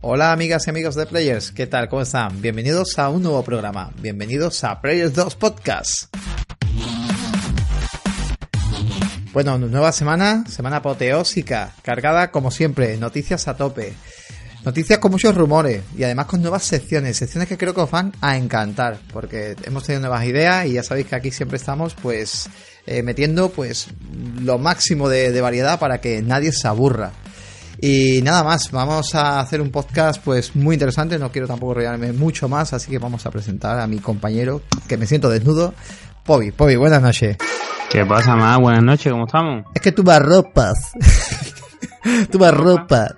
Hola amigas y amigos de Players, ¿qué tal? ¿Cómo están? Bienvenidos a un nuevo programa, bienvenidos a Players 2 Podcast. Bueno, nueva semana apoteósica, cargada como siempre, noticias a tope, noticias con muchos rumores y además con nuevas secciones que creo que os van a encantar, porque hemos tenido nuevas ideas y ya sabéis que aquí siempre estamos pues metiendo pues lo máximo de variedad para que nadie se aburra. Y nada más, vamos a hacer un podcast pues muy interesante, no quiero tampoco enrollarme mucho más, así que vamos a presentar a mi compañero, que me siento desnudo, Pobi, buenas noches. ¿Qué pasa, más? Buenas noches, ¿cómo estamos? Es que tú me arropas. tú me arropas.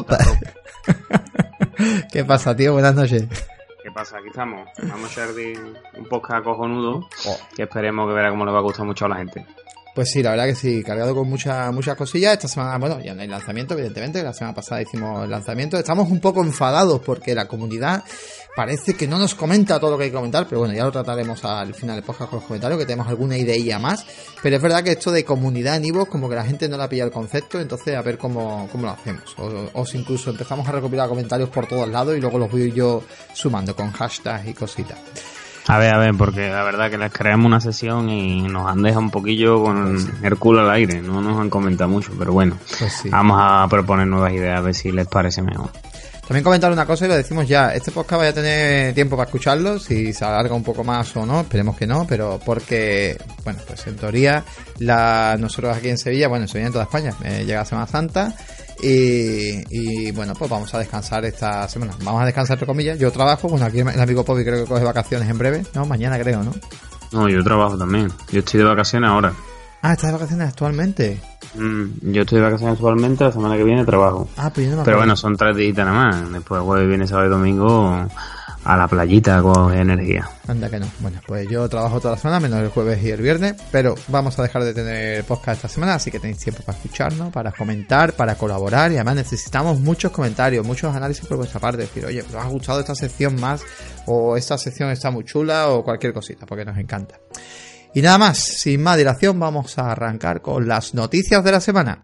¿Qué pasa, tío? Buenas noches. ¿Qué pasa? Aquí estamos. Vamos a hacer un podcast cojonudo que esperemos que verá cómo le va a gustar mucho a la gente. Pues sí, la verdad que sí, cargado con muchas cosillas. Esta semana, bueno, ya no hay lanzamiento, evidentemente. La semana pasada hicimos el lanzamiento. Estamos un poco enfadados porque la comunidad parece que no nos comenta todo lo que hay que comentar, pero bueno, ya lo trataremos al final del podcast con los comentarios, que tenemos alguna idea más. Pero es verdad que esto de comunidad en iVoox, como que la gente no le ha pillado el concepto, entonces a ver cómo lo hacemos. O si incluso empezamos a recopilar comentarios por todos lados y luego los voy yo sumando con hashtags y cositas. A ver, porque la verdad que les creamos una sesión y nos han dejado un poquillo con el culo al aire, no nos han comentado mucho, pero bueno, pues sí. Vamos a proponer nuevas ideas a ver si les parece mejor. También comentar una cosa y lo decimos ya, este podcast vaya a tener tiempo para escucharlo, si se alarga un poco más o no, esperemos que no, pero porque, bueno, pues en teoría nosotros aquí en Sevilla, bueno, en Sevilla en toda España, llega Semana Santa y bueno, pues vamos a descansar esta semana, vamos a descansar entre comillas, yo trabajo, bueno, aquí el amigo Pobi creo que coge vacaciones en breve, no, mañana creo, ¿no? No, yo trabajo también, yo estoy de vacaciones ahora. Ah, ¿estás de vacaciones actualmente? Yo estoy de vacaciones actualmente, la semana que viene trabajo. Ah, pues yo no me acuerdo. Pero bueno, son 3 días nada más. Después jueves, viernes, sábado y domingo a la playita con energía. Anda que no. Bueno, pues yo trabajo toda la semana, menos el jueves y el viernes, pero vamos a dejar de tener podcast esta semana, así que tenéis tiempo para escucharnos, para comentar, para colaborar y además necesitamos muchos comentarios, muchos análisis por vuestra parte. Decir, oye, ¿os ha gustado esta sección más? O esta sección está muy chula o cualquier cosita, porque nos encanta. Y nada más, sin más dilación, vamos a arrancar con las noticias de la semana.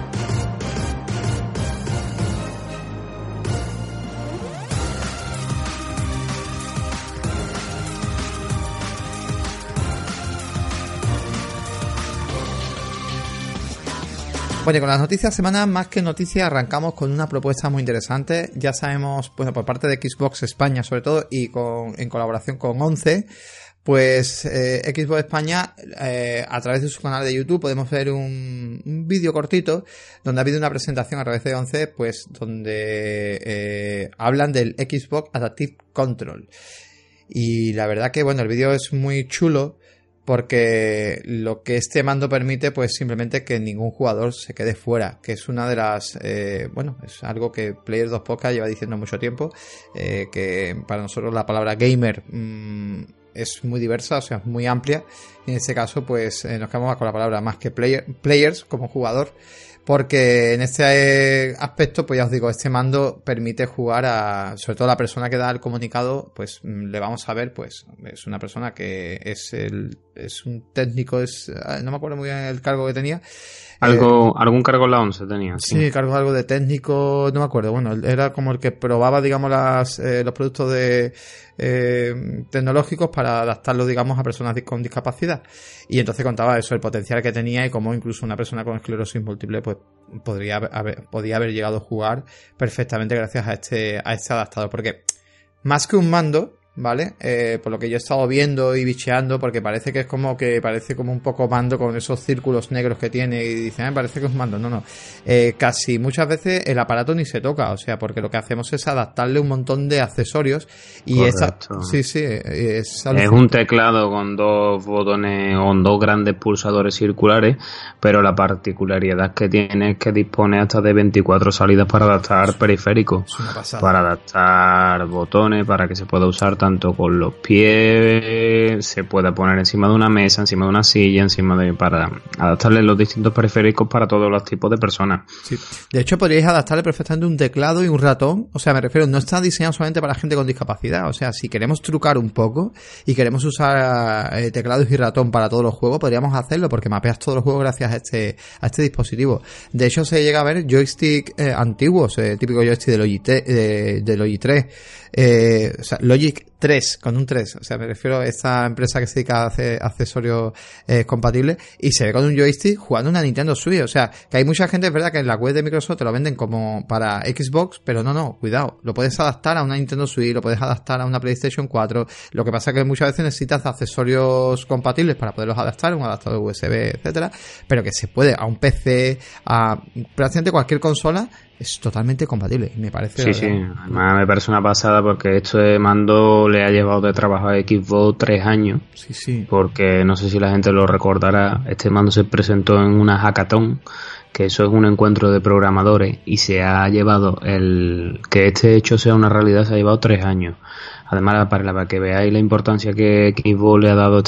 Bueno, con las noticias de semana, más que noticias, arrancamos con una propuesta muy interesante. Ya sabemos, bueno, por parte de Xbox España sobre todo y en colaboración con 11, pues Xbox España, a través de su canal de YouTube, podemos ver un vídeo cortito donde ha habido una presentación a través de 11, pues donde hablan del Xbox Adaptive Control. Y la verdad que, bueno, el vídeo es muy chulo porque lo que este mando permite, pues simplemente que ningún jugador se quede fuera, que es una de las, bueno, es algo que Players 2 Podcast lleva diciendo mucho tiempo, que para nosotros la palabra gamer es muy diversa, o sea, es muy amplia, y en este caso pues nos quedamos con la palabra más que players como jugador, porque en este aspecto, pues ya os digo, este mando permite jugar sobre todo la persona que da el comunicado, pues le vamos a ver, pues es una persona que es un técnico, no me acuerdo muy bien el cargo que tenía. Algún cargo en la 11 tenía. Sí, cargo algo de técnico, no me acuerdo. Bueno, era como el que probaba, digamos, los productos tecnológicos para adaptarlos, digamos, a personas con discapacidad. Y entonces contaba eso, el potencial que tenía y cómo incluso una persona con esclerosis múltiple, pues podía haber llegado a jugar perfectamente gracias a este adaptador. Porque más que un mando, ¿vale? Por lo que yo he estado viendo y bicheando, porque parece como un poco mando con esos círculos negros que tiene y dicen, parece que es un mando. No. Casi muchas veces el aparato ni se toca, o sea, porque lo que hacemos es adaptarle un montón de accesorios y es un teclado con 2 botones o 2 grandes pulsadores circulares, pero la particularidad que tiene es que dispone hasta de 24 salidas para adaptar periféricos, para adaptar botones, para que se pueda usar tanto con los pies, se pueda poner encima de una mesa, encima de una silla, para adaptarle los distintos periféricos para todos los tipos de personas. Sí. De hecho, podríais adaptarle perfectamente un teclado y un ratón. O sea, me refiero, no está diseñado solamente para gente con discapacidad. O sea, si queremos trucar un poco y queremos usar teclados y ratón para todos los juegos, podríamos hacerlo porque mapeas todos los juegos gracias a este dispositivo. De hecho, se llega a ver joystick antiguos, típico joystick de Logic 3. O sea, Logic 3, con un 3. O sea, me refiero a esta empresa que se dedica a hacer accesorios compatibles y se ve con un joystick jugando una Nintendo Switch. O sea, que hay mucha gente, es verdad, que en la web de Microsoft te lo venden como para Xbox, pero no, cuidado. Lo puedes adaptar a una Nintendo Switch, lo puedes adaptar a una PlayStation 4. Lo que pasa es que muchas veces necesitas accesorios compatibles para poderlos adaptar, un adaptador USB, etcétera, pero que se puede a un PC, a prácticamente cualquier consola. Es totalmente compatible, me parece. Sí. Además me parece una pasada porque esto de mando le ha llevado de trabajo a Xbox 3 años. Sí. Porque no sé si la gente lo recordará, este mando se presentó en una hackathon, que eso es un encuentro de programadores, y se ha llevado que este hecho sea una realidad, se ha llevado 3 años. Además, para que veáis la importancia que Xbox le ha dado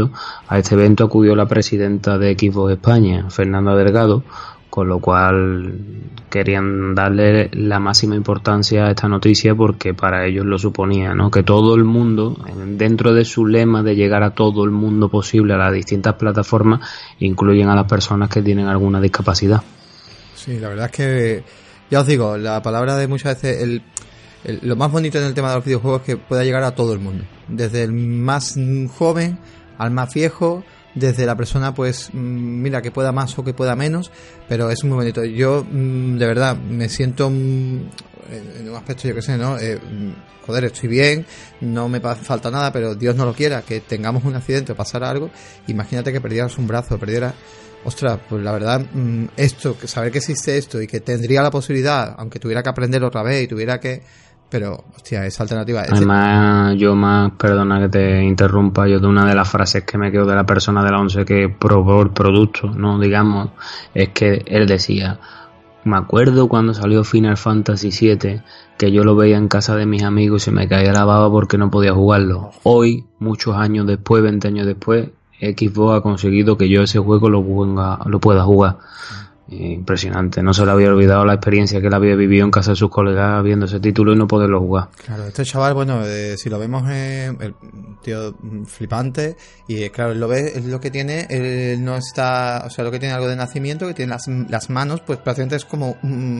a este evento acudió la presidenta de Xbox España, Fernanda Delgado, con lo cual querían darle la máxima importancia a esta noticia porque para ellos lo suponía, ¿no? Que todo el mundo, dentro de su lema de llegar a todo el mundo posible a las distintas plataformas, incluyen a las personas que tienen alguna discapacidad. Sí, la verdad es que, ya os digo, la palabra de muchas veces, lo más bonito en el tema de los videojuegos es que pueda llegar a todo el mundo, desde el más joven al más viejo, desde la persona pues mira que pueda más o que pueda menos, pero es muy bonito. Yo de verdad me siento en un aspecto, yo que sé, ¿no? Joder, estoy bien, no me falta nada, pero Dios no lo quiera, que tengamos un accidente o pasara algo. Imagínate que perdieras un brazo, ostras, pues la verdad, saber que existe esto y que tendría la posibilidad, aunque tuviera que aprender otra vez y tuviera que... Pero, hostia, esa alternativa... Además, perdona que te interrumpa, yo de una de las frases que me quedo de la persona de la 11 que probó el producto, ¿no? Digamos, es que él decía, me acuerdo cuando salió Final Fantasy VII, que yo lo veía en casa de mis amigos y se me caía la baba porque no podía jugarlo. Hoy, muchos años después, 20 años después, Xbox ha conseguido que yo ese juego lo pueda jugar. Impresionante, no se le había olvidado la experiencia que él había vivido en casa de sus colegas viendo ese título y no poderlo jugar. Claro, este chaval, bueno, si lo vemos, el tío flipante, y claro, él lo ve, es lo que tiene, él no está, o sea, lo que tiene algo de nacimiento, que tiene las manos, pues prácticamente es como,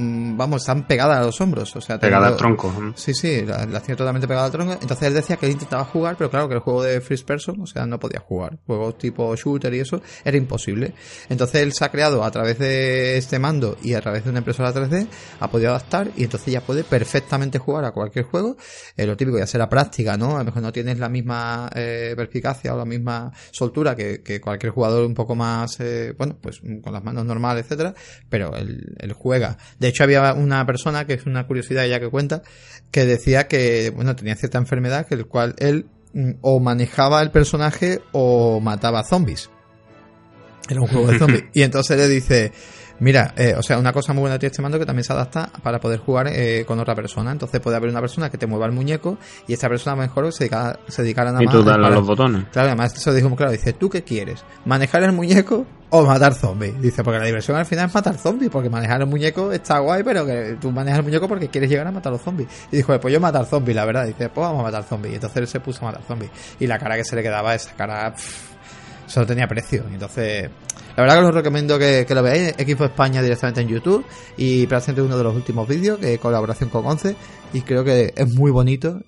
están pegadas a los hombros, o sea, pegadas al tronco. Sí, las tiene totalmente pegadas al tronco. Entonces él decía que él intentaba jugar, pero claro, que el juego de first person, o sea, no podía jugar, juegos tipo shooter y eso, era imposible. Entonces él se ha creado a través de este mando y a través de una impresora 3D, ha podido adaptar y entonces ya puede perfectamente jugar a cualquier juego. Lo típico, ya será práctica, ¿no? A lo mejor no tienes la misma perspicacia o la misma soltura que cualquier jugador un poco más, pues con las manos normales, etcétera, pero él juega. De hecho, había una persona, que es una curiosidad ya que cuenta, que decía que, bueno, tenía cierta enfermedad que el cual él o manejaba el personaje o mataba zombies. Era un juego de zombies. Y entonces le dice, mira, una cosa muy buena de este mando que también se adapta para poder jugar con otra persona. Entonces puede haber una persona que te mueva el muñeco y esta persona a lo mejor se dedicara nada más. Y tú darle a los botones. Claro, además eso dijo muy claro. Dice, ¿tú qué quieres? ¿Manejar el muñeco o matar zombies? Dice, porque la diversión al final es matar zombies, porque manejar el muñeco está guay, pero que tú manejas el muñeco porque quieres llegar a matar a los zombies. Y dijo, pues yo matar zombies, la verdad. Dice, pues vamos a matar zombies. Y entonces él se puso a matar zombies. Y la cara que se le quedaba, esa cara... Solo tenía precio. Entonces, la verdad que os recomiendo que lo veáis. Xbox España directamente en YouTube. Y prácticamente uno de los últimos vídeos, que colaboración con 11. Y creo que es muy bonito.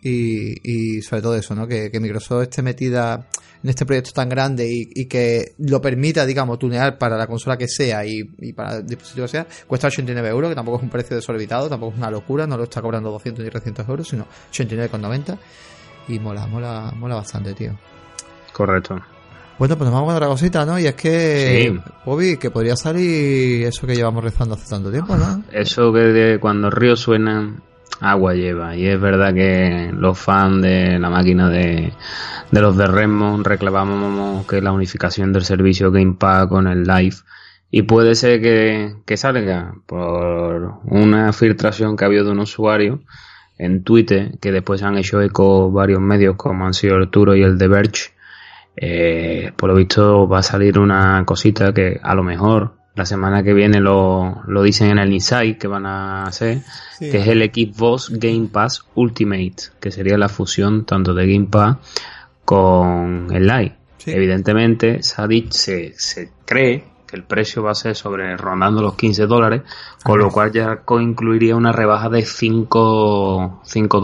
Y sobre todo eso, ¿no? Que Microsoft esté metida en este proyecto tan grande y que lo permita, digamos, tunear para la consola que sea y para el dispositivo que sea. Cuesta 89 €, que tampoco es un precio desorbitado, tampoco es una locura. No lo está cobrando 200 ni 300 euros, sino 89,90. Y mola bastante, tío. Correcto. Bueno, pues nos vamos con otra cosita, ¿no? Y es que, sí. Bobby, que podría salir eso que llevamos rezando hace tanto tiempo, ¿no? Eso que cuando el río suena, agua lleva. Y es verdad que los fans de la máquina de los de Redmond reclamamos que la unificación del servicio Game Pass con el Live. Y puede ser que salga por una filtración que ha habido de un usuario. en Twitter, que después han hecho eco varios medios como han sido Arturo y el The Verge. Por lo visto va a salir una cosita que a lo mejor la semana que viene lo dicen en el Insight que van a hacer, sí, que es el Xbox Game Pass Ultimate, que sería la fusión tanto de Game Pass con el Live. Sí. Evidentemente se cree que el precio va a ser rondando los $15, con lo cual ya incluiría una rebaja de $5 o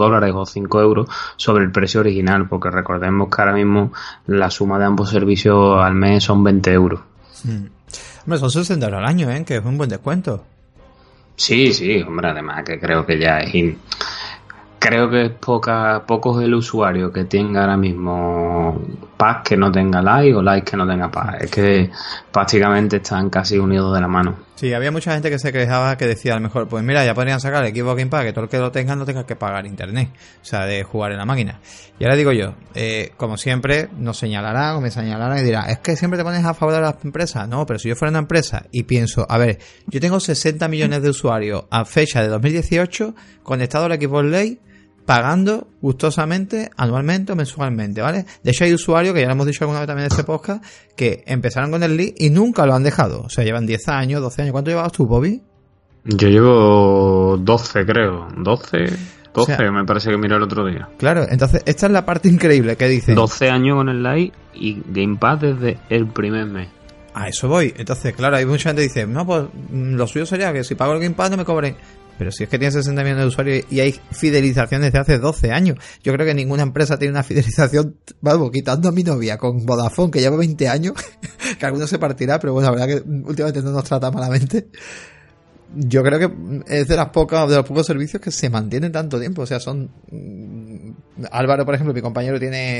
€5 sobre el precio original, porque recordemos que ahora mismo la suma de ambos servicios al mes son €20. Hombre, son $60 al año, que es un buen descuento. Sí, hombre, además que creo que ya es... Creo que es pocos el usuario que tenga ahora mismo Pass que no tenga Live o Live que no tenga Pass. Es que prácticamente están casi unidos de la mano. Sí, había mucha gente que se quejaba, que decía a lo mejor, pues mira, ya podrían sacar el Xbox Game Pass, que todo el que lo tenga no tenga que pagar internet, o sea, de jugar en la máquina. Y ahora digo yo, como siempre, nos señalarán o me señalarán y dirán, es que siempre te pones a favor de las empresas. No, pero si yo fuera una empresa y pienso, a ver, yo tengo 60 millones de usuarios a fecha de 2018 conectados al Xbox Live, pagando gustosamente, anualmente o mensualmente, ¿vale? De hecho hay usuarios, que ya lo hemos dicho alguna vez también en este podcast, que empezaron con el League y nunca lo han dejado. O sea, llevan 10 años, 12 años. ¿Cuánto llevabas tú, Bobby? Yo llevo 12, creo. 12, o sea, me parece que miré el otro día. Claro, entonces esta es la parte increíble que dicen. 12 años con el Live y Game Pass desde el primer mes. A eso voy. Entonces, claro, hay mucha gente que dice, no, pues lo suyo sería que si pago el Game Pass no me cobren. Pero si es que tiene 60 millones de usuarios y hay fidelización desde hace 12 años. Yo creo que ninguna empresa tiene una fidelización, vamos, quitando a mi novia con Vodafone, que lleva 20 años, que alguno se partirá, pero bueno, la verdad que últimamente no nos trata malamente. Yo creo que es de los pocos servicios que se mantienen tanto tiempo. O sea, son... Álvaro, por ejemplo, mi compañero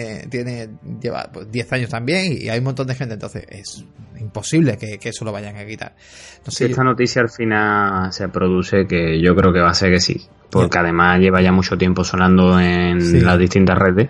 lleva 10 años también y hay un montón de gente. Entonces es imposible que eso lo vayan a quitar. No sé, si esta noticia al final se produce, que yo creo que va a ser que sí, porque además lleva ya mucho tiempo sonando en las distintas redes,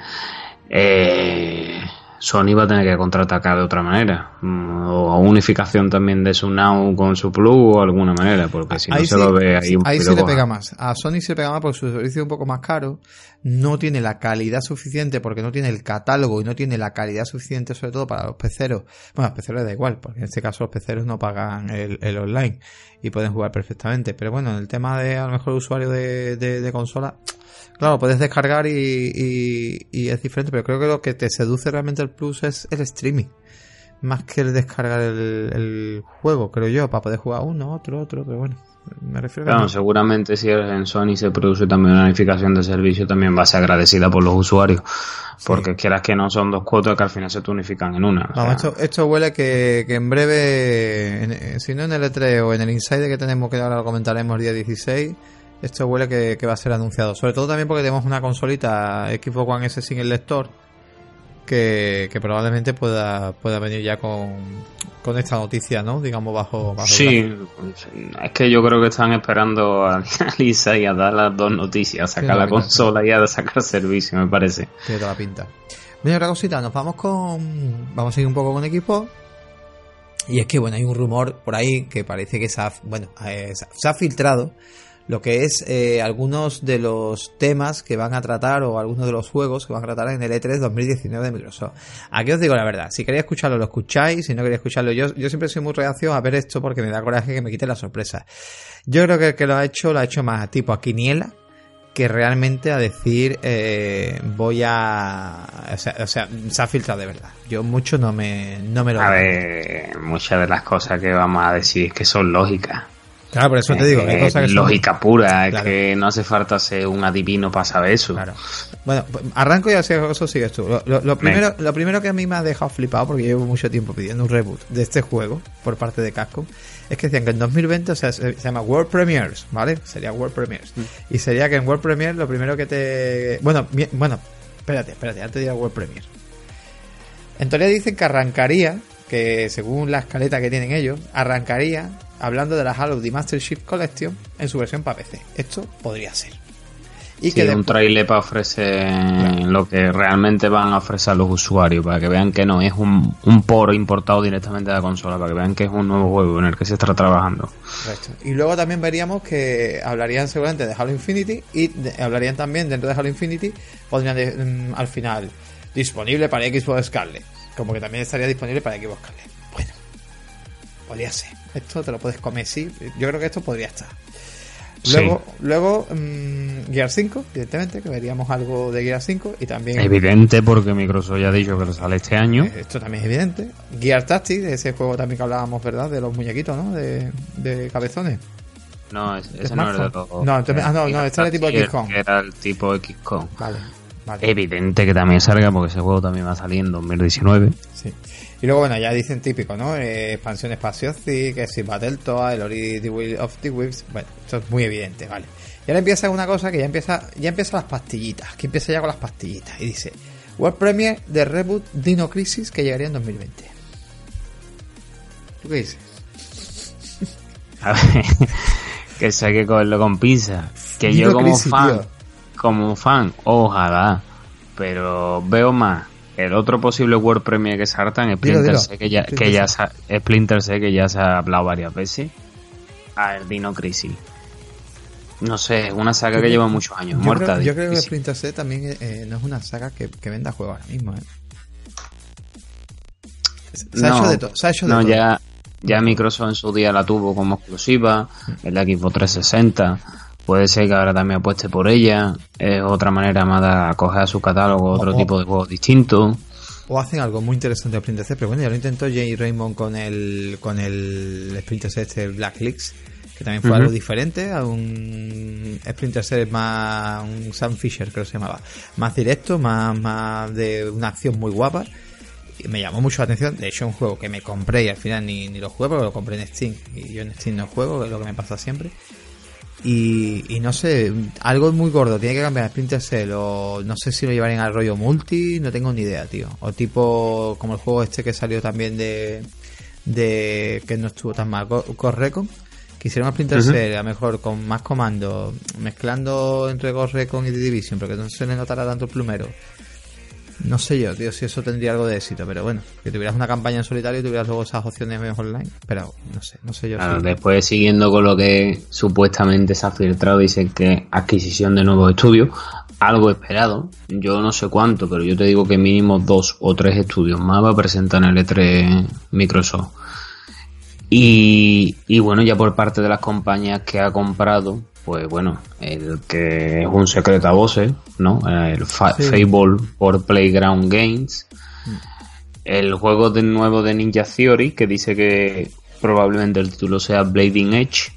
Sony va a tener que contraatacar de otra manera, o unificación también de su Now con su Plus o alguna manera, porque si no se lo ve ahí un poquito. Ahí se le pega más. A Sony se le pega más porque su servicio es un poco más caro, no tiene la calidad suficiente porque no tiene el catálogo y no tiene la calidad suficiente, sobre todo para los peceros. Bueno, a los peceros da igual, porque en este caso los peceros no pagan el online y pueden jugar perfectamente. Pero bueno, en el tema de a lo mejor el usuario de consola, claro, puedes descargar y es diferente, pero creo que lo que te seduce realmente el Plus es el streaming, más que el descargar el juego, creo yo, para poder jugar uno, otro, pero bueno, me refiero a... Claro, seguramente si en Sony se produce también una unificación de servicio, también va a ser agradecida por los usuarios, porque quieras que no, son dos cuotas que al final se te unifican en una. Vamos, esto huele que en breve, si no en el E3 o en el Insider que tenemos, que ahora lo comentaremos el día 16... Esto huele que va a ser anunciado. Sobre todo también porque tenemos una consolita Xbox One S sin el lector que probablemente pueda venir ya con esta noticia, ¿no? Digamos bajo sí, es que yo creo que están esperando a Lisa y a dar las dos noticias, a sacar la consola y a sacar servicio, me parece. Tiene toda la pinta. Bueno, otra cosita, vamos a seguir un poco con Xbox. Y es que bueno, hay un rumor por ahí que parece que se ha filtrado lo que es algunos de los temas que van a tratar o algunos de los juegos que van a tratar en el E3 2019 de Microsoft. Aquí os digo la verdad, si queréis escucharlo lo escucháis, si no queréis escucharlo yo siempre soy muy reacio a ver esto porque me da coraje que me quite la sorpresa. Yo creo que el que lo ha hecho más tipo a quiniela que realmente a decir voy a... O sea, se ha filtrado de verdad. Yo mucho no me lo... A ver, muchas de las cosas que vamos a decir es que son lógicas. Claro, por eso te digo, hay cosas que lógica pura, claro. Es que no hace falta ser un adivino para saber eso. Claro. Bueno, arranco y así eso sigues tú. Lo primero que a mí me ha dejado flipado, porque llevo mucho tiempo pidiendo un reboot de este juego por parte de Capcom, es que decían que en 2020, o sea, se llama World Premiers, ¿vale? Sería World Premiers. Y sería que en World Premiere lo primero que te... Bueno, espérate, antes de ir a World Premiere. En teoría dicen que arrancaría, que según la escaleta que tienen ellos, arrancaría hablando de la Halo The Master Chief Collection en su versión para PC. Esto podría ser. Y que un trailer para ofrecer lo que realmente van a ofrecer los usuarios, para que vean que no es un port importado directamente de la consola, para que vean que es un nuevo juego en el que se está trabajando. Correcto. Y luego también veríamos que hablarían seguramente de Halo Infinity y hablarían también dentro de Halo Infinity, pondrían al final disponible para Xbox Scarlet, como que también estaría disponible para Xbox Scarlet. Bueno, podría ser. Esto te lo puedes comer, sí. Yo creo que esto podría estar. Luego Gear 5, evidentemente, que veríamos algo de Gear 5 y también... Evidente, porque Microsoft ya ha dicho que lo sale este año. Esto también es evidente. Gear Tactics, ese juego también que hablábamos, ¿verdad? De los muñequitos, ¿no? De cabezones. No, ese no era de los... No, entonces, este era el tipo XCOM. Era el tipo XCOM. Vale. Evidente que también salga, porque ese juego también va a salir en 2019. Sí. Y luego, bueno, ya dicen típico, ¿no? Expansiones para Sea of Thieves, que si Battletoads, el Ori the Will of the Wisps. Bueno, esto es muy evidente, ¿vale? Y ahora empieza una cosa que ya empieza las pastillitas, que empieza ya con las pastillitas. Y dice, World Premiere de Reboot Dino Crisis, que llegaría en 2020. ¿Tú qué dices? A ver, que sé que cogerlo con pinza. Que Dino yo como fan, ojalá, pero veo más el otro posible World Premiere que saltan, Splinter Cell, Splinter Cell, que ya se ha hablado varias veces, a el Dino Crisis. No sé, es una saga que lleva muchos años muerta. Yo creo que Splinter Cell también no es una saga que venda juegos ahora mismo. Se ha hecho de todo. Ya Microsoft en su día la tuvo como exclusiva, en la Xbox 360. Puede ser que ahora también apueste por ella. Es otra manera más de acoger a su catálogo otro tipo de juegos distintos. O hacen algo muy interesante a Splinter Cell, pero bueno, ya lo intentó Jay Raymond con el Splinter Cell Black Leaks, que también fue algo diferente, a un Splinter Cell más, un Sam Fisher creo que se llamaba, más directo, más de una acción muy guapa. Y me llamó mucho la atención. De hecho, un juego que me compré y al final ni lo jugué, porque lo compré en Steam y yo en Steam no juego, que es lo que me pasa siempre. Y no sé, algo muy gordo tiene que cambiar Splinter Cell, o no sé si lo llevarían al rollo multi, no tengo ni idea, tío. O tipo como el juego este que salió también de que no estuvo tan mal, Ghost Recon, que hicieron a Splinter Cell a lo mejor con más comandos, mezclando entre Ghost Recon y The Division, pero que no se le notara tanto el plumero. No sé yo, tío, si eso tendría algo de éxito, pero bueno, que tuvieras una campaña en solitario y tuvieras luego esas opciones online, pero no sé yo. Claro, sí. Después, siguiendo con lo que supuestamente se ha filtrado, dicen que adquisición de nuevos estudios, algo esperado, yo no sé cuánto, pero yo te digo que mínimo 2 o 3 estudios más va a presentar en el E3 Microsoft. Y bueno, ya por parte de las compañías que ha comprado, pues bueno, el que es un secreto a voces, ¿no? El Fable por Playground Games. El juego nuevo de Ninja Theory, que dice que probablemente el título sea Blading Edge.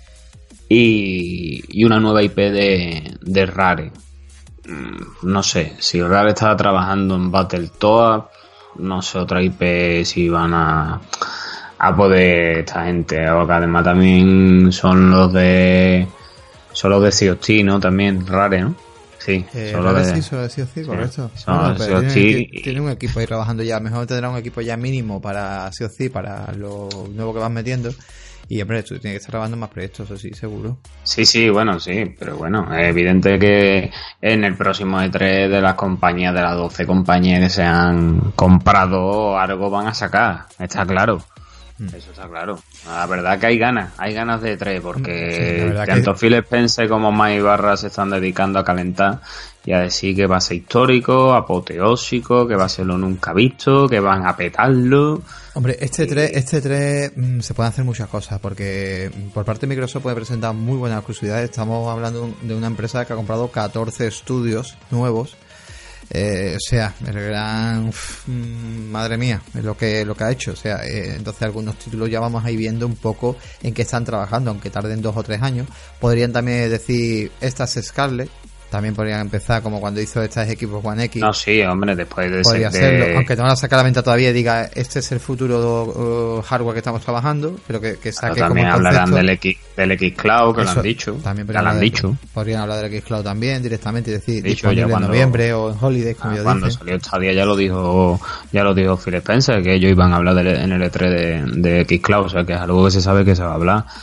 Y una nueva IP de Rare. No sé, si Rare estaba trabajando en Battletoads, no sé, otra IP si van a poder esta gente. O que además también son los de Sea of Thieves, ¿no? También Rare, ¿no? Sí, solo de Sea of Thieves, correcto. Tiene un equipo ahí trabajando ya. Mejor tendrá un equipo ya mínimo para Sea of Thieves, para lo nuevo que van metiendo. Y hombre, tú tienes que estar grabando más proyectos, eso sí, seguro. Sí, bueno, sí, pero bueno, es evidente que en el próximo E3 de las compañías, de las 12 compañías que se han comprado, algo van a sacar, está claro. Eso está claro. La verdad que hay ganas de E3, porque tanto Phil Spencer como Mike Ibarra se están dedicando a calentar y a decir que va a ser histórico, apoteósico, que va a ser lo nunca visto, que van a petarlo. Hombre, este 3 se pueden hacer muchas cosas, porque por parte de Microsoft puede presentar muy buenas exclusividades. Estamos hablando de una empresa que ha comprado 14 estudios nuevos. O sea, el gran... madre mía, es lo que ha hecho. O sea, entonces algunos títulos ya vamos a ir viendo un poco en qué están trabajando, aunque tarden 2 o 3 años. Podrían también decir, esta es Scarlet. También podrían empezar como cuando hizo estas equipos One X. No, sí, hombre, después de podría hacerlo, aunque no la saca a la venta todavía y diga, este es el futuro hardware que estamos trabajando, pero que saque como también hablarán del Xcloud, que eso, lo han dicho. También dicho. Podrían hablar del Xcloud también directamente y decir, disponible en noviembre o en Holidays, como yo cuando dije. Salió Stadia ya lo dijo Phil Spencer, que ellos iban a hablar en el E3 de Xcloud, o sea que es algo que se sabe que se va a hablar.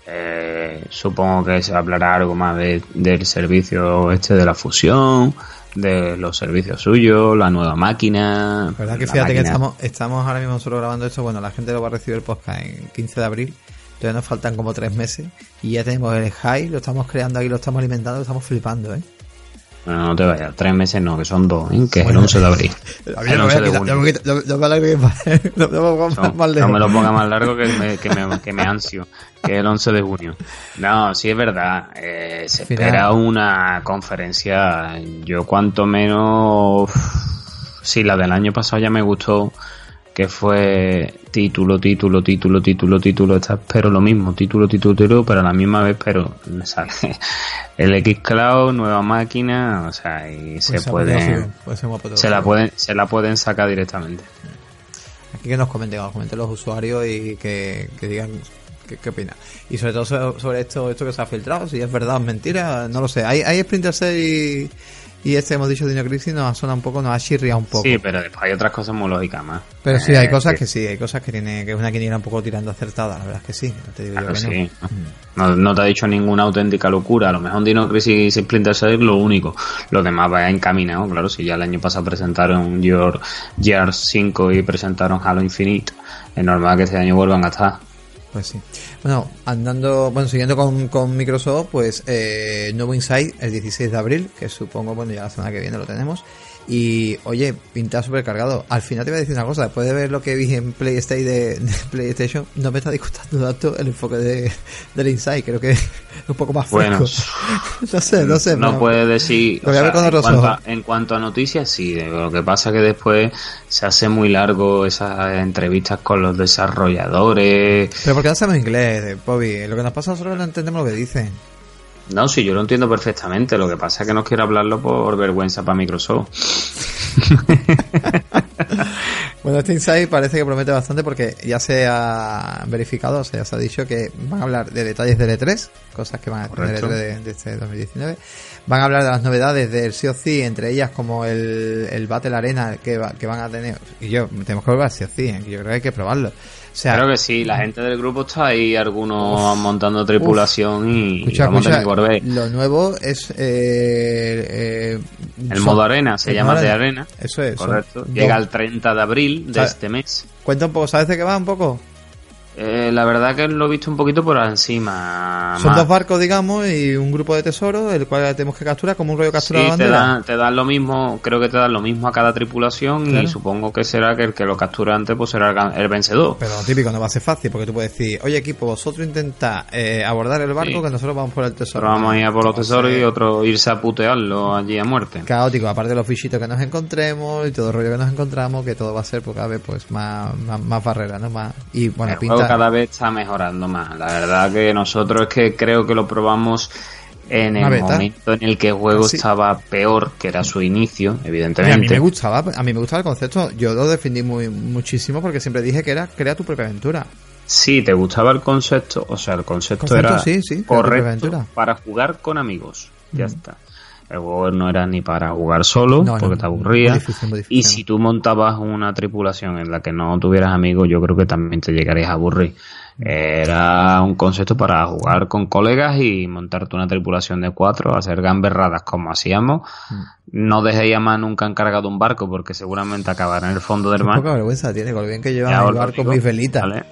Supongo que se hablará algo más del servicio de la fusión, de los servicios suyos, la nueva máquina. La verdad que fíjate que estamos ahora mismo nosotros grabando esto. Bueno, la gente lo va a recibir el podcast en 15 de abril. Todavía nos faltan como 3 meses y ya tenemos el hype, lo estamos creando aquí, lo estamos alimentando, lo estamos flipando, ¿eh? Bueno, no te vayas, 3 meses no, que son 2, ¿eh? Que es el 11 de abril. El 11 de junio. No me lo ponga más largo que me ansio, que es el 11 de junio. No, sí es verdad, se espera una conferencia, yo cuanto menos, sí, la del año pasado ya me gustó, que fue título, espero lo mismo, título, pero a la misma vez, pero me sale el Xcloud, nueva máquina, o sea, y pues se la pueden sacar directamente. Aquí que nos comenten los usuarios y que digan qué opinan. Y sobre todo sobre esto que se ha filtrado, si es verdad o es mentira, no lo sé. Hay Splinter Cell y hemos dicho Dino Crisis nos ha chirriado un poco. Sí, pero después hay otras cosas muy lógicas más. Pero sí, hay cosas que tiene, que es una quiniela un poco tirando acertada, la verdad es que sí. No te digo claro yo que sí. No te ha dicho ninguna auténtica locura. A lo mejor Dino Crisis y Splinter Cell es lo único. Lo demás va encaminado, claro. Si ya el año pasado presentaron Gears 5 y presentaron Halo Infinite, es normal que este año vuelvan a estar. Pues sí. Bueno, siguiendo con Microsoft, pues nuevo Inside el 16 de abril, que supongo, ya la semana que viene lo tenemos. Y, oye, pinta súper cargado. Al final te voy a decir una cosa, después de ver lo que vi en de PlayStation, no me está disgustando tanto el enfoque del Inside, creo que es un poco más fresco. Bueno, no sé. No puedes decir, o sea, en cuanto a noticias, sí, lo que pasa es que después se hace muy largo esas entrevistas con los desarrolladores. Pero porque no sabemos inglés, Bobby, lo que nos pasa nosotros no entendemos lo que dicen. No, sí, yo lo entiendo perfectamente. Lo que pasa es que no quiero hablarlo por vergüenza para Microsoft. Bueno, este Inside parece que promete bastante porque ya se ha verificado, o sea, ya se ha dicho que van a hablar de detalles del E3, cosas que van a tener E3 de este 2019. Van a hablar de las novedades del Sea of Thieves, entre ellas como el Battle Arena que van a tener. Y tenemos que volver al Sea of Thieves, yo creo que hay que probarlo. O sea, creo que sí, la gente del grupo está ahí, algunos montando tripulación y vamos a tener que volver. Lo nuevo es el modo arena, se llama de arena. Eso es. Correcto. Llega el 30 de abril de este mes. Cuenta un poco, ¿sabes de qué va un poco? La verdad que lo he visto un poquito por encima. Son 2 barcos, digamos, y un grupo de tesoros, el cual tenemos que capturar como un rollo captura de bandera. Te dan lo mismo, creo que te dan lo mismo a cada tripulación, claro. Y supongo que será que el que lo capture antes pues será el vencedor. Pero lo típico, no va a ser fácil, porque tú puedes decir, oye equipo, vosotros intentad abordar el barco, que nosotros vamos por el tesoro. Pero vamos a ir a por los tesoros y otro irse a putearlo allí a muerte. Caótico, aparte de los bichitos que nos encontremos y todo el rollo que nos encontramos, que todo va a ser pues, cada vez pues más barreras, ¿no? Más, y bueno, cada vez está mejorando más. La verdad que nosotros es que creo que lo probamos en el momento en el que el juego estaba peor, que era su inicio, evidentemente. Y a mí me gustaba el concepto. Yo lo defendí muchísimo porque siempre dije que era crea tu propia aventura. Sí, te gustaba el concepto, o sea, el concepto era sí, correcto para jugar con amigos. Ya está. El juego no era ni para jugar solo, porque te aburría. Muy difícil. Y si tú montabas una tripulación en la que no tuvieras amigos, yo creo que también te llegarías a aburrir. Era un concepto para jugar con colegas y montarte una tripulación de 4, hacer gamberradas como hacíamos. No dejéis a más nunca encargado un barco, porque seguramente acabará en el fondo del mar. Poca vergüenza tiene, con lo bien que lleva el barco con mis velitas. ¿Vale?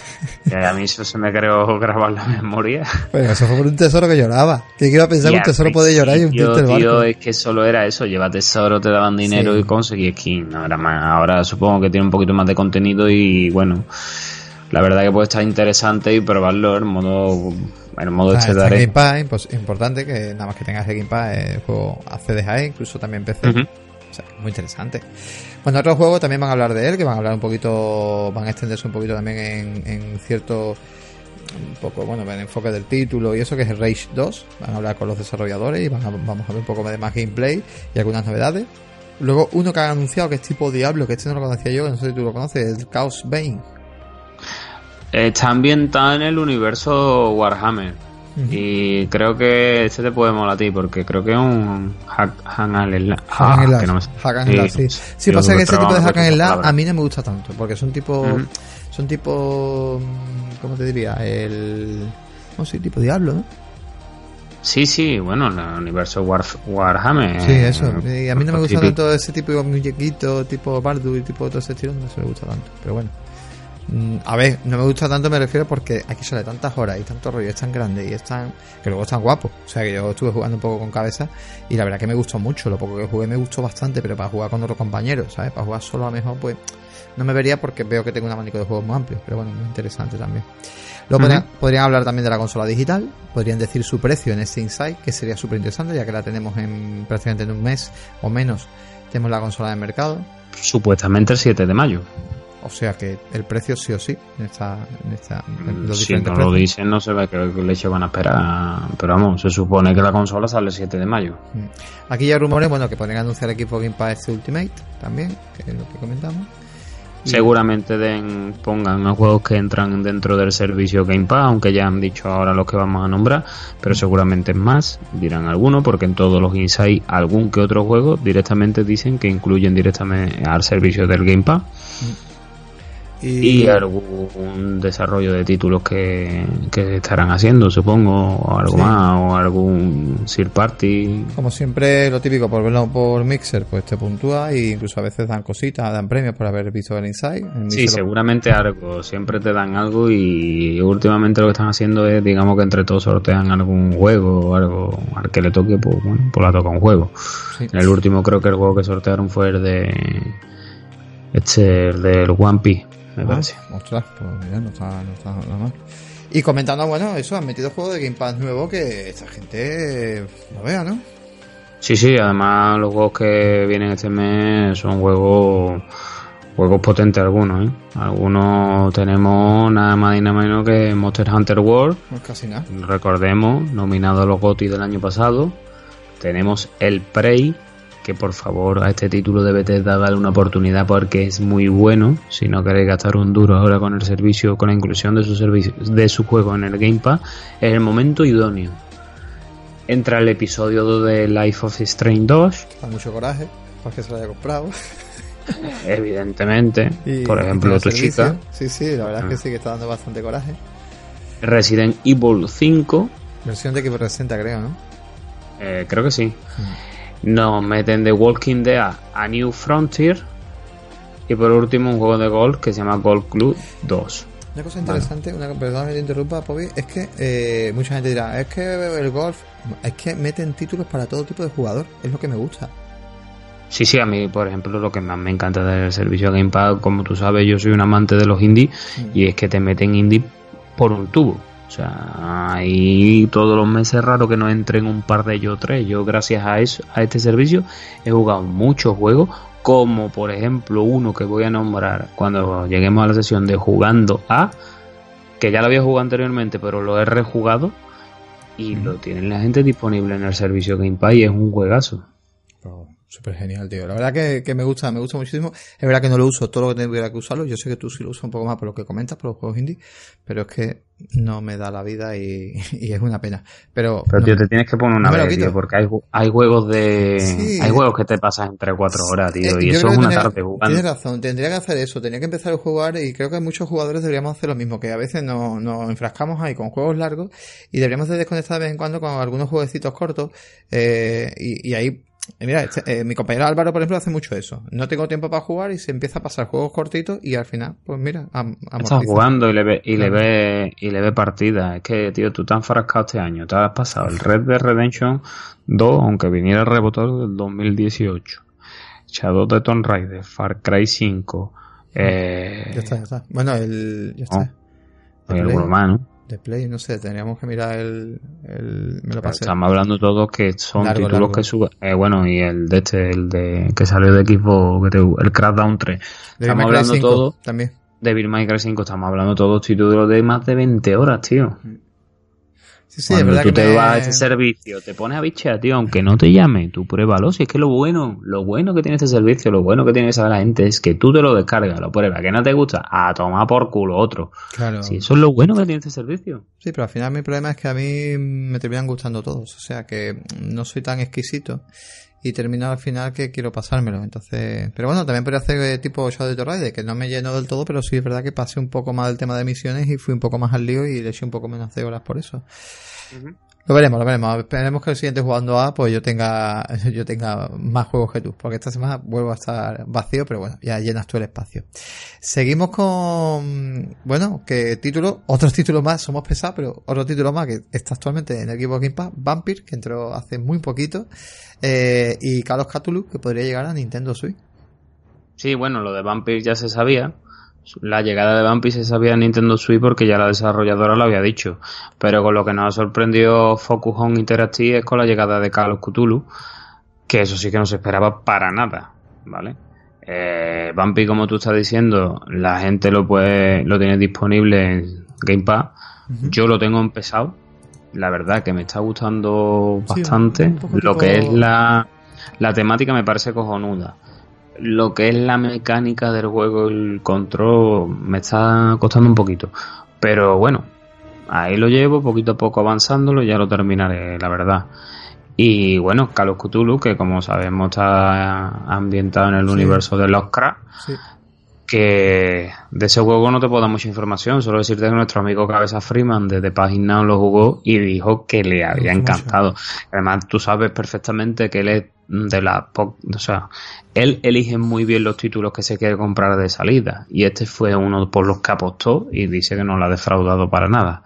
A mí eso se me creó grabar la memoria. Pero eso fue por un tesoro que lloraba. ¿Quién iba a pensar que un tesoro puede llorar y hundirte el barco? Tío, es que solo era eso, lleva tesoro, te daban dinero y conseguí skin. No era más. Ahora supongo que tiene un poquito más de contenido y bueno, la verdad que puede estar interesante y probarlo en modo de Game Pass, pues importante que nada más que tengas el Game Pass, el juego CDJ, incluso también PC. O sea, muy interesante. Bueno, otros juegos también van a hablar de él, que van a hablar un poquito, van a extenderse un poquito también en cierto, un poco, bueno, en enfoque del título y eso, que es el Rage 2. Van a hablar con los desarrolladores y vamos a ver un poco de más gameplay y algunas novedades. Luego uno que han anunciado que es tipo Diablo, que este no lo conocía yo, que no sé si tú lo conoces, el Chaos Bane. Está ambientado en el universo Warhammer. Y creo que este te puede molar a ti, porque creo que es un hack and slash. Sí. Sí, pasa que ese tipo de hack and slash a mí no me gusta tanto, porque son tipo, ¿cómo te diría? ¿no? Sí, tipo Diablo, ¿no? Sí, bueno, el universo Warhammer. Sí, eso. Y a mí no me gusta tanto ese tipo de muñequito, tipo Baldur y tipo todo ese estilo, no se me gusta tanto. Pero bueno. A ver, no me gusta tanto, me refiero porque aquí sale tantas horas y tanto rollo, es tan grande y es tan... que luego es tan guapo. O sea que yo estuve jugando un poco con cabeza y la verdad que me gustó mucho. Lo poco que jugué me gustó bastante, pero para jugar con otros compañeros, ¿sabes? Para jugar solo a lo mejor, pues no me vería porque veo que tengo un abanico de juegos muy amplio. Pero bueno, muy interesante también. Luego podrían hablar también de la consola digital, podrían decir su precio en este Insight, que sería súper interesante, ya que la tenemos prácticamente en un mes o menos, tenemos la consola de mercado. Supuestamente el 7 de mayo. O sea que el precio sí o sí los si no precios. Lo dicen, no se ve que leche van a esperar, pero vamos, se supone que la consola sale el 7 de mayo. Aquí ya hay rumores, bueno, que podrían anunciar el equipo Game Pass Ultimate también, que es lo que comentamos. Seguramente pongan los juegos que entran dentro del servicio Game Pass, aunque ya han dicho ahora los que vamos a nombrar, pero seguramente es más, dirán algunos, porque en todos los Insight algún que otro juego directamente dicen que incluyen directamente al servicio del Game Pass. Y algún desarrollo de títulos que estarán haciendo, supongo, o algo más, o algún third party. Como siempre, lo típico, por verlo por Mixer, pues te puntúa e incluso a veces dan cositas, dan premios por haber visto el Insight. Sí, seguramente algo, siempre te dan algo y últimamente lo que están haciendo es, digamos que entre todos sortean algún juego o algo, al que le toque, pues bueno, pues la toca un juego. Sí. El último creo que el juego que sortearon fue el del One Piece. Me parece. Ostras, pues mira, no está nada mal. Y comentando, bueno, eso, han metido juegos de Game Pass nuevo que esta gente lo vea, ¿no? Sí, además los juegos que vienen este mes son juegos potentes algunos, ¿eh? Algunos tenemos nada más y nada menos que Monster Hunter World. Pues casi nada. Recordemos, nominado a los GOTY del año pasado. Tenemos el Prey, que por favor a este título de Bethesda darle una oportunidad porque es muy bueno. Si no queréis gastar un duro ahora con el servicio, con la inclusión de su juego en el Game Pass, es el momento idóneo. Entra el episodio 2 de Life of Strange 2. Da mucho coraje porque se lo haya comprado. Evidentemente. Por ejemplo, tu chica. Sí, la verdad es que sí que está dando bastante coraje. Resident Evil 5. Versión de equipo 60, creo, ¿no? Creo que sí. Nos meten The Walking Dead a New Frontier. Y por último un juego de golf que se llama Golf Club 2. Una cosa interesante, perdón que te interrumpa, Pobi, es que mucha gente dirá, es que el golf, es que meten títulos para todo tipo de jugador, es lo que me gusta. Sí, a mí, por ejemplo, lo que más me encanta del servicio Game Pass, como tú sabes, yo soy un amante de los indies, y es que te meten indie por un tubo. O sea, ahí todos los meses es raro que no entren un par de ellos o tres. Yo gracias a este servicio he jugado muchos juegos, como por ejemplo uno que voy a nombrar cuando lleguemos a la sesión de Jugando A, que ya lo había jugado anteriormente pero lo he rejugado y lo tienen la gente disponible en el servicio Game Pass y es un juegazo. Súper genial, tío. La verdad que me gusta muchísimo. Es verdad que no lo uso todo lo que tendría que usarlo. Yo sé que tú sí lo usas un poco más por lo que comentas, por los juegos indie, pero es que no me da la vida y es una pena. Pero tío, te tienes que poner una vez, tío, porque hay juegos hay juegos que te pasas en 3-4 horas, tío, y eso es una tarde jugando. Tienes razón, tendría que hacer eso, tenía que empezar a jugar y creo que muchos jugadores deberíamos hacer lo mismo, que a veces nos enfrascamos ahí con juegos largos y deberíamos de desconectar de vez en cuando con algunos jueguecitos cortos y ahí... Mira, mi compañero Álvaro, por ejemplo, hace mucho eso. No tengo tiempo para jugar y se empieza a pasar juegos cortitos y al final, pues mira, estás jugando y le ve partida. Es que, tío, tú te has enfrascado este año. Te has pasado el Red Dead Redemption 2, aunque viniera el rebotado del 2018. Shadow of the Tomb Raider, Far Cry 5. Ya está. Bueno, ya está. El romano. De Play, no sé, tendríamos que mirar me lo pasé. Estamos hablando todos que son títulos que suben. Bueno, y el de que salió de Xbox, el Crackdown 3. Estamos hablando todos. También. De Devil May Cry 5, estamos hablando todos títulos de más de 20 horas, tío. Sí, cuando es verdad tú te vas a ese servicio, te pones a bichear, tío, aunque no te llame, tú pruébalo. Si es que lo bueno que tiene este servicio, lo bueno que tiene que saber la gente es que tú te lo descargas, lo pruebas, que no te gusta, a tomar por culo otro. Claro. Si eso es lo bueno que tiene este servicio. Sí, pero al final mi problema es que a mí me terminan gustando todos, o sea que no soy tan exquisito y termino al final que quiero pasármelo. Entonces, pero bueno, también podría hacer tipo Shadow of the Tomb Raider, que no me llenó del todo, pero sí es verdad que pasé un poco más del tema de misiones y fui un poco más al lío y le eché un poco menos de horas por eso. Uh-huh. Lo veremos. Esperemos que el siguiente jugando a, pues yo tenga más juegos que tú, porque esta semana vuelvo a estar vacío, pero bueno, ya llenas tú el espacio. Seguimos con, bueno, que otros títulos más, somos pesados, pero otro título más que está actualmente en el Xbox Game Pass, Vampire, que entró hace muy poquito, y Call of Cthulhu, que podría llegar a Nintendo Switch. Sí, bueno, lo de Vampire ya se sabía. La llegada de Vampire se sabía en Nintendo Switch porque ya la desarrolladora lo había dicho, pero con lo que nos ha sorprendido Focus Home Interactive es con la llegada de Call of Cthulhu, que eso sí que no se esperaba para nada, ¿vale? Vampire, como tú estás diciendo, la gente lo tiene disponible en Game Pass. Uh-huh. Yo lo tengo empezado, la verdad que me está gustando bastante. Lo que es la temática me parece cojonuda. Lo que es la mecánica del juego, el control, me está costando un poquito. Pero bueno, ahí lo llevo, poquito a poco avanzándolo, y ya lo terminaré, la verdad. Y bueno, Call of Cthulhu, que como sabemos está ambientado en el universo de Lovecraft, que de ese juego no te puedo dar mucha información, solo decirte que nuestro amigo Cabeza Freeman desde Pagin Now lo jugó y dijo que le había encantado. Además, tú sabes perfectamente que él es él elige muy bien los títulos que se quiere comprar de salida, y este fue uno por los que apostó y dice que no lo ha defraudado para nada.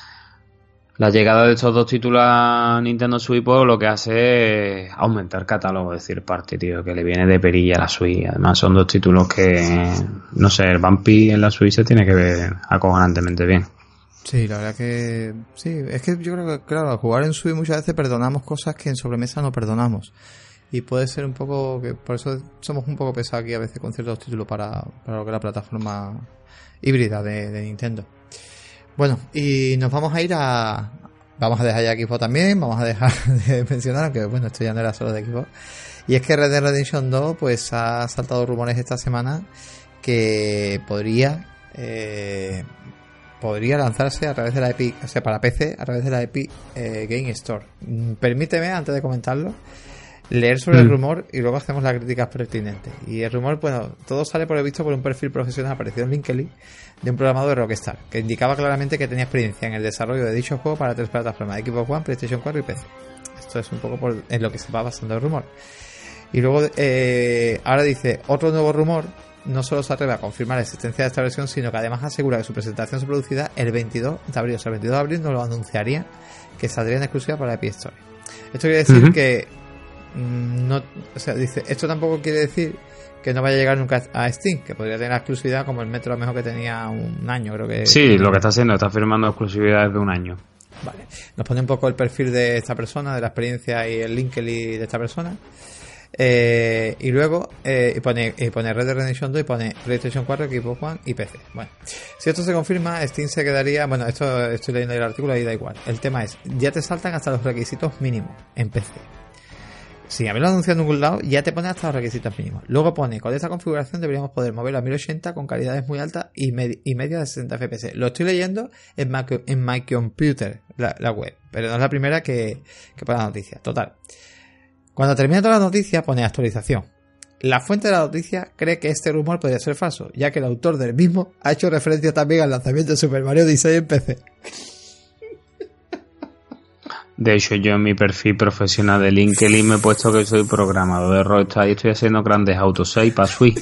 La llegada de estos dos títulos a Nintendo Switch, pues lo que hace es aumentar el catálogo de third party, tío, que le viene de perilla a la Switch. Además son dos títulos que, no sé, el Vampire en la Switch se tiene que ver acojonantemente bien. Sí, la verdad que sí, es que yo creo que, claro, al jugar en Switch muchas veces perdonamos cosas que en sobremesa no perdonamos. Y puede ser un poco que por eso somos un poco pesados aquí a veces con ciertos títulos para lo que es la plataforma híbrida de Nintendo. Bueno, y nos vamos a ir vamos a dejar ya Xbox también, vamos a dejar de mencionar, aunque bueno, esto ya no era solo de Xbox. Y es que Red Dead Redemption 2 pues ha saltado rumores esta semana que podría lanzarse a través de la Epic, o sea, para PC, a través de la Epic Game Store. Permíteme, antes de comentarlo, leer sobre el rumor y luego hacemos las críticas pertinentes. Y el rumor, bueno, todo sale por lo visto por un perfil profesional aparecido en LinkedIn de un programador de Rockstar, que indicaba claramente que tenía experiencia en el desarrollo de dicho juego para 3 plataformas, Xbox One, PlayStation 4 y PC. Esto es un poco en lo que se va basando el rumor. Y luego, ahora dice, otro nuevo rumor no solo se atreve a confirmar la existencia de esta versión, sino que además asegura que su presentación se producirá el 22 de abril. O sea, el 22 de abril nos lo anunciaría que saldría en exclusiva para Epic Store. Esto quiere decir que no, o sea, dice, esto tampoco quiere decir que no vaya a llegar nunca a Steam, que podría tener la exclusividad como el Metro a lo mejor que tenía un año, creo que. Sí, lo que está haciendo, está firmando exclusividades de un año. Vale, nos pone un poco el perfil de esta persona, de la experiencia y el LinkedIn de esta persona. Y luego pone Red Dead Redemption 2 y pone PlayStation 4, Xbox One y PC. Bueno, si esto se confirma, Steam se quedaría, bueno, esto estoy leyendo el artículo y da igual. El tema es, ya te saltan hasta los requisitos mínimos en PC. Sin haberlo anunciado en ningún lado, ya te pone hasta los requisitos mínimos. Luego pone, con esta configuración deberíamos poder moverlo a 1080 con calidades muy altas y media de 60 FPS. Lo estoy leyendo en My Computer, la web, pero no es la primera que pone la noticia. Total. Cuando termina toda la noticia pone actualización. La fuente de la noticia cree que este rumor podría ser falso, ya que el autor del mismo ha hecho referencia también al lanzamiento de Super Mario Odyssey en PC. De hecho, yo en mi perfil profesional de LinkedIn me he puesto que soy programador de Rockstar y estoy haciendo grandes autos 6 para Switch.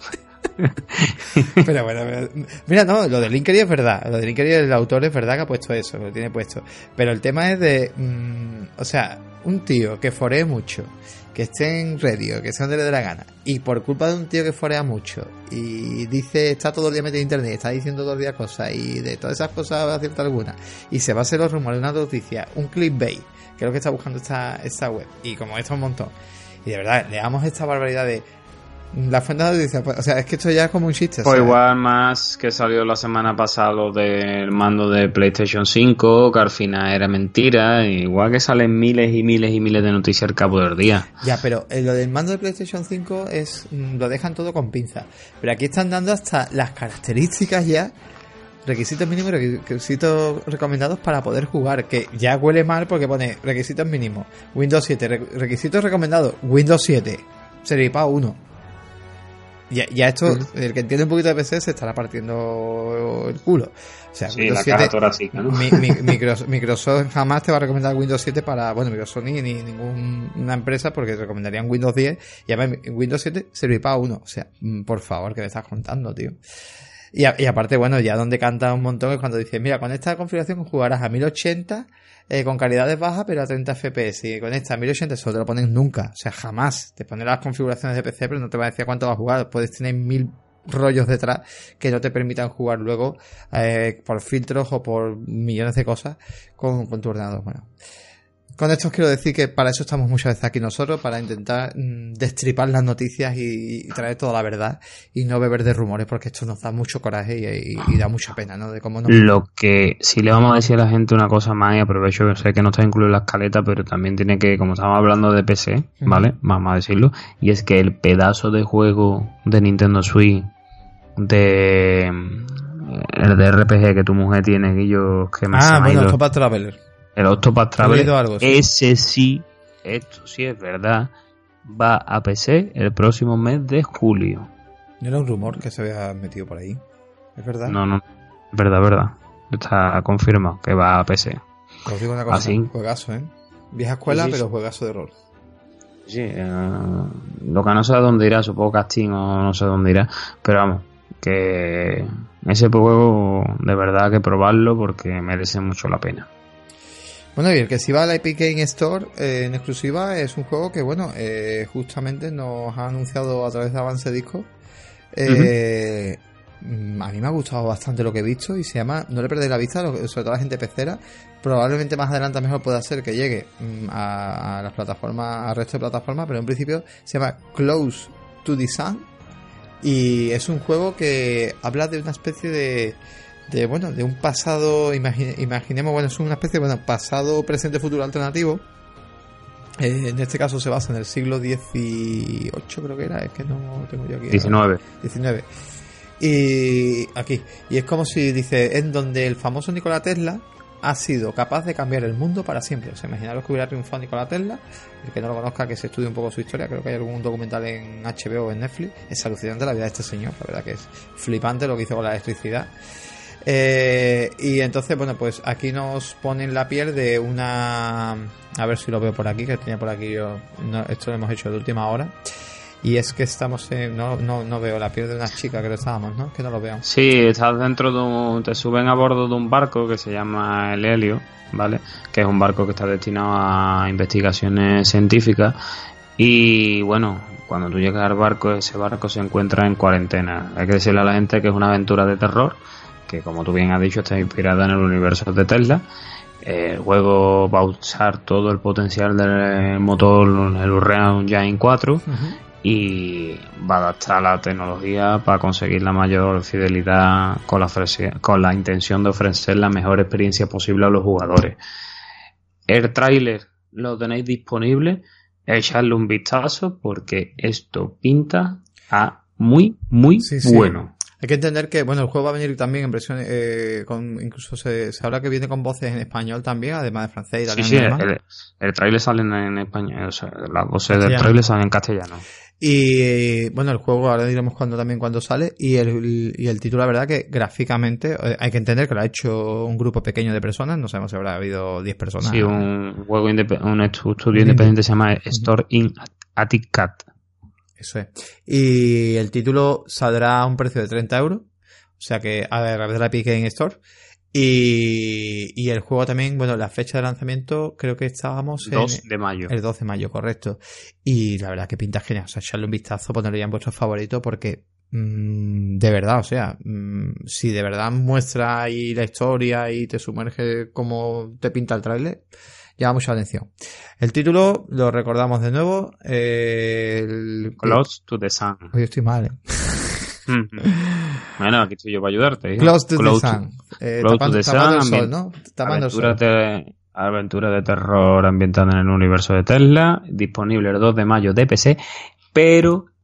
Pero bueno, mira, no, lo de LinkedIn es verdad. Lo de LinkedIn, el autor es verdad que ha puesto eso, lo tiene puesto. Pero el tema es de, o sea, un tío que foree mucho, que esté en radio, que sea donde le dé la gana, y por culpa de un tío que forea mucho y dice, está todo el día metido en internet, está diciendo todo el día cosas, y de todas esas cosas acierta alguna, y se va a hacer los rumores, una noticia, un clickbait, que es lo que está buscando esta web, y como esto un montón, y de verdad, leamos esta barbaridad de la fuente de la noticia, pues, o sea, es que esto ya es como un chiste. Pues igual más que salió la semana pasada lo del mando de PlayStation 5, que al final era mentira, igual que salen miles y miles y miles de noticias al cabo del día. Ya, pero lo del mando de PlayStation 5 lo dejan todo con pinzas, pero aquí están dando hasta las características ya requisitos mínimos y requisitos recomendados para poder jugar, que ya huele mal porque pone requisitos mínimos, Windows 7, requisitos recomendados, Windows 7, Servipa 1. Ya esto, el que entiende un poquito de PC se estará partiendo el culo. O sea, sí, Windows la 7, caja torácica, ¿no? Microsoft jamás te va a recomendar Windows 7 para, bueno, Microsoft ni ninguna empresa, porque te recomendarían Windows 10 y además Windows 7 Servipa 1. O sea, por favor, ¿qué me estás contando, tío? Y aparte, bueno, ya donde canta un montón es cuando dices, mira, con esta configuración jugarás a 1080 con calidades bajas pero a 30 FPS, y con esta 1080 eso te lo ponen nunca, o sea, jamás. Te ponen las configuraciones de PC pero no te va a decir cuánto vas a jugar, puedes tener 1000 rollos detrás que no te permitan jugar luego por filtros o por millones de cosas con tu ordenador. Bueno, con esto os quiero decir que para eso estamos muchas veces aquí nosotros, para intentar destripar las noticias y traer toda la verdad y no beber de rumores, porque esto nos da mucho coraje y da mucha pena, ¿no? De cómo nos... Lo que sí le vamos a decir a la gente una cosa más, y aprovecho que sé que no está incluido en la escaleta, pero también tiene que, como estamos hablando de PC, ¿vale? Vamos a decirlo, y es que el pedazo de juego de Nintendo Switch el de RPG que tu mujer tiene, Guillo, que me bueno, Octopath Traveler. El Octopath Traveler, algo, sí. ese sí, esto sí es verdad, va a PC el próximo mes de julio. ¿No era un rumor que se había metido por ahí? ¿Es verdad? No, verdad. Está confirmado que va a PC. Os digo una cosa, así, juegazo, vieja escuela, sí, pero juegazo de rol. Sí, lo que no sé a dónde irá, supongo casting o no sé dónde irá, pero vamos, que ese juego de verdad que probarlo porque merece mucho la pena. Bueno, y el que sí va a la Epic Game Store en exclusiva es un juego que, bueno, justamente nos ha anunciado a través de Avance Disco. A mí me ha gustado bastante lo que he visto y se llama, no le perdéis la vista, sobre todo a la gente pecera. Probablemente más adelante mejor pueda ser que llegue a las plataformas, al resto de plataformas, pero en principio se llama Close to the Sun y es un juego que habla de una especie de un pasado, imaginemos, bueno, es una especie de pasado, presente, futuro alternativo. En este caso se basa en el siglo XVIII, creo que era, es que no tengo yo aquí. 19. Y aquí, y es como si dice, en donde el famoso Nikola Tesla ha sido capaz de cambiar el mundo para siempre. O sea, imaginaros que hubiera triunfado Nikola Tesla. El que no lo conozca, que se estudie un poco su historia. Creo que hay algún documental en HBO o en Netflix. Es alucinante la vida de este señor, la verdad que es flipante lo que hizo con la electricidad. Y entonces, bueno, pues aquí nos ponen la piel de una... A ver si lo veo por aquí, que tenía por aquí yo... No, esto lo hemos hecho de última hora. Y es que estamos en... No veo la piel de una chica, que lo estábamos, ¿no? Que no lo veo. Sí, estás dentro de un... Te suben a bordo de un barco que se llama el Helio, ¿vale? Que es un barco que está destinado a investigaciones científicas. Y bueno, cuando tú llegas al barco, ese barco se encuentra en cuarentena. Hay que decirle a la gente que es una aventura de terror, que como tú bien has dicho está inspirada en el universo de Tesla. El juego va a usar todo el potencial del motor, el Unreal Engine 4, y va a adaptar la tecnología para conseguir la mayor fidelidad con la intención de ofrecer la mejor experiencia posible a los jugadores. El tráiler lo tenéis disponible, echarle un vistazo porque esto pinta a muy bueno. Hay que entender que, bueno, el juego va a venir también en versión, incluso se habla que viene con voces en español también, además de francés, italiano y alemán. El trailer sale en español, o sea, las voces del trailer salen en castellano. Y bueno, el juego ahora diremos cuándo sale, y el título, la verdad que gráficamente hay que entender que lo ha hecho un grupo pequeño de personas, no sabemos si habrá habido 10 personas. Sí, un juego un estudio independiente se llama Store in Attic Cat. Eso es. Y el título saldrá a un precio de 30 euros. O sea que a través de la Epic Game Store. Y el juego también, bueno, la fecha de lanzamiento creo que estábamos en 2 de mayo. El 2 de mayo, correcto. Y la verdad que pinta genial. O sea, echarle un vistazo, ponerlo ya en vuestros favoritos porque de verdad, o sea, si de verdad muestra ahí la historia y te sumerge como te pinta el tráiler, llama mucha atención. El título, lo recordamos de nuevo. Close to the Sun. Hoy estoy mal, Bueno, aquí estoy yo para ayudarte. Close to the Sun. Tapando el sol, ¿no? Tapando el sol. Aventura de terror ambientada en el universo de Tesla. Disponible el 2 de mayo de PC. Pero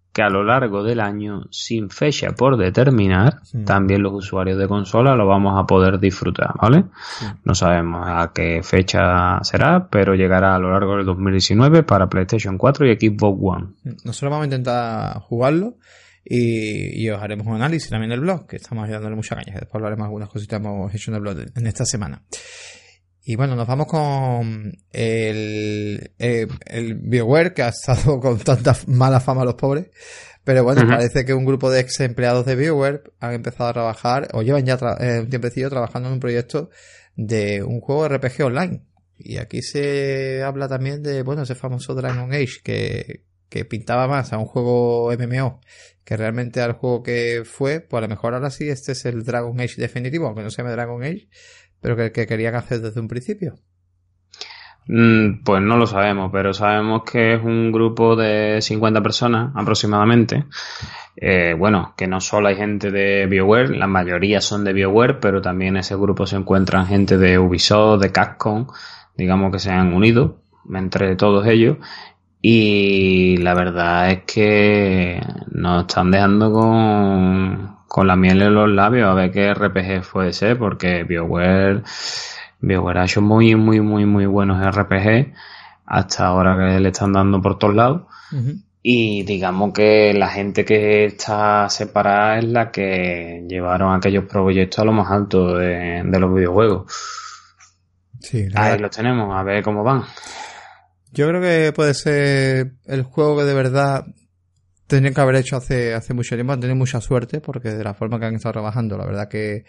que a lo largo del año, sin fecha por determinar, también los usuarios de consola lo vamos a poder disfrutar, ¿vale? Sí. No sabemos a qué fecha será, pero llegará a lo largo del 2019 para PlayStation 4 y Xbox One. Nosotros vamos a intentar jugarlo y os haremos un análisis también del blog, que estamos dándole mucha caña. Después hablaremos algunas cositas que hemos hecho en el blog en esta semana. Y bueno, nos vamos con el BioWare, que ha estado con tanta mala fama a los pobres. Pero bueno, parece que un grupo de ex empleados de BioWare han empezado a trabajar, o llevan ya un tiempecillo trabajando en un proyecto de un juego RPG online. Y aquí se habla también de, bueno, ese famoso Dragon Age, que pintaba más a un juego MMO que realmente al juego que fue. Pues a lo mejor ahora sí este es el Dragon Age definitivo, aunque no se llame Dragon Age, pero que querían hacer desde un principio. Pues no lo sabemos, pero sabemos que es un grupo de 50 personas aproximadamente. Bueno, que no solo hay gente de BioWare, la mayoría son de BioWare, pero también en ese grupo se encuentran gente de Ubisoft, de Capcom, digamos que se han unido entre todos ellos. Y la verdad es que nos están dejando con la miel en los labios a ver qué RPG puede ser, porque BioWare ha hecho muy buenos RPG hasta ahora, que le están dando por todos lados. Y digamos que la gente que está separada es la que llevaron aquellos proyectos a lo más alto de los videojuegos. Sí, ahí los tenemos, a ver cómo van. Yo creo que puede ser el juego que de verdad tendrían que haber hecho hace mucho tiempo. Han tenido mucha suerte porque de la forma que han estado trabajando, la verdad que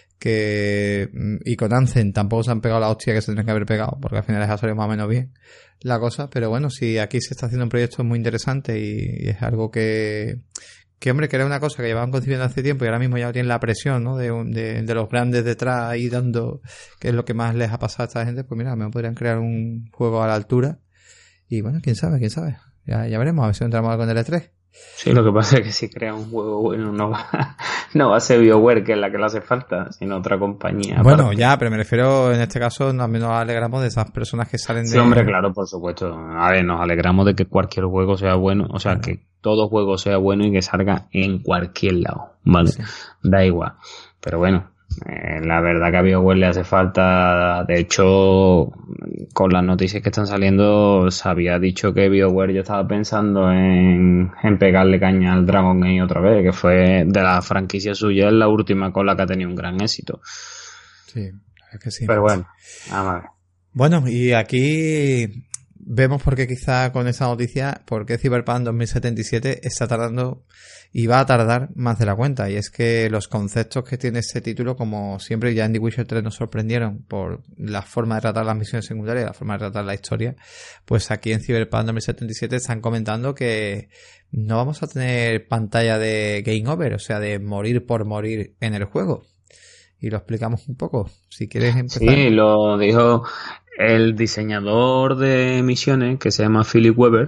y con Anthem tampoco se han pegado la hostia que se tendrían que haber pegado, porque al final les ha salido más o menos bien la cosa. Pero bueno, sí, aquí se está haciendo un proyecto muy interesante y es algo que hombre, que era una cosa que llevaban concibiendo hace tiempo y ahora mismo ya tienen la presión, ¿no? de los grandes detrás ahí dando, que es lo que más les ha pasado a esta gente. Pues mira, me podrían crear un juego a la altura. Y bueno, quién sabe. Ya veremos, a ver si entramos con el E3. Sí, lo que pasa es que si crea un juego bueno no va a ser BioWare, que es la que le hace falta, sino otra compañía. Bueno, ya, pero me refiero, en este caso, al menos nos alegramos de esas personas que salen de... Sí, hombre, claro, por supuesto. A ver, nos alegramos de que cualquier juego sea bueno, o sea, que todo juego sea bueno y que salga en cualquier lado, ¿vale? Sí. Da igual. Pero bueno, la verdad que a BioWare le hace falta. De hecho, con las noticias que están saliendo, se había dicho que BioWare ya estaba pensando en pegarle caña al Dragon Age otra vez, que fue de la franquicia suya, es la última con la que ha tenido un gran éxito. Sí, es que sí. Pero bueno, vamos a ver. Bueno, y aquí vemos por qué quizá con esa noticia, por qué Cyberpunk 2077 está tardando y va a tardar más de la cuenta. Y es que los conceptos que tiene este título, como siempre ya en The Witcher 3 nos sorprendieron por la forma de tratar las misiones secundarias, la forma de tratar la historia, pues aquí en Cyberpunk 2077 están comentando que no vamos a tener pantalla de game over, o sea, de morir por morir en el juego. Y lo explicamos un poco, si quieres empezar. Sí, lo dijo el diseñador de misiones, que se llama Philip Weber,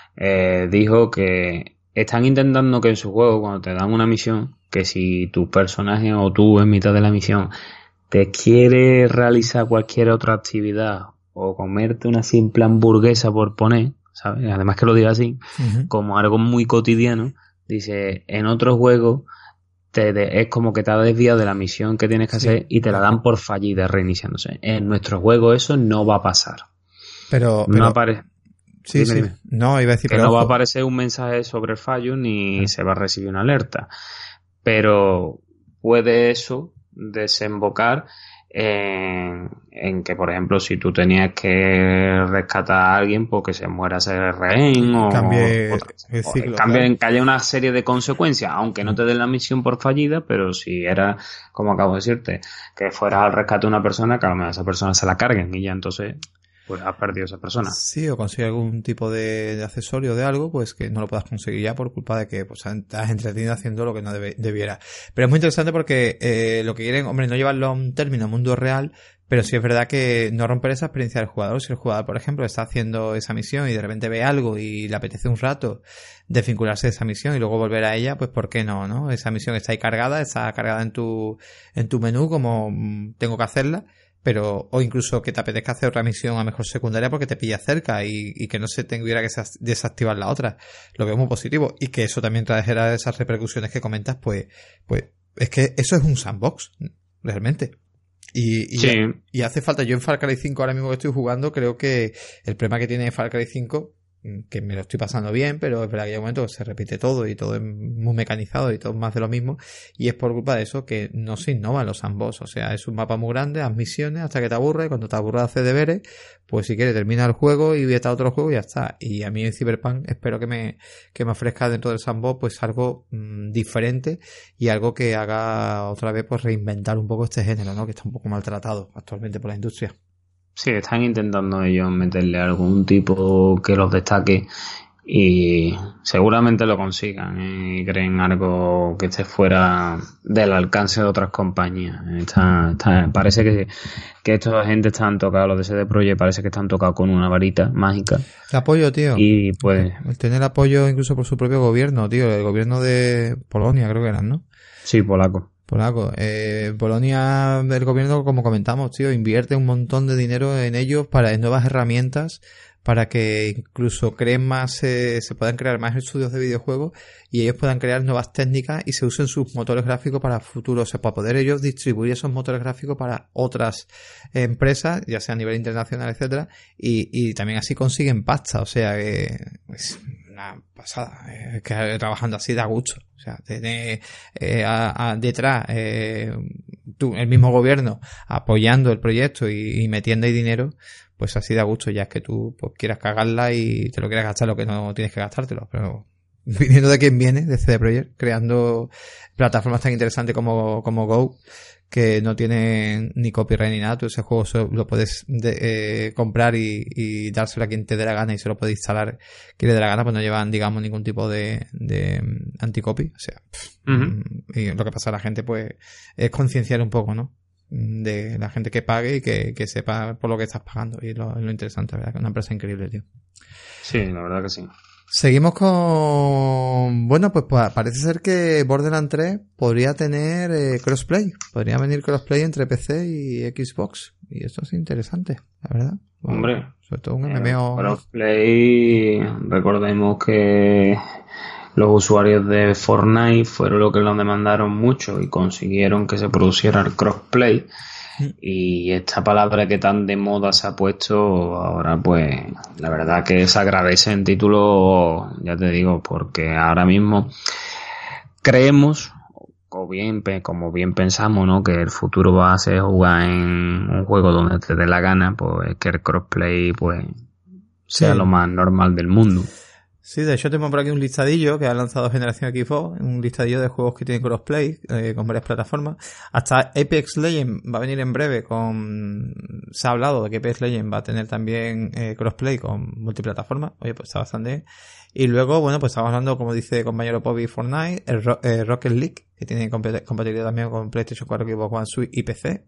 dijo que están intentando que en su juego, cuando te dan una misión, que si tu personaje o tú en mitad de la misión te quieres realizar cualquier otra actividad o comerte una simple hamburguesa por poner, ¿sabes? Además que lo diga así, como algo muy cotidiano, dice, en otros juegos es como que te ha desviado de la misión que tienes que hacer y te la dan por fallida reiniciándose. En nuestro juego eso no va a pasar. Pero no aparece. Sí, sí. No, iba a decir que no va a aparecer un mensaje sobre el fallo ni se va a recibir una alerta. Pero puede eso desembocar en que, por ejemplo, si tú tenías que rescatar a alguien porque se muera ese rehén o que haya una serie de consecuencias, aunque no te den la misión por fallida, pero si era, como acabo de decirte, que fueras al rescate de una persona, que a lo mejor esa persona se la carguen y ya entonces pues has perdido esa persona. Sí, o consigue algún tipo de accesorio de algo, pues que no lo puedas conseguir ya por culpa de que pues estás entretenido haciendo lo que no debiera. Pero es muy interesante porque lo que quieren, hombre, no llevarlo a un término mundo real, pero sí es verdad que no romper esa experiencia del jugador. Si el jugador, por ejemplo, está haciendo esa misión y de repente ve algo y le apetece un rato desvincularse de esa misión y luego volver a ella, pues ¿por qué no, no? Esa misión está ahí cargada, está cargada en tu menú como tengo que hacerla. pero o incluso que te apetezca hacer otra misión a mejor secundaria porque te pilla cerca y que no se tuviera que desactivar la otra. Lo veo muy positivo y que eso también trajera esas repercusiones que comentas, pues es que eso es un sandbox, realmente. Y hace falta. Yo en Far Cry 5 ahora mismo que estoy jugando, creo que el problema que tiene Far Cry 5, que me lo estoy pasando bien, pero es verdad que hay un momento que se repite todo y todo es muy mecanizado y todo más de lo mismo, y es por culpa de eso que no se innovan los sandbox. O sea, es un mapa muy grande, haz misiones hasta que te aburre, y cuando te aburre hacer deberes, pues si quieres termina el juego y vete a otro juego y ya está. Y a mí en Cyberpunk espero que me ofrezca dentro del sandbox pues algo diferente y algo que haga otra vez pues reinventar un poco este género, ¿no? Que está un poco maltratado actualmente por la industria. Sí, están intentando ellos meterle algún tipo que los destaque y seguramente lo consigan y creen algo que esté fuera del alcance de otras compañías. Parece que estos gente están tocados, los de CD Projekt parece que están tocados con una varita mágica. El apoyo, tío. Y pues... El tener apoyo incluso por su propio gobierno, tío. El gobierno de Polonia creo que eran, ¿no? Sí, polaco. Polonia, el gobierno, como comentamos, tío, invierte un montón de dinero en ellos en nuevas herramientas para que incluso creen más, se puedan crear más estudios de videojuegos y ellos puedan crear nuevas técnicas y se usen sus motores gráficos para futuros, o sea, para poder ellos distribuir esos motores gráficos para otras empresas, ya sea a nivel internacional, etcétera, y también así consiguen pasta, o sea, es una pasada, que trabajando así da gusto. O sea, tener detrás el mismo gobierno apoyando el proyecto y metiendo ahí dinero, pues así da gusto. Ya es que tú pues quieras cagarla y te lo quieras gastar lo que no tienes que gastártelo, pero viniendo de quien viene, de CD Projekt, creando plataformas tan interesantes como Go, que no tienen ni copyright ni nada. Tú ese juego lo puedes comprar y dárselo a quien te dé la gana y se lo puedes instalar quien le dé la gana, pues no llevan, digamos, ningún tipo de anticopy. O sea, y lo que pasa a la gente pues es concienciar un poco, ¿no? De la gente que pague y que sepa por lo que estás pagando. Y lo interesante, ¿verdad? Que es una empresa increíble, tío. Sí, la verdad que sí. Seguimos con... Bueno, pues parece ser que Borderlands 3 podría tener crossplay. Podría venir crossplay entre PC y Xbox. Y esto es interesante, la verdad. Bueno, hombre, sobre todo un MMO... crossplay, recordemos que los usuarios de Fortnite fueron los que lo demandaron mucho y consiguieron que se produciera el crossplay. Y esta palabra que tan de moda se ha puesto ahora, pues la verdad que se agradece en título, ya te digo, porque ahora mismo creemos, o bien como bien pensamos, ¿no?, que el futuro va a ser jugar en un juego donde te dé la gana, pues que el crossplay pues sea lo más normal del mundo. Sí, de hecho tengo por aquí un listadillo que ha lanzado Generación Xbox, un listadillo de juegos que tienen crossplay con varias plataformas. Hasta Apex Legends va a venir en breve se ha hablado de que Apex Legends va a tener también crossplay con multiplataforma. Oye, pues está bastante bien. Y luego, bueno, pues estamos hablando, como dice el compañero Poppy, Fortnite, Rocket League, que tiene compatibilidad también con PlayStation 4, Xbox One, Switch y PC.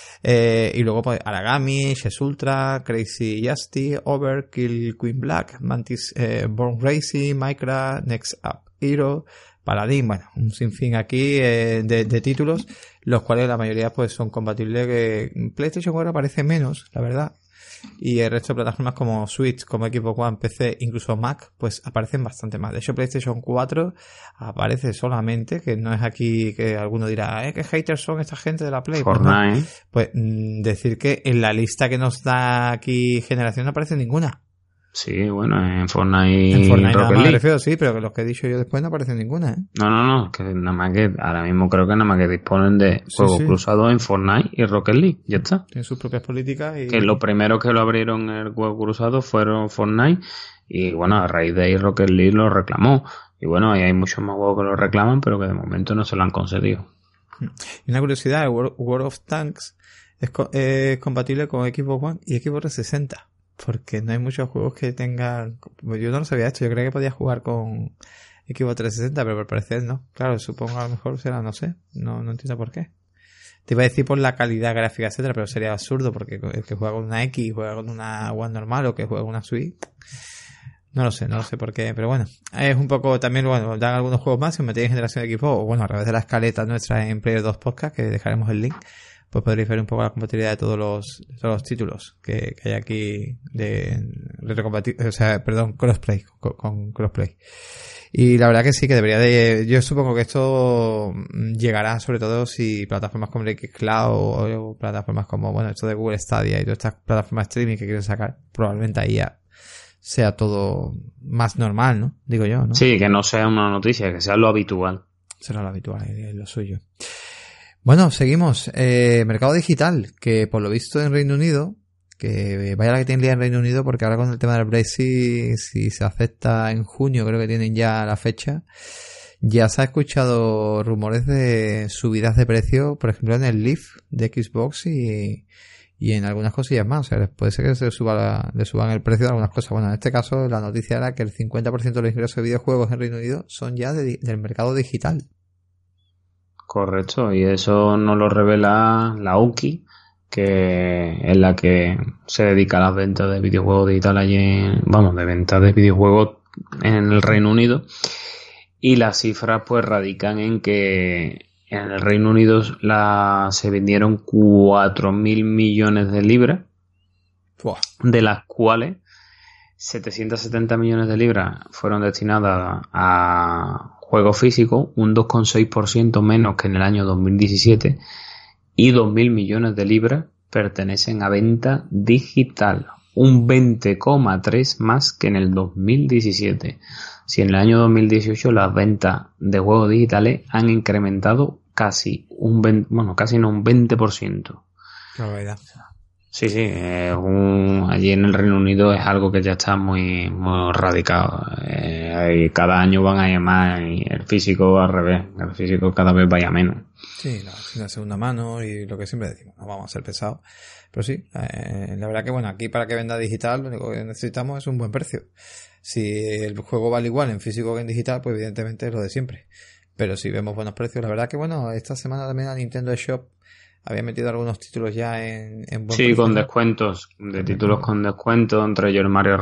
Y luego pues Aragami, Chess Ultra, Crazy Justice, Overkill, Queen Black, Mantis, Born Racing, Minecraft, Next Up Hero, Paladin, bueno, un sinfín aquí de títulos, los cuales la mayoría pues son compatibles. Que PlayStation 4 aparece menos, la verdad, y el resto de plataformas como Switch, como Xbox One, PC, incluso Mac, pues aparecen bastante más. De hecho, PlayStation 4 aparece solamente, que no es aquí que alguno dirá, ¿qué haters son esta gente de la Play? Fortnite. Pues decir que en la lista que nos da aquí Generación no aparece ninguna. Sí, bueno, en Fortnite nada más me refiero, sí, pero que los que he dicho yo después no aparecen ninguna, ¿eh? No, que nada más que ahora mismo creo que nada más que disponen de juegos cruzados en Fortnite y Rocket League, ya está. Tienen sus propias políticas y... Que lo primero que lo abrieron el juego cruzado fueron Fortnite y bueno, a raíz de ahí Rocket League lo reclamó. Y bueno, ahí hay muchos más juegos que lo reclaman, pero que de momento no se lo han concedido. Y una curiosidad, World of Tanks es compatible con Xbox One y Xbox 360. Porque no hay muchos juegos que tengan... Yo no lo sabía esto, yo creía que podía jugar con Xbox 360, pero por parecer no. Claro, supongo a lo mejor será, no sé, no entiendo por qué. Te iba a decir por la calidad gráfica, etcétera, pero sería absurdo porque el que juega con una X juega con una One normal o que juega con una Switch. No lo sé por qué, pero bueno. Es un poco también, bueno, dan algunos juegos más, si os metéis en Generación de Xbox, o bueno, a través de la escaleta nuestra en Player 2 Podcast, que dejaremos el link, pues podréis ver un poco la compatibilidad de todos los títulos que hay aquí de crossplay, con crossplay. Y la verdad que sí, que yo supongo que esto llegará sobre todo si plataformas como Xcloud o plataformas como, bueno, esto de Google Stadia y todas estas plataformas streaming que quieren sacar, probablemente ahí ya sea todo más normal, ¿no? Digo yo, ¿no? Sí, que no sea una noticia, que sea lo habitual. Será lo habitual, es lo suyo. Bueno, seguimos. Mercado digital, que por lo visto en Reino Unido, que vaya la que tiene día en Reino Unido, porque ahora con el tema del Brexit, si se acepta en junio, creo que tienen ya la fecha, ya se ha escuchado rumores de subidas de precio, por ejemplo en el Live de Xbox y en algunas cosillas más. O sea, puede ser que le suban el precio de algunas cosas. Bueno, en este caso la noticia era que el 50% de los ingresos de videojuegos en Reino Unido son ya del mercado digital. Correcto, y eso nos lo revela la UKI, que es la que se dedica a las ventas de videojuegos digitales de ventas de videojuegos en el Reino Unido. Y las cifras pues radican en que en el Reino Unido se vendieron 4.000 millones de libras, ¡Buah! De las cuales 770 millones de libras fueron destinadas a juegos físicos, un 2,6% menos que en el año 2017, y 2.000 millones de libras pertenecen a venta digital, un 20,3% más que en el 2017. Si en el año 2018 las ventas de juegos digitales han incrementado casi un 20%. Qué barbaridad. Sí, allí en el Reino Unido es algo que ya está muy, muy radicado. Y cada año van a ir más y el físico al revés. El físico cada vez vaya menos. Sí, la segunda mano y lo que siempre decimos, no vamos a ser pesados. Pero sí, la verdad que bueno, aquí para que venda digital lo único que necesitamos es un buen precio. Si el juego vale igual en físico que en digital, pues evidentemente es lo de siempre. Pero si vemos buenos precios, la verdad que bueno, esta semana también la Nintendo eShop había metido algunos títulos ya en buen precio. Sí, con descuentos, de títulos con descuento, entre ellos el Mario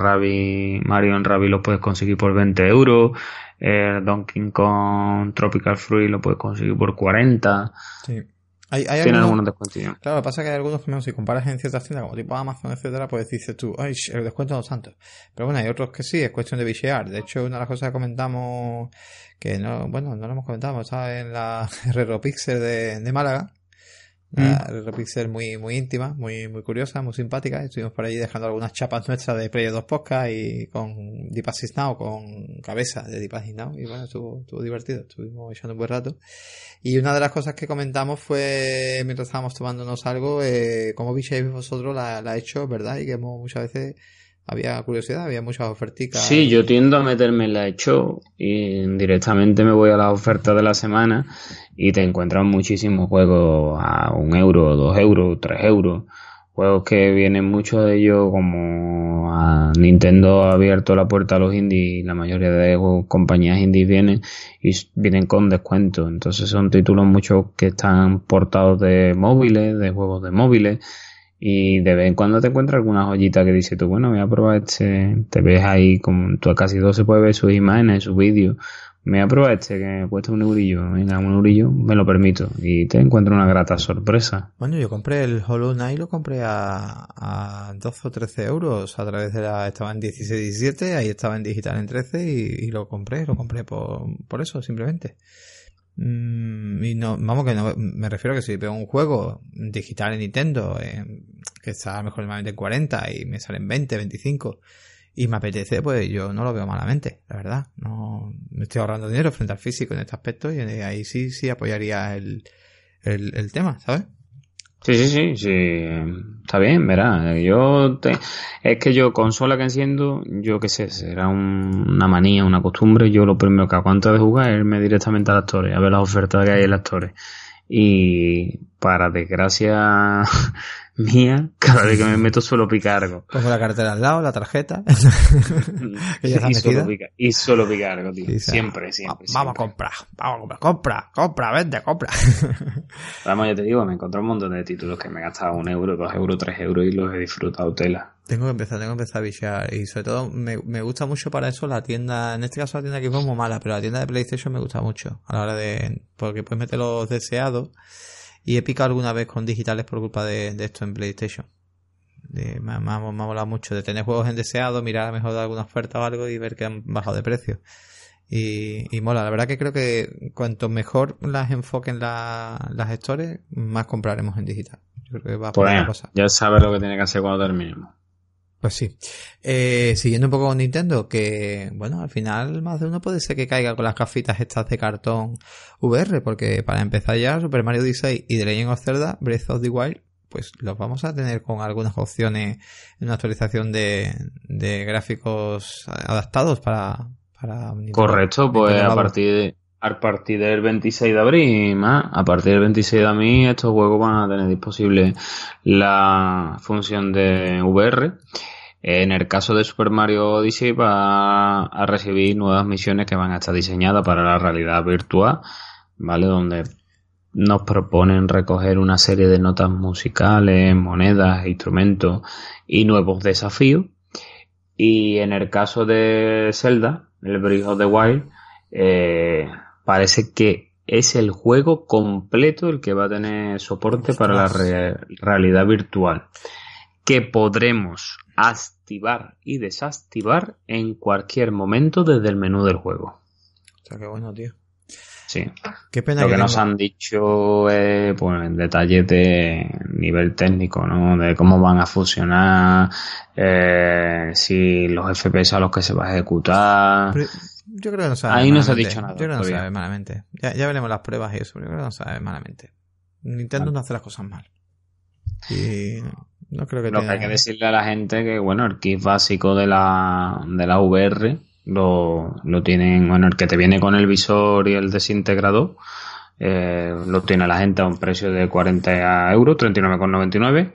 en Rabbids lo puedes conseguir por 20 euros, el Donkey Kong Tropical Fruit lo puedes conseguir por 40. Sí. Tienen algunos descuentos. Claro, lo que pasa es que hay algunos que si comparas en ciertas tiendas como tipo Amazon, etcétera, pues dices tú, ay, el descuento no es tanto. Pero bueno, hay otros que sí, es cuestión de bichear. De hecho, una de las cosas que comentamos, que no lo hemos comentado, estaba en la RetroPixel de Málaga. Una RetroPixel muy, muy íntima, muy, muy curiosa, muy simpática. Estuvimos por allí dejando algunas chapas nuestras de Player 2 Podcast y con Deep Assist Now, con cabeza de Deep Assist Now. Y bueno, estuvo divertido, estuvimos echando un buen rato. Y una de las cosas que comentamos fue, mientras estábamos tomándonos algo, cómo visteis vosotros la hecho, ¿verdad? Y que muchas veces había curiosidad, había muchas oferticas. Sí, yo tiendo a meterme en la hecho y directamente me voy a las ofertas de la semana y te encuentras muchísimos juegos a 1 euro, 2 euros, 3 euros. Juegos que vienen muchos de ellos, como a Nintendo ha abierto la puerta a los indies, la mayoría de compañías indies vienen con descuento. Entonces son títulos muchos que están portados de móviles, de juegos de móviles, y de vez en cuando te encuentras alguna joyita que dices tú, bueno, voy a probar te ves ahí, como tú a casi todo se puede ver sus imágenes, sus vídeos. Me voy a probar que me cuesta 1 eurillo, venga, 1 eurillo, me lo permito, y te encuentro una grata sorpresa. Bueno, yo compré el Hollow Knight, lo compré a 12 o 13 euros a través estaba en 16, 17, ahí estaba en digital en 13 y lo compré por eso, simplemente. Y no, vamos, que no, me refiero a que si veo un juego digital en Nintendo que está mejor normalmente en 40 y me salen 20, 25 y me apetece, pues yo no lo veo malamente, la verdad. No me estoy ahorrando dinero frente al físico en este aspecto y ahí sí apoyaría el tema, ¿sabes? Sí, está bien, verás. Es que yo, consola que enciendo, yo qué sé, será una manía, una costumbre. Yo lo primero que hago antes de jugar es irme directamente a las Stores, a ver las ofertas que hay en las Stores. Y para desgracia mía, cada vez que me meto suelo picar algo. Pongo la cartera al lado, la tarjeta. Que ya y solo picar algo, tío. Sí, siempre. Vamos a comprar. Compra, vende, compra. Vamos, ya te digo, me encontré un montón de títulos que me he gastado 1 euro, 2 euros, 3 euros y los he disfrutado tela. Tengo que empezar a bichear y sobre todo me gusta mucho para eso la tienda, en este caso la tienda que fue muy mala, pero la tienda de PlayStation me gusta mucho a la hora porque puedes meter los deseados Y he picado alguna vez con digitales por culpa de esto en PlayStation. Me ha molado mucho de tener juegos en deseado, mirar a lo mejor de alguna oferta o algo y ver que han bajado de precio. Y mola, la verdad que creo que cuanto mejor las enfoquen las stores, más compraremos en digital. Yo creo que va por la cosa. Ya sabes lo que tiene que hacer cuando terminemos. Pues sí. Siguiendo un poco con Nintendo, que bueno, al final más de uno puede ser que caiga con las gafitas estas de cartón VR, porque para empezar ya Super Mario Odyssey y The Legend of Zelda Breath of the Wild, pues los vamos a tener con algunas opciones en una actualización de gráficos adaptados para Nintendo. Correcto, pues a partir del 26 de abril, a partir del 26 de abril estos juegos van a tener disponible la función de VR. En el caso de Super Mario Odyssey va a recibir nuevas misiones que van a estar diseñadas para la realidad virtual, ¿vale? Donde nos proponen recoger una serie de notas musicales, monedas, instrumentos y nuevos desafíos. Y en el caso de Zelda, el Breath of the Wild, parece que es el juego completo el que va a tener soporte para la realidad virtual, que podremos activar y desactivar en cualquier momento desde el menú del juego. O sea, qué bueno, tío. Sí. Qué pena lo que nos han dicho es pues, detalles de nivel técnico, ¿no? De cómo van a funcionar, si los FPS a los que se va a ejecutar. Pero yo creo que no sabe. Ahí no se ha dicho nada. Yo creo que no sabe malamente. Ya veremos las pruebas y eso, pero yo creo que no sabe malamente. Nintendo no hace las cosas mal. Y no creo que lo que hay que decirle a la gente que, bueno, el kit básico de la VR lo tienen, bueno, el que te viene con el visor y el desintegrador, lo tiene la gente a un precio de 40 euros, 39,99,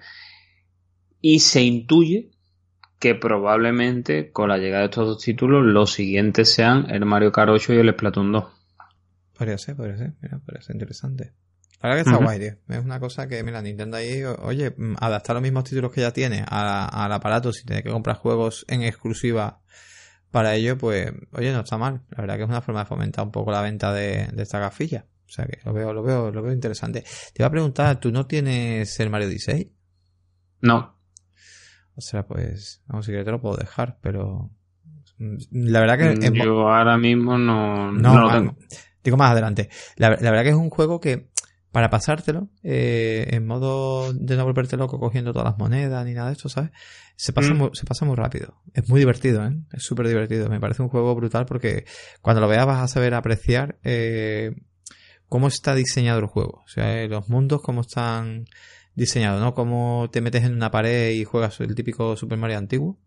y se intuye que probablemente con la llegada de estos dos títulos los siguientes sean el Mario Kart 8 y el Splatoon 2. Podría ser, mira, podría ser interesante. La verdad que está guay, tío. Es una cosa que, mira, Nintendo ahí, oye, adaptar los mismos títulos que ya tiene al aparato sin tener que comprar juegos en exclusiva para ello, pues, oye, no está mal. La verdad que es una forma de fomentar un poco la venta de esta gafilla. O sea que lo veo interesante. Te iba a preguntar, ¿tú no tienes el Mario Odyssey? No. O sea, pues, vamos, si quieres te lo puedo dejar, pero la verdad que... Yo ahora mismo no lo tengo. Digo más adelante. La verdad que es un juego que, para pasártelo, en modo de no volverte loco cogiendo todas las monedas ni nada de esto, ¿sabes? Se pasa muy rápido. Es muy divertido, ¿eh? Es súper divertido. Me parece un juego brutal porque cuando lo veas vas a saber apreciar cómo está diseñado el juego. O sea, los mundos cómo están diseñados, ¿no? Cómo te metes en una pared y juegas el típico Super Mario antiguo.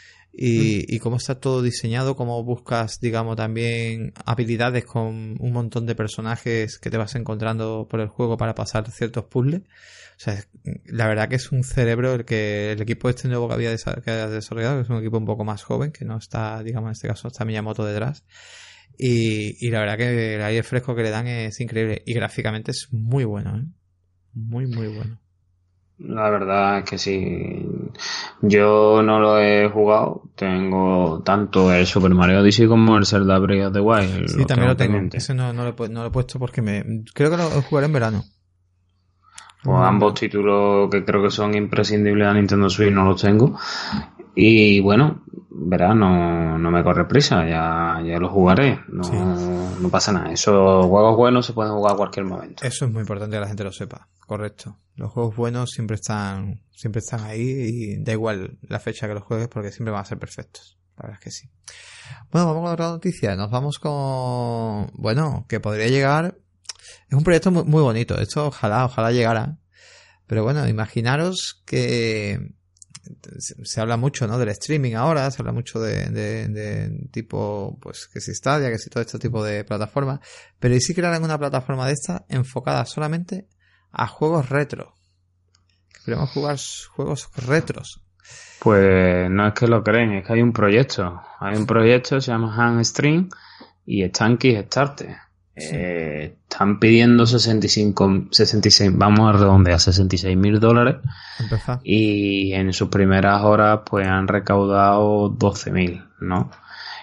Y cómo está todo diseñado, cómo buscas, digamos, también habilidades con un montón de personajes que te vas encontrando por el juego para pasar ciertos puzzles. O sea, la verdad que es un cerebro el equipo este nuevo que ha desarrollado, que es un equipo un poco más joven, que no está, digamos, en este caso está Miyamoto detrás. Y la verdad que el aire fresco que le dan es increíble. Y gráficamente es muy bueno, ¿eh? Muy, muy bueno. La verdad es que sí. Yo no lo he jugado. Tengo tanto el Super Mario Odyssey como el Zelda Breath of the Wild. Sí, también lo tengo. Ese no lo he puesto porque creo que lo jugaré en verano. Pues ambos títulos que creo que son imprescindibles a Nintendo Switch no los tengo. Y bueno, verás, no me corre prisa, ya lo jugaré, no pasa nada. Esos juegos buenos se pueden jugar a cualquier momento. Eso es muy importante que la gente lo sepa, correcto. Los juegos buenos siempre están ahí y da igual la fecha que los juegues porque siempre van a ser perfectos. La verdad es que sí. Bueno, vamos con otra noticia. Nos vamos con, bueno, que podría llegar. Es un proyecto muy, muy bonito. Esto ojalá llegara. Pero bueno, imaginaros que se habla mucho, ¿no? Del streaming ahora, se habla mucho de tipo, pues, que si Stadia, que si todo este tipo de plataformas, pero ¿y si crearan una plataforma de esta enfocada solamente a juegos retro? Queremos jugar juegos retros. Pues no es que lo creen, es que hay un proyecto, se llama Handstream y está en Kickstarter. Sí. Están pidiendo 66, vamos a redondear, $66,000 y en sus primeras horas pues han recaudado 12,000, ¿no?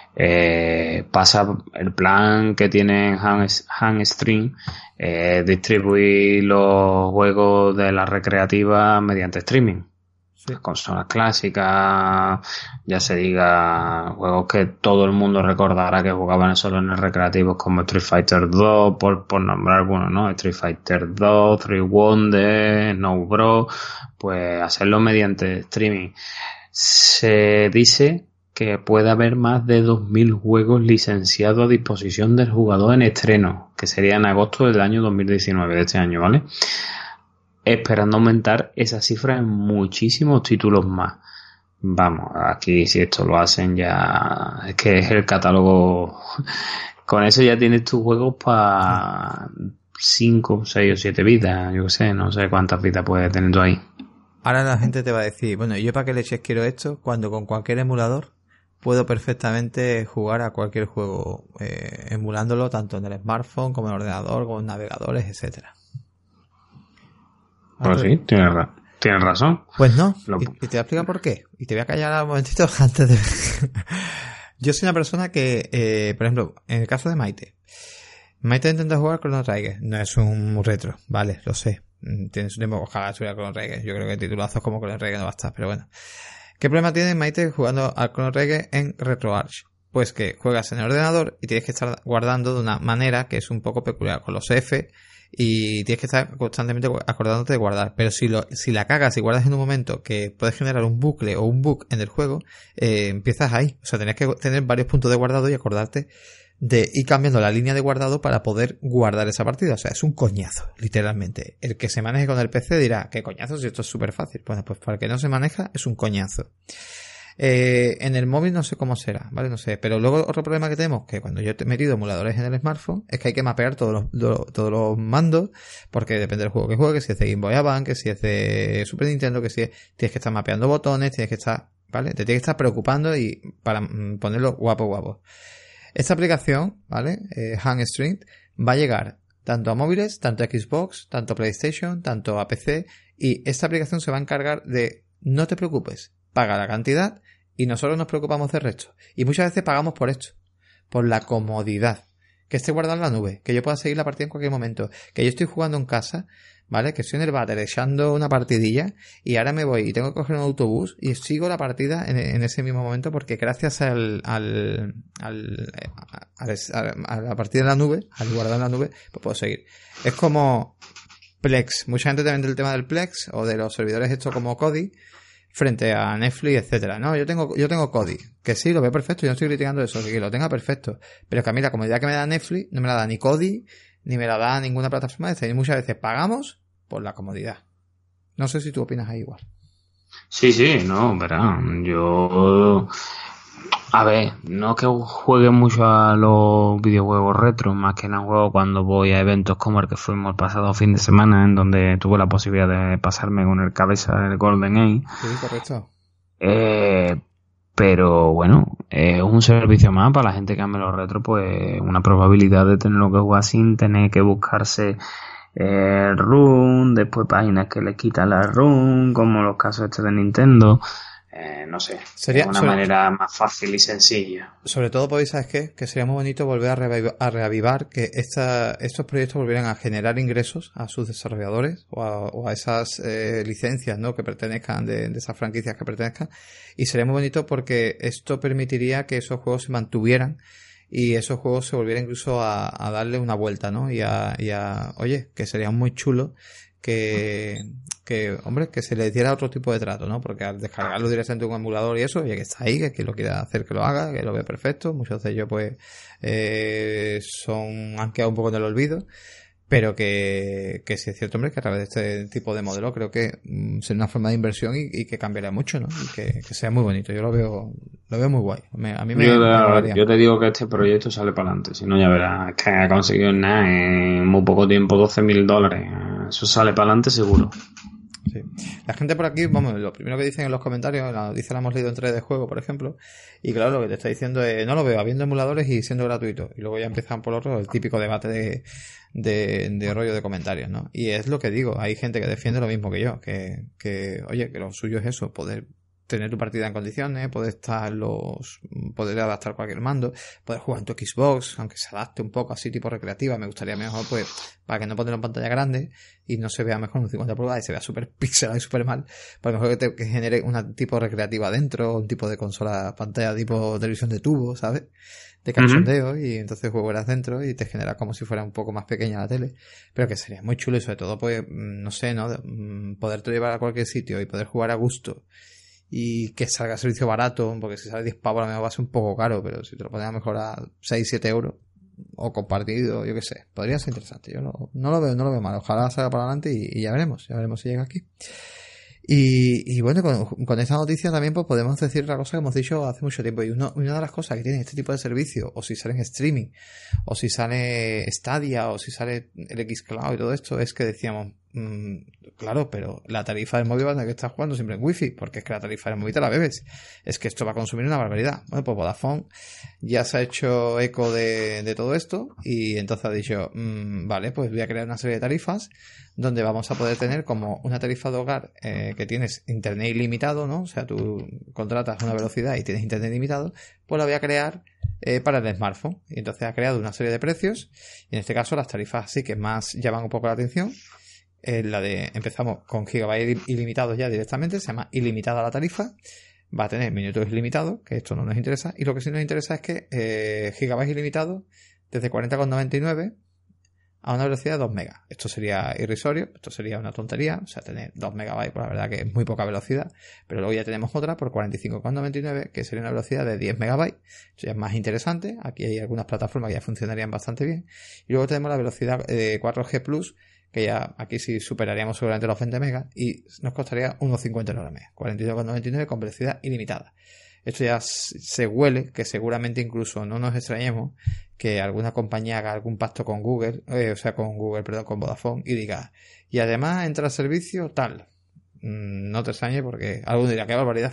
pasa el plan que tiene Handstream, distribuir los juegos de la recreativa mediante streaming. Sí. Consolas clásicas, ya se diga juegos que todo el mundo recordará que jugaban solo en el recreativo, como Street Fighter 2, por nombrar algunos, ¿no? Street Fighter 2, Three Wonders, Snow Bros, pues hacerlo mediante streaming. Se dice que puede haber más de 2.000 juegos licenciados a disposición del jugador en estreno, que sería en agosto del año 2019, de este año, ¿vale? Esperando aumentar esa cifra en muchísimos títulos más. Vamos, aquí si esto lo hacen ya... Es que es el catálogo... Con eso ya tienes tus juegos para 5, 6 o 7 vidas. Yo qué sé, no sé cuántas vidas puedes tener tú ahí. Ahora la gente te va a decir, bueno, ¿y yo para qué leches quiero esto? Cuando con cualquier emulador puedo perfectamente jugar a cualquier juego, emulándolo tanto en el smartphone como en el ordenador, como en navegadores, etcétera. Pues sí, tienes razón. Pues no, y te voy a explicar por qué. Y te voy a callar un momentito antes de... Yo soy una persona que, por ejemplo, en el caso de Maite intenta jugar Chrono Trigger. No es un retro, vale, lo sé. Tienes un tiempo, ojalá estuviera Chrono Trigger. Yo creo que titulazos como Chrono Trigger no va a estar, pero bueno. ¿Qué problema tiene Maite jugando al Chrono Trigger en RetroArch? Pues que juegas en el ordenador y tienes que estar guardando de una manera que es un poco peculiar, con los F, y tienes que estar constantemente acordándote de guardar. Pero si la cagas y guardas en un momento que puedes generar un bucle o un bug en el juego, empiezas ahí. O sea, tenés que tener varios puntos de guardado y acordarte de ir cambiando la línea de guardado para poder guardar esa partida. O sea, es un coñazo, literalmente. El que se maneje con el PC dirá, ¿qué coñazo si esto es súper fácil? Bueno, pues para el que no se maneja es un coñazo. En el móvil no sé cómo será, ¿vale? No sé. Pero luego otro problema que tenemos, que cuando yo he metido emuladores en el smartphone, es que hay que mapear todos los mandos, porque depende del juego que juegues, si es de Game Boy Advance, que si es de Super Nintendo, que si es, tienes que estar mapeando botones, tienes que estar, ¿vale? Te tienes que estar preocupando y para ponerlo guapo. Esta aplicación, ¿vale? Handstream, va a llegar tanto a móviles, tanto a Xbox, tanto a PlayStation, tanto a PC, y esta aplicación se va a encargar de, no te preocupes, paga la cantidad y nosotros nos preocupamos del resto. Y muchas veces pagamos por esto, por la comodidad, que esté guardado en la nube, que yo pueda seguir la partida en cualquier momento, que yo estoy jugando en casa, ¿vale? Que estoy en el váter echando una partidilla y ahora me voy y tengo que coger un autobús y sigo la partida en ese mismo momento, porque gracias a la partida en la nube, al guardar en la nube, pues puedo seguir. Es como Plex. Mucha gente te vende el tema del Plex o de los servidores estos como Kodi frente a Netflix, etcétera. No, yo tengo Kodi, que sí, lo veo perfecto, yo no estoy criticando eso, que lo tenga perfecto, pero es que a mí la comodidad que me da Netflix no me la da ni Kodi, ni me la da ninguna plataforma de esta, y muchas veces pagamos por la comodidad. No sé si tú opinas ahí igual. Sí, no, verá, yo... A ver, no que juegue mucho a los videojuegos retro, más que nada juego cuando voy a eventos como el que fuimos el pasado fin de semana, en donde tuve la posibilidad de pasarme con el cabeza del Golden Age. Sí, correcto. Pero bueno, es un servicio más para la gente que ame los retro, pues una probabilidad de tenerlo que jugar sin tener que buscarse el ROM, después páginas que le quitan la ROM, como los casos de Nintendo. No sé, sería una manera más fácil y sencilla. Sobre todo, pues, ¿sabes qué? Que sería muy bonito volver a reavivar que estos proyectos volvieran a generar ingresos a sus desarrolladores o a esas licencias, ¿no? Que pertenezcan de esas franquicias que pertenezcan. Y sería muy bonito porque esto permitiría que esos juegos se mantuvieran y esos juegos se volvieran incluso a darle una vuelta, ¿no? Oye, que sería muy chulo que hombre, que se le diera otro tipo de trato, ¿no? Porque al descargarlo directamente en un emulador y eso, oye, que está ahí, que quien lo quiera hacer que lo haga, que lo ve perfecto. Muchos de ellos pues han quedado un poco en el olvido, pero que sí es cierto, hombre, que a través de este tipo de modelo creo que sería una forma de inversión y que cambiaría mucho, ¿no? Y que sea muy bonito. Yo lo veo muy guay. A mí yo te digo que este proyecto sale para adelante, si no ya verás, que ha conseguido nada en muy poco tiempo $12,000. Eso sale para adelante seguro. Sí. La gente por aquí, vamos, lo primero que dicen en los comentarios, en la noticia la hemos leído en 3D Juego, por ejemplo, y claro, lo que te está diciendo es, no lo veo, habiendo emuladores y siendo gratuito. Y luego ya empiezan por otro, el típico debate de rollo de comentarios, ¿no? Y es lo que digo, hay gente que defiende lo mismo que yo, que oye, que lo suyo es eso, poder tener tu partida en condiciones, poder adaptar cualquier mando, poder jugar en tu Xbox, aunque se adapte un poco así tipo recreativa. Me gustaría mejor, pues, para que no ponerlo en pantalla grande y no se vea mejor un 50 pulgadas y se vea súper pixelado y súper mal, para mejor que genere una tipo recreativa dentro, un tipo de consola pantalla tipo televisión de tubo, ¿sabes? De cachondeo, y entonces juegas dentro y te genera como si fuera un poco más pequeña la tele, pero que sería muy chulo y sobre todo, pues, no sé, ¿no? Poderte llevar a cualquier sitio y poder jugar a gusto y que salga servicio barato, porque si sale 10 pavos a lo mejor va a ser un poco caro, pero si te lo pones a mejor a 6-7 euros o compartido, yo qué sé, podría ser interesante. Yo no lo veo mal, ojalá salga para adelante y ya veremos si llega aquí. Y bueno, con esta noticia también pues podemos decir la cosa que hemos dicho hace mucho tiempo, y una de las cosas que tiene este tipo de servicio, o si sale en streaming, o si sale Stadia, o si sale el Xcloud y todo esto, es que decíamos, claro, pero la tarifa del móvil va a tener que estar jugando siempre en wifi, porque es que la tarifa del móvil te la bebes, es que esto va a consumir una barbaridad. Bueno, pues Vodafone ya se ha hecho eco de todo esto, y entonces ha dicho, vale, pues voy a crear una serie de tarifas donde vamos a poder tener como una tarifa de hogar, que tienes internet ilimitado, ¿no? O sea, tú contratas una velocidad y tienes internet ilimitado, pues la voy a crear para el smartphone. Y entonces ha creado una serie de precios, y en este caso las tarifas sí que más llaman un poco la atención. Empezamos con gigabytes ilimitados ya directamente, se llama ilimitada la tarifa, va a tener minutos ilimitados, que esto no nos interesa, y lo que sí nos interesa es que gigabytes ilimitados desde 40,99 a una velocidad de 2 megas. Esto sería irrisorio, esto sería una tontería, o sea, tener 2 megabytes, pues la verdad que es muy poca velocidad, pero luego ya tenemos otra por 45,99, que sería una velocidad de 10 megabytes, esto ya es más interesante, aquí hay algunas plataformas que ya funcionarían bastante bien, y luego tenemos la velocidad de 4G Plus, que ya aquí sí superaríamos seguramente los 20 megas, y nos costaría unos 59 megas, 42,99 con velocidad ilimitada. Esto ya se huele que seguramente incluso no nos extrañemos que alguna compañía haga algún pacto con Google, con Vodafone, y diga, y además entra al servicio tal. No te extrañe, porque alguno dirá, qué barbaridad,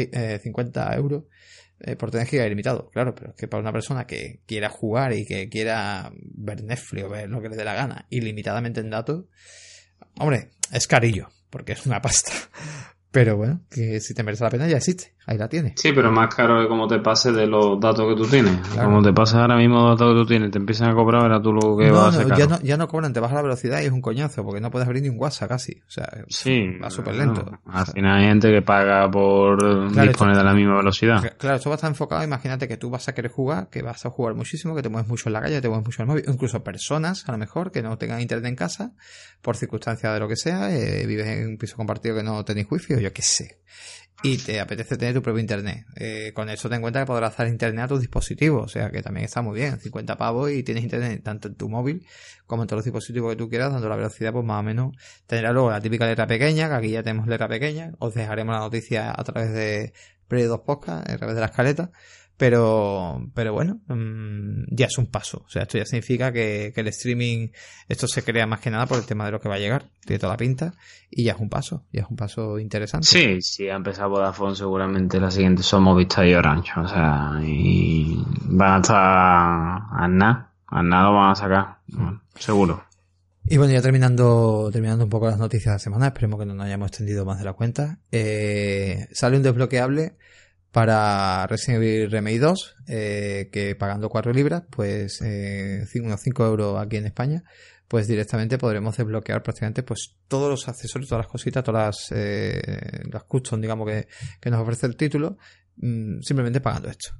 50 euros por tener giga ilimitado. Claro, pero es que para una persona que quiera jugar y que quiera ver Netflix o ver lo que le dé la gana ilimitadamente en datos, hombre, es carillo, porque es una pasta. Pero bueno, que si te merece la pena ya existe, ahí la tienes. Sí, pero más caro que como te pase de los datos que tú tienes. Claro. Como te pases ahora mismo los datos que tú tienes, te empiezan a cobrar, verás tú lo que vas a sacar. Ya no cobran, te baja la velocidad y es un coñazo, porque no puedes abrir ni un WhatsApp casi. O sea, sí, va súper lento. Al final hay gente que paga por disponer de la misma velocidad. Claro, esto va a estar enfocado, imagínate que tú vas a querer jugar, que vas a jugar muchísimo, que te mueves mucho en la calle, te mueves mucho en el móvil, incluso personas, a lo mejor, que no tengan internet en casa, por circunstancias de lo que sea, vives en un piso compartido que no tenéis wifi o yo qué sé, y te apetece tener tu propio internet. Con eso ten en cuenta que podrás hacer internet a tus dispositivos, o sea que también está muy bien, 50 pavos y tienes internet tanto en tu móvil como en todos los dispositivos que tú quieras, dando la velocidad pues más o menos. Tendrá luego la típica letra pequeña, que aquí ya tenemos letra pequeña, os dejaremos la noticia a través de Pre2 Podcast, a través de la escaleta. Pero bueno, ya es un paso. O sea, esto ya significa que el streaming, esto se crea más que nada por el tema de lo que va a llegar. Tiene toda la pinta. Y ya es un paso interesante. Sí, si ha empezado Vodafone, seguramente la siguiente son Movistar y Orange. O sea, y van a estar a nada lo van a sacar. Bueno, seguro. Y bueno, ya terminando un poco las noticias de la semana, esperemos que no nos hayamos extendido más de la cuenta. Sale un desbloqueable para Resident Evil Remake 2, que pagando 4 libras, pues unos 5 euros aquí en España, pues directamente podremos desbloquear prácticamente pues todos los accesorios, todas las cositas, todas las custom, digamos, que nos ofrece el título, simplemente pagando esto.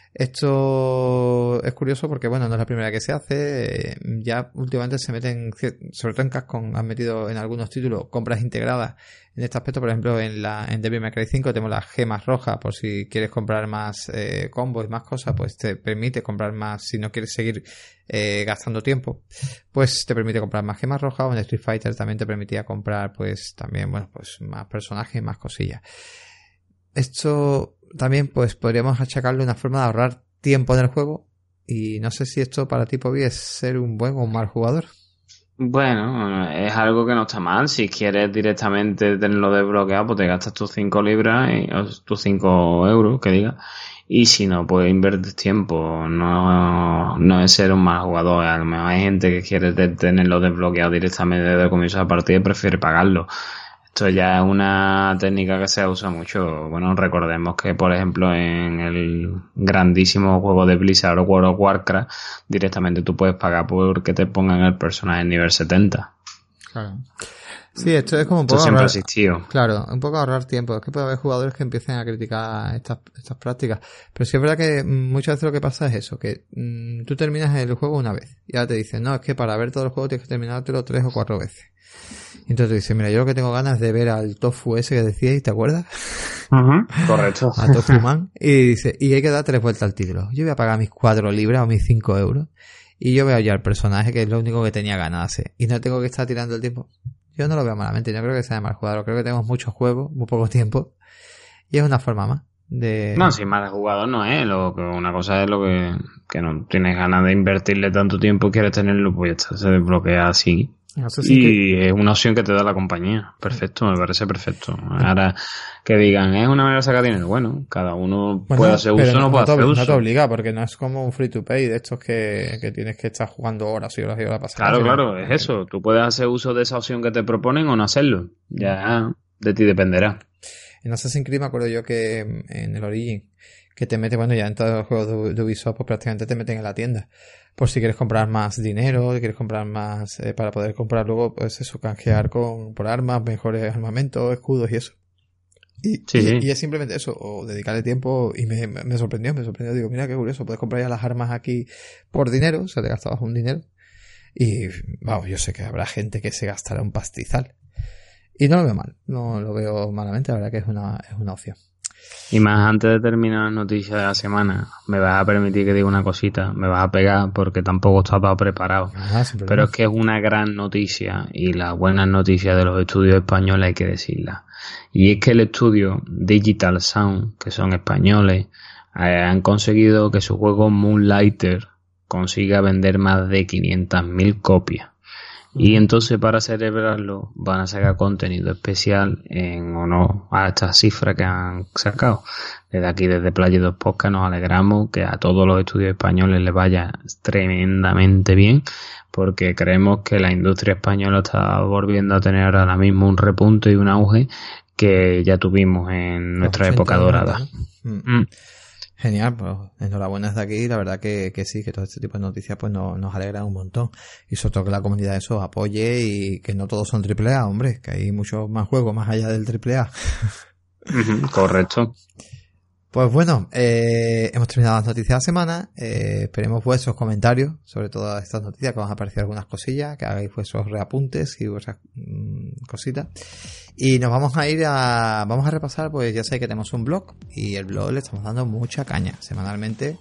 Esto es curioso porque, bueno, no es la primera que se hace. Ya últimamente se meten, sobre todo en Capcom, han metido en algunos títulos compras integradas en este aspecto. Por ejemplo, en Devil May Cry 5 tenemos las gemas rojas por si quieres comprar más combos y más cosas, pues te permite comprar más. Si no quieres seguir gastando tiempo, pues te permite comprar más gemas rojas. O en Street Fighter también te permitía comprar, pues también, bueno, pues más personajes, más cosillas. Esto también pues podríamos achacarle una forma de ahorrar tiempo en el juego, y no sé si esto para ti, Pobi, es ser un buen o un mal jugador. Bueno, es algo que no está mal. Si quieres directamente tenerlo desbloqueado, pues te gastas tus 5 libras o tus 5 euros, que diga, y si no, pues inviertes tiempo. No es ser un mal jugador. A lo mejor hay gente que quiere tenerlo desbloqueado directamente desde el comienzo de la partida y prefiere pagarlo. Esto ya es una técnica que se usa mucho. Bueno, recordemos que, por ejemplo, en el grandísimo juego de Blizzard o World of Warcraft, directamente tú puedes pagar por que te pongan el personaje en nivel 70. Claro. Sí, esto es como un poco esto siempre ahorrar, ha existido. claro, un poco ahorrar tiempo. Es que puede haber jugadores que empiecen a criticar estas prácticas. Pero sí es verdad que muchas veces lo que pasa es eso, que tú terminas el juego una vez y ahora te dicen, no, es que para ver todo el juego tienes que terminártelo 3 o 4 veces. Y entonces tú dices, mira, yo lo que tengo ganas es de ver al Tofu ese que decíais, ¿te acuerdas? Correcto. A Tofu Man. Y dice, y hay que dar 3 vueltas al título. Yo voy a pagar mis 4 libras o mis 5 euros y yo veo ya al personaje, que es lo único que tenía ganas de hacer. Y no tengo que estar tirando el tiempo. Yo no lo veo malamente, no creo que sea de mal jugador, creo que tenemos muchos juegos, muy poco tiempo, y es una forma más de... No, si mal jugador no es, una cosa es lo que no tienes ganas de invertirle tanto tiempo y quieres tenerlo, pues ya está, se desbloquea así. Y es una opción que te da la compañía. Perfecto, me parece perfecto. Ahora que digan, es una manera de sacar dinero. Bueno, cada uno puede hacer uso, no puede hacer uso. No te obliga, porque no es como un free to play de estos que tienes que estar jugando horas y horas y horas para sacar. Claro, es eso. Tú puedes hacer uso de esa opción que te proponen o no hacerlo. Ya de ti dependerá. En Assassin's Creed me acuerdo yo que en el Origin, que te mete, bueno, ya en todos los juegos de Ubisoft, pues prácticamente te meten en la tienda. Por si quieres comprar más dinero, quieres comprar más, para poder comprar luego, pues eso, canjear por armas, mejores armamentos, escudos y eso. Y es simplemente eso, o dedicarle tiempo, y me sorprendió, digo, mira qué curioso, puedes comprar ya las armas aquí por dinero, o sea, te gastabas un dinero, y vamos, yo sé que habrá gente que se gastará un pastizal. Y no lo veo mal, no lo veo malamente, la verdad que es una opción. Y más antes de terminar las noticias de la semana, me vas a permitir que diga una cosita, me vas a pegar porque tampoco estaba preparado. Pero es que es una gran noticia y las buenas noticias de los estudios españoles hay que decirlas. Y es que el estudio Digital Sound, que son españoles, han conseguido que su juego Moonlighter consiga vender más de 500.000 copias. Y entonces para celebrarlo van a sacar contenido especial en honor a esta cifra que han sacado. Desde aquí, desde Playa 2 Podcast, nos alegramos que a todos los estudios españoles les vaya tremendamente bien, porque creemos que la industria española está volviendo a tener ahora mismo un repunte y un auge que ya tuvimos en nuestra época dorada. Genial, pues enhorabuena desde aquí, la verdad que sí, que todo este tipo de noticias pues nos alegra un montón, y sobre todo que la comunidad eso apoye y que no todos son AAA, hombre, que hay muchos más juegos más allá del AAA. Correcto. Pues bueno, hemos terminado las noticias de la semana, esperemos vuestros comentarios sobre todas estas noticias, que os han aparecido algunas cosillas, que hagáis vuestros reapuntes y vuestras cositas. Y nos vamos a repasar, pues ya sabéis que tenemos un blog, y el blog le estamos dando mucha caña. Semanalmente,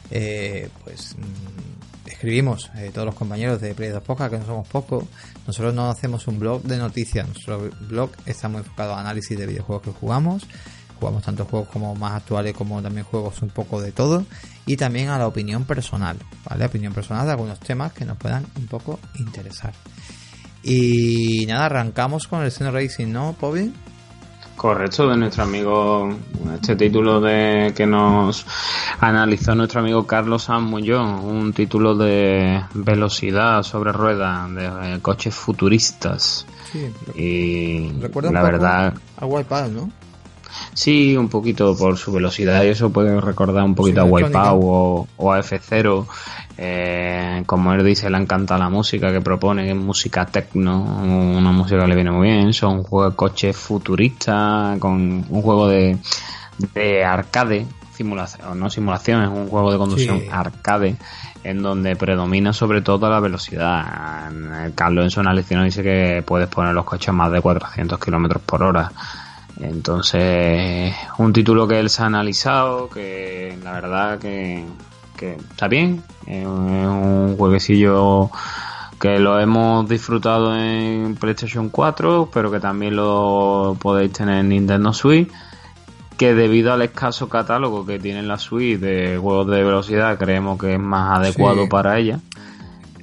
escribimos todos los compañeros de Play 2 Podcast, que no somos pocos. Nosotros no hacemos un blog de noticias, nuestro blog está muy enfocado a análisis de videojuegos que jugamos tanto juegos como más actuales como también juegos un poco de todo, y también a la opinión personal, ¿vale? Opinión personal de algunos temas que nos puedan un poco interesar. Y nada, arrancamos con el Xeno Racing, ¿no, Pobi? Correcto, de nuestro amigo, este título que nos analizó nuestro amigo Carlos Sanmullón, un título de velocidad sobre ruedas, de coches futuristas. Sí, y la verdad, a Wipeout, ¿no? Sí, un poquito por su velocidad, y eso puede recordar un poquito a Wipeout o a F0. Como él dice, le encanta la música que propone, que es música techno, una música que le viene muy bien. Son juegos de coches futuristas, con un juego de arcade, simulación, es un juego de conducción arcade, en donde predomina sobre todo la velocidad. Carlos en su análisis dice que puedes poner los coches a más de 400 km por hora. Entonces, un título que él se ha analizado, que la verdad que está bien, es un jueguecillo que lo hemos disfrutado en PlayStation 4, pero que también lo podéis tener en Nintendo Switch, que debido al escaso catálogo que tiene la Switch de juegos de velocidad, creemos que es más adecuado para ella. Sí, porque es un juego, ¿no? Para ella. Entonces, un título que él se ha analizado, que la verdad que está bien, es un jueguecillo que lo hemos disfrutado en PlayStation 4, pero que también lo podéis tener en Nintendo Switch, que debido al escaso catálogo que tiene la Switch de juegos de velocidad, creemos que es más adecuado para ella.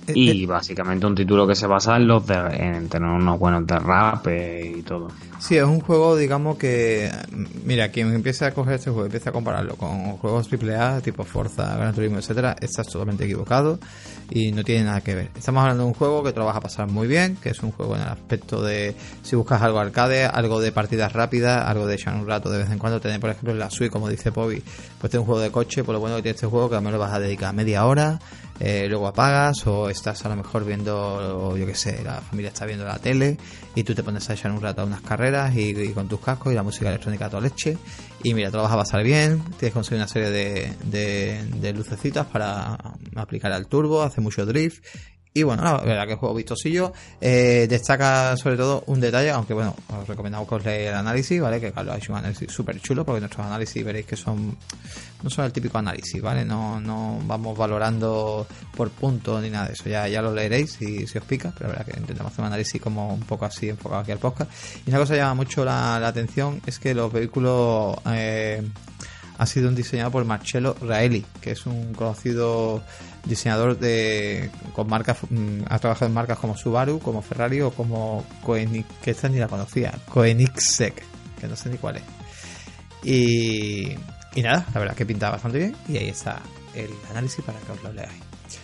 Y básicamente un título que se basa en tener unos buenos derrapes y todo. Sí, es un juego, digamos que... Mira, quien empieza a coger este juego, empieza a compararlo con juegos AAA, tipo Forza, Gran Turismo, etcétera, estás totalmente equivocado y no tiene nada que ver. Estamos hablando de un juego que te lo vas a pasar muy bien, que es un juego en el aspecto de... Si buscas algo arcade, algo de partidas rápidas, algo de echar un rato de vez en cuando, tener, por ejemplo, en la Switch, como dice Pobi, pues tiene un juego de coche, por lo bueno que tiene este juego, que al menos vas a dedicar media hora, luego apagas, o estás a lo mejor viendo, yo que sé, la familia está viendo la tele y tú te pones a echar un rato a unas carreras y con tus cascos y la música electrónica a toda leche, y mira, te lo vas a pasar bien. Tienes que conseguir una serie de lucecitas para aplicar al turbo, hace mucho drift. Y bueno, la verdad que es juego vistosillo. Destaca sobre todo un detalle, aunque bueno, os recomendamos que os leáis el análisis, ¿vale? Que Carlos ha hecho un análisis súper chulo, porque nuestros análisis veréis que no son el típico análisis, ¿vale? No vamos valorando por punto ni nada de eso. Ya lo leeréis si os pica, pero la verdad que intentamos hacer un análisis como un poco así enfocado aquí al podcast. Y una cosa que llama mucho la atención es que los vehículos ha sido diseñado por Marcello Raeli, que es un conocido diseñador con marcas, ha trabajado en marcas como Subaru, como Ferrari o como Koenigsegg, que esta ni la conocía, Koenigsegg, que no sé ni cuál es. Y nada, la verdad que pinta bastante bien, y ahí está el análisis para que os lo leáis.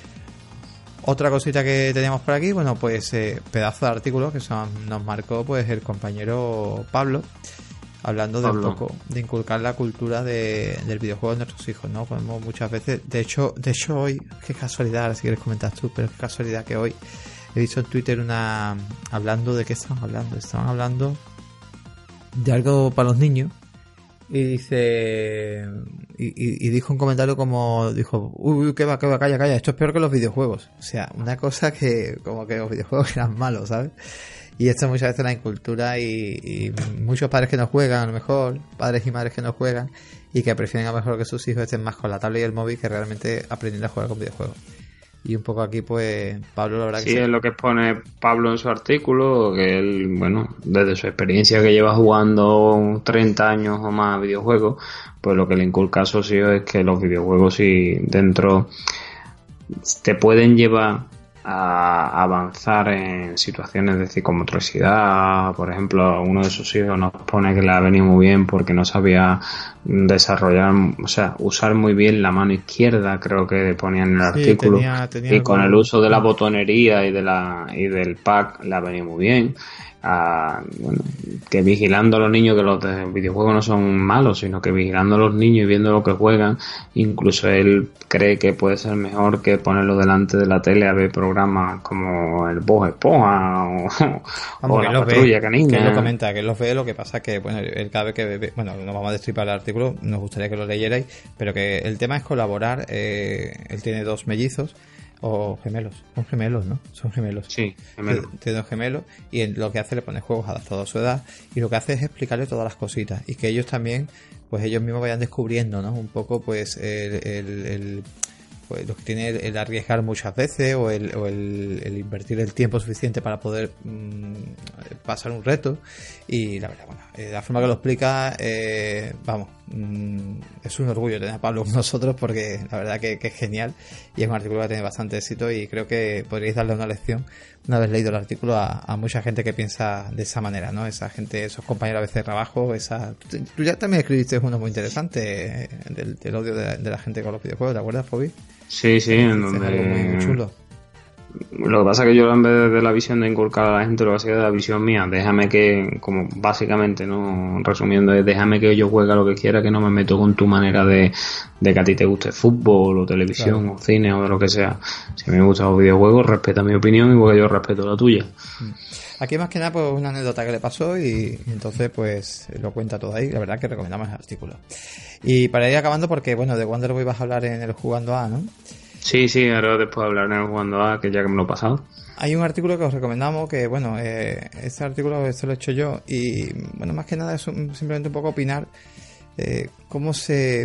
Otra cosita que teníamos por aquí, bueno, pues pedazo de artículos que nos marcó pues el compañero Pablo, hablando de un poco de inculcar la cultura del videojuego en nuestros hijos, ¿no? Como muchas veces, de hecho hoy, qué casualidad, ahora si quieres comentar tú, pero qué casualidad que hoy he visto en Twitter hablando de qué estaban hablando de algo para los niños, y dice y dijo un comentario como dijo, uy, qué va, calla, esto es peor que los videojuegos. O sea, una cosa que como que los videojuegos eran malos, ¿sabes? Y esto muchas veces la incultura y muchos padres que no juegan, a lo mejor, padres y madres que no juegan y que prefieren a lo mejor que sus hijos estén más con la tablet y el móvil que realmente aprendiendo a jugar con videojuegos. Y un poco aquí, pues, Pablo, la verdad que sí, es lo que pone Pablo en su artículo, que él, bueno, desde su experiencia que lleva jugando 30 años o más a videojuegos, pues lo que le inculca a sus hijos es que los videojuegos sí dentro te pueden llevar a avanzar en situaciones de psicomotricidad. Por ejemplo, uno de sus hijos nos pone que le ha venido muy bien porque no sabía desarrollar, o sea, usar muy bien la mano izquierda, creo que ponía en el artículo, y con el uso de la botonería y del pad le ha venido muy bien. Bueno, que vigilando a los niños, que los videojuegos no son malos, sino que vigilando a los niños y viendo lo que juegan, incluso él cree que puede ser mejor que ponerlo delante de la tele a ver programas como el Bob Esponja o la Patrulla Canina. Que él lo comenta, que él los ve. Lo que pasa es que, bueno, él cada vez que ve, bueno, no vamos a destripar el artículo, nos gustaría que lo leyerais, pero que el tema es colaborar. Él tiene 2 mellizos o gemelos, son gemelos, ¿no? Son gemelos. Sí, gemelos. Tiene 2 gemelos, y lo que hace, le pone juegos adaptados a su edad, y lo que hace es explicarle todas las cositas, y que ellos también, pues ellos mismos vayan descubriendo, ¿no? Un poco, pues, pues lo que tiene el arriesgar muchas veces, o el invertir el tiempo suficiente para poder pasar un reto. Y la verdad, bueno, la forma que lo explica, vamos, es un orgullo tener a Pablo con nosotros, porque la verdad que es genial, y es un artículo que tiene bastante éxito, y creo que podríais darle una lección, una vez leído el artículo, a mucha gente que piensa de esa manera, ¿no? Esa gente, esos compañeros a veces de trabajo, tú ya también escribiste uno muy interesante del odio de la gente con los videojuegos, ¿te acuerdas, Fobi? Sí, en donde... algo muy chulo. Lo que pasa es que yo, en vez de la visión de inculcar a la gente, lo que pasa es de la visión mía, déjame que, como básicamente, no resumiendo, es déjame que yo juegue lo que quiera, que no me meto con tu manera de que a ti te guste fútbol o televisión, claro, o cine o de lo que sea. Si a mí me gustan los videojuegos, respeta mi opinión, igual que yo respeto la tuya. Aquí más que nada, pues, una anécdota que le pasó, y entonces pues lo cuenta todo ahí. La verdad que recomendamos el artículo. Y para ir acabando, porque bueno, de Wonder Boy vas a hablar en el Jugando A, ¿no? Sí, ahora después de hablar en el Jugando A, que ya que me lo he pasado. Hay un artículo que os recomendamos, que bueno, este artículo lo he hecho yo, y bueno, más que nada es simplemente un poco opinar cómo se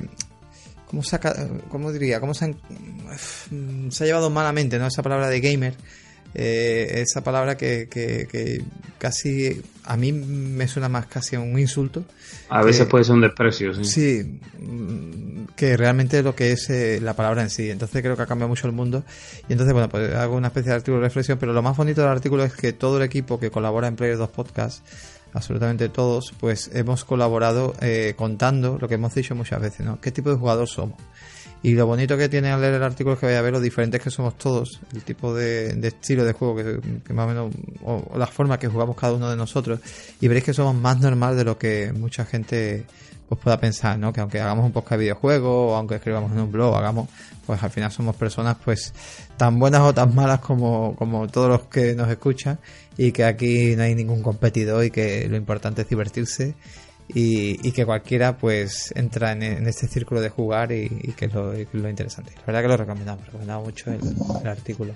ha llevado malamente, ¿no? Esa palabra de gamer esa palabra que casi a mí me suena más casi a un insulto. A veces puede ser un desprecio, sí. Sí, que realmente lo que es la palabra en sí. Entonces creo que ha cambiado mucho el mundo. Y entonces, bueno, pues hago una especie de artículo de reflexión, pero lo más bonito del artículo es que todo el equipo que colabora en Player 2 Podcast, absolutamente todos, pues hemos colaborado contando lo que hemos dicho muchas veces, ¿no? ¿Qué tipo de jugador somos? Y lo bonito que tiene al leer el artículo es que vais a ver lo diferentes que somos todos, el tipo de estilo de juego que más o menos, o la forma que jugamos cada uno de nosotros, y veréis que somos más normal de lo que mucha gente pues pueda pensar, ¿no? Que aunque hagamos un podcast de videojuegos, o aunque escribamos en un blog, pues al final somos personas pues tan buenas o tan malas como todos los que nos escuchan, y que aquí no hay ningún competidor, y que lo importante es divertirse. Y que cualquiera pues entra en este círculo de jugar, y que es lo interesante. La verdad que lo recomendamos mucho el artículo.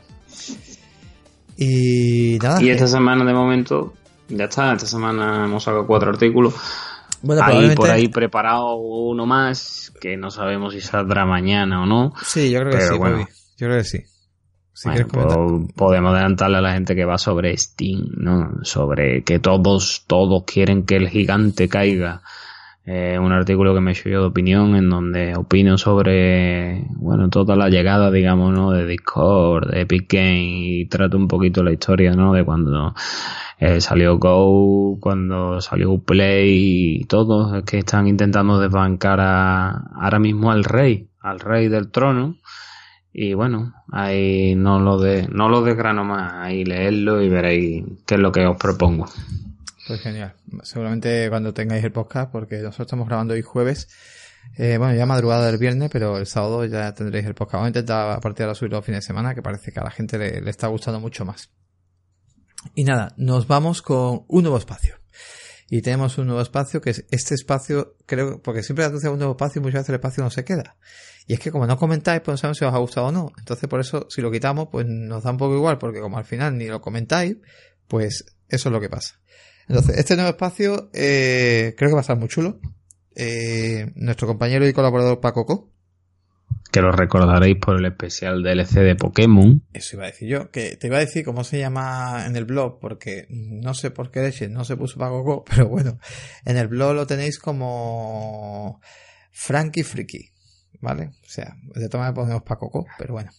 Y nada. Y esta semana de momento ya está. Esta semana hemos sacado 4 artículos. Bueno, hay por ahí preparado uno más que no sabemos si saldrá mañana o no. Sí, yo creo que sí, bueno. Bobby. Yo creo que sí. Si bueno, pues podemos adelantarle a la gente que va sobre Steam, ¿no? Sobre que todos quieren que el gigante caiga. Un artículo que me he hecho yo de opinión, en donde opino sobre, bueno, toda la llegada, digamos, ¿no? De Discord, de Epic Games, y trato un poquito la historia, ¿no? De cuando salió Go, cuando salió Play, y todos que están intentando desbancar ahora mismo al rey del trono. Y bueno, ahí no lo desgrano más, ahí leedlo y veréis qué es lo que os propongo. Pues genial, seguramente cuando tengáis el podcast, porque nosotros estamos grabando hoy jueves, bueno, ya madrugada del viernes, pero el sábado ya tendréis el podcast. Vamos a intentar a partir de ahora subirlo a fin de semana, que parece que a la gente le está gustando mucho más. Y nada, nos vamos con un nuevo espacio. Y tenemos un nuevo espacio, que es este espacio, creo, porque siempre anunciamos un nuevo espacio y muchas veces el espacio no se queda. Y es que como no comentáis, pues no sabemos si os ha gustado o no. Entonces por eso, si lo quitamos, pues nos da un poco igual, porque como al final ni lo comentáis, pues eso es lo que pasa. Entonces, este nuevo espacio creo que va a estar muy chulo. Nuestro compañero y colaborador Paco Co, que lo recordaréis por el especial DLC de Pokémon. Eso iba a decir yo, que te iba a decir cómo se llama en el blog, porque no sé por qué leche no se puso Paco Co, pero bueno, en el blog lo tenéis como Frankie Friki, ¿vale? O sea, de todas maneras ponemos Paco Co, pero bueno.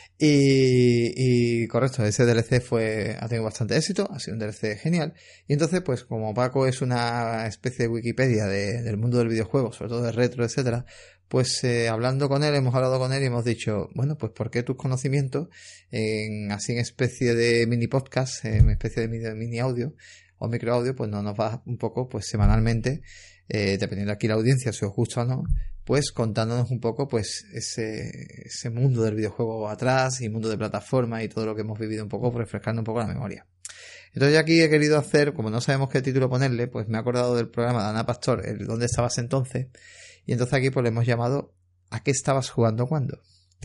Y correcto, ese DLC ha tenido bastante éxito, ha sido un DLC genial. Y entonces, pues como Paco es una especie de Wikipedia del mundo del videojuego, sobre todo de retro, etcétera, pues hablando con él, hemos hablado con él y hemos dicho, bueno, pues ¿por qué tus conocimientos así en especie de mini podcast, en especie de mini audio o micro audio, pues no nos vas un poco, pues semanalmente, dependiendo aquí la audiencia, si os gusta o no, pues contándonos un poco pues ese mundo del videojuego atrás, y mundo de plataforma, y todo lo que hemos vivido un poco, refrescando un poco la memoria. Entonces yo aquí he querido hacer, como no sabemos qué título ponerle, pues me he acordado del programa de Ana Pastor, el ¿Dónde estabas entonces? Y entonces aquí pues le hemos llamado ¿A qué estabas jugando cuándo?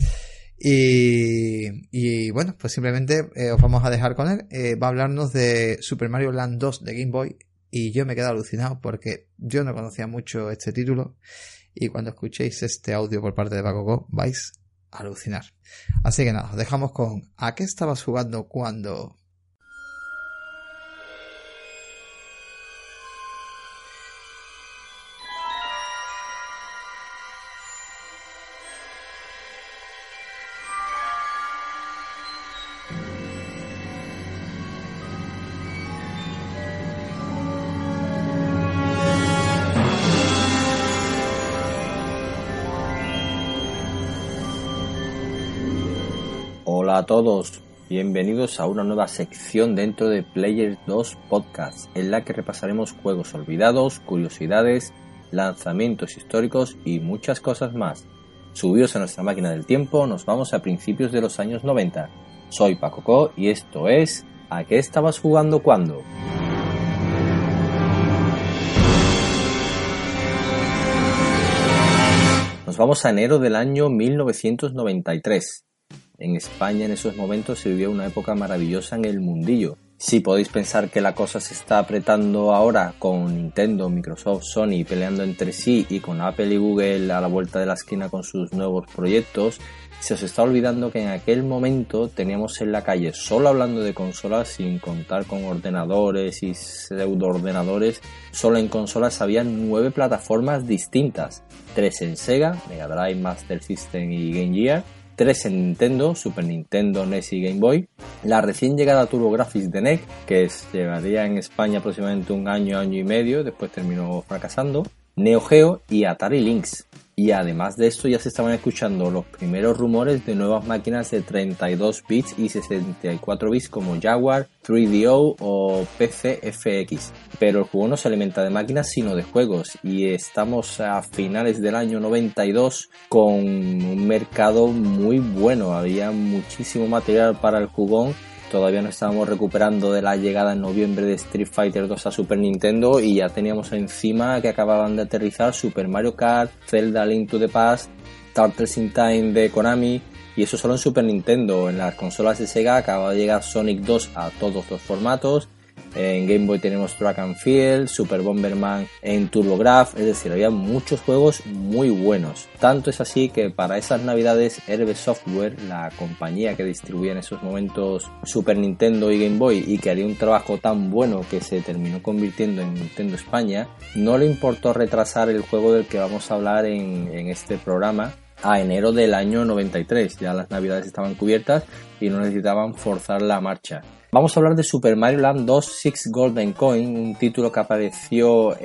Y bueno, pues simplemente os vamos a dejar con él. Va a hablarnos de Super Mario Land 2 de Game Boy, y yo me he quedado alucinado porque yo no conocía mucho este título, y cuando escuchéis este audio por parte de Paco Co vais a alucinar. Así que nada, os dejamos con ¿A qué estabas jugando cuando? Hola a todos, bienvenidos a una nueva sección dentro de Player 2 Podcast, en la que repasaremos juegos olvidados, curiosidades, lanzamientos históricos y muchas cosas más. Subidos a nuestra máquina del tiempo, nos vamos a principios de los años 90. Soy Paco Co y esto es ¿A qué estabas jugando cuándo? Nos vamos a enero del año 1993. En España en esos momentos se vivía una época maravillosa en el mundillo. Si podéis pensar que la cosa se está apretando ahora con Nintendo, Microsoft, Sony peleando entre sí y con Apple y Google a la vuelta de la esquina con sus nuevos proyectos, se os está olvidando que en aquel momento teníamos en la calle, solo hablando de consolas, sin contar con ordenadores y pseudo-ordenadores, solo en consolas había 9 plataformas distintas, 3 en Sega, Mega Drive, Master System y Game Gear, 3 en Nintendo, Super Nintendo, NES y Game Boy, la recién llegada TurboGrafx de NEC, que llevaría en España aproximadamente un año y medio, después terminó fracasando, Neo Geo y Atari Lynx. Y además de esto ya se estaban escuchando los primeros rumores de nuevas máquinas de 32 bits y 64 bits como Jaguar, 3DO o PCFX. Pero el juego no se alimenta de máquinas sino de juegos y estamos a finales del año 92 con un mercado muy bueno. Había muchísimo material para el jugón. Todavía no estábamos recuperando de la llegada en noviembre de Street Fighter 2 a Super Nintendo y ya teníamos encima que acababan de aterrizar Super Mario Kart, Zelda Link to the Past, Turtles in Time de Konami, y eso solo en Super Nintendo. En las consolas de Sega acaba de llegar Sonic 2 a todos los formatos. En Game Boy tenemos Track and Field, Super Bomberman en TurboGrafx, es decir, había muchos juegos muy buenos. Tanto es así que para esas navidades Herbe Software, la compañía que distribuía en esos momentos Super Nintendo y Game Boy y que haría un trabajo tan bueno que se terminó convirtiendo en Nintendo España, no le importó retrasar el juego del que vamos a hablar en este programa a enero del año 93. Ya las navidades estaban cubiertas y no necesitaban forzar la marcha. Vamos a hablar de Super Mario Land 2 Six Golden Coin, un título que apareció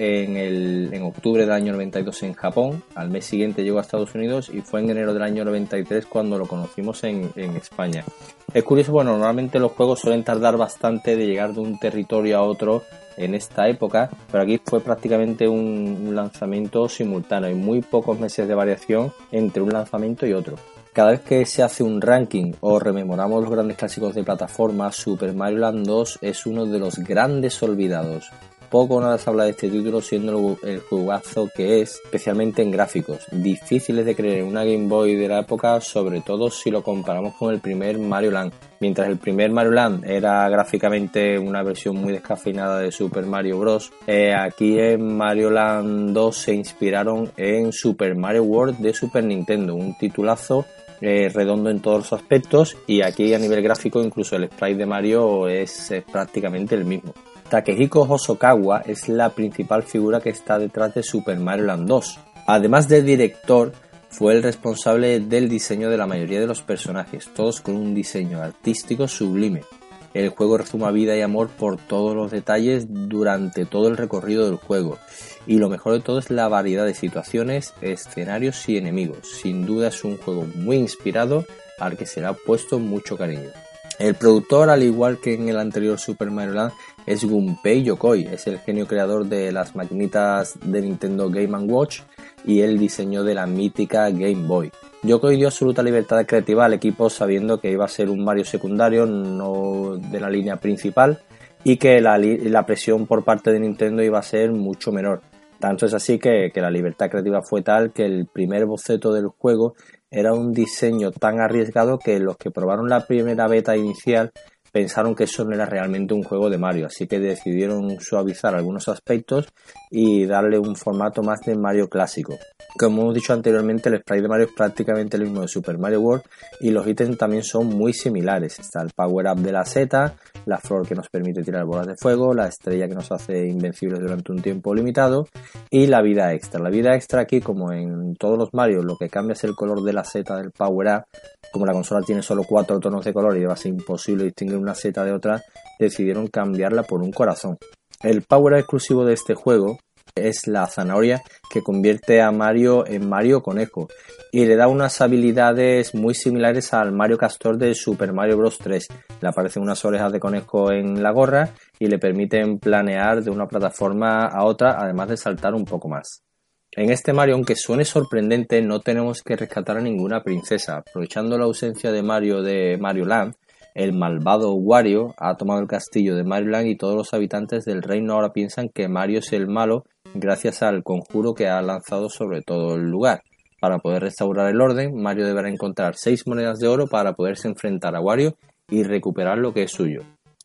en octubre del año 92 en Japón. Al mes siguiente llegó a Estados Unidos y fue en enero del año 93 cuando lo conocimos en España. Es curioso, bueno, normalmente los juegos suelen tardar bastante de llegar de un territorio a otro en esta época, pero aquí fue prácticamente un lanzamiento simultáneo. Hay muy pocos meses de variación entre un lanzamiento y otro. Cada vez que se hace un ranking o rememoramos los grandes clásicos de plataforma, Super Mario Land 2 es uno de los grandes olvidados. Poco o nada se habla de este título, siendo el juegazo que es, especialmente en gráficos. Difíciles de creer en una Game Boy de la época, sobre todo si lo comparamos con el primer Mario Land. Mientras el primer Mario Land era gráficamente una versión muy descafeinada de Super Mario Bros., aquí en Mario Land 2 se inspiraron en Super Mario World de Super Nintendo, un titulazo redondo en todos los aspectos, y aquí a nivel gráfico incluso el sprite de Mario es prácticamente el mismo. Takehiko Hosokawa es la principal figura que está detrás de Super Mario Land 2. Además de director, fue el responsable del diseño de la mayoría de los personajes, todos con un diseño artístico sublime. El juego rezuma vida y amor por todos los detalles durante todo el recorrido del juego. Y lo mejor de todo es la variedad de situaciones, escenarios y enemigos. Sin duda es un juego muy inspirado al que se le ha puesto mucho cariño. El productor, al igual que en el anterior Super Mario Land, es Gunpei Yokoi. Es el genio creador de las maquinitas de Nintendo Game & Watch y el diseño de la mítica Game Boy. Yokoi dio absoluta libertad creativa al equipo sabiendo que iba a ser un Mario secundario, no de la línea principal, y que la presión por parte de Nintendo iba a ser mucho menor. Tanto es así que la libertad creativa fue tal que el primer boceto del juego era un diseño tan arriesgado que los que probaron la primera beta inicial pensaron que eso no era realmente un juego de Mario, así que decidieron suavizar algunos aspectos y darle un formato más de Mario clásico. Como hemos dicho anteriormente, el sprite de Mario es prácticamente el mismo de Super Mario World y los ítems también son muy similares. Está el Power Up de la seta, la flor que nos permite tirar bolas de fuego, la estrella que nos hace invencibles durante un tiempo limitado y la vida extra. La vida extra aquí, como en todos los Mario, lo que cambia es el color de la seta del Power Up. Como la consola tiene solo 4 tonos de color y va a ser imposible distinguir una seta de otra, decidieron cambiarla por un corazón. El Power Up exclusivo de este juego es la zanahoria, que convierte a Mario en Mario Conejo y le da unas habilidades muy similares al Mario Castor de Super Mario Bros. 3. Le aparecen unas orejas de conejo en la gorra y le permiten planear de una plataforma a otra, además de saltar un poco más. En este Mario, aunque suene sorprendente, no tenemos que rescatar a ninguna princesa. Aprovechando la ausencia de Mario Land, el malvado Wario ha tomado el castillo de Mario Land y todos los habitantes del reino ahora piensan que Mario es el malo gracias al conjuro que ha lanzado sobre todo el lugar. Para poder restaurar el orden, Mario deberá encontrar 6 monedas de oro para poderse enfrentar a Wario y recuperar lo que es suyo.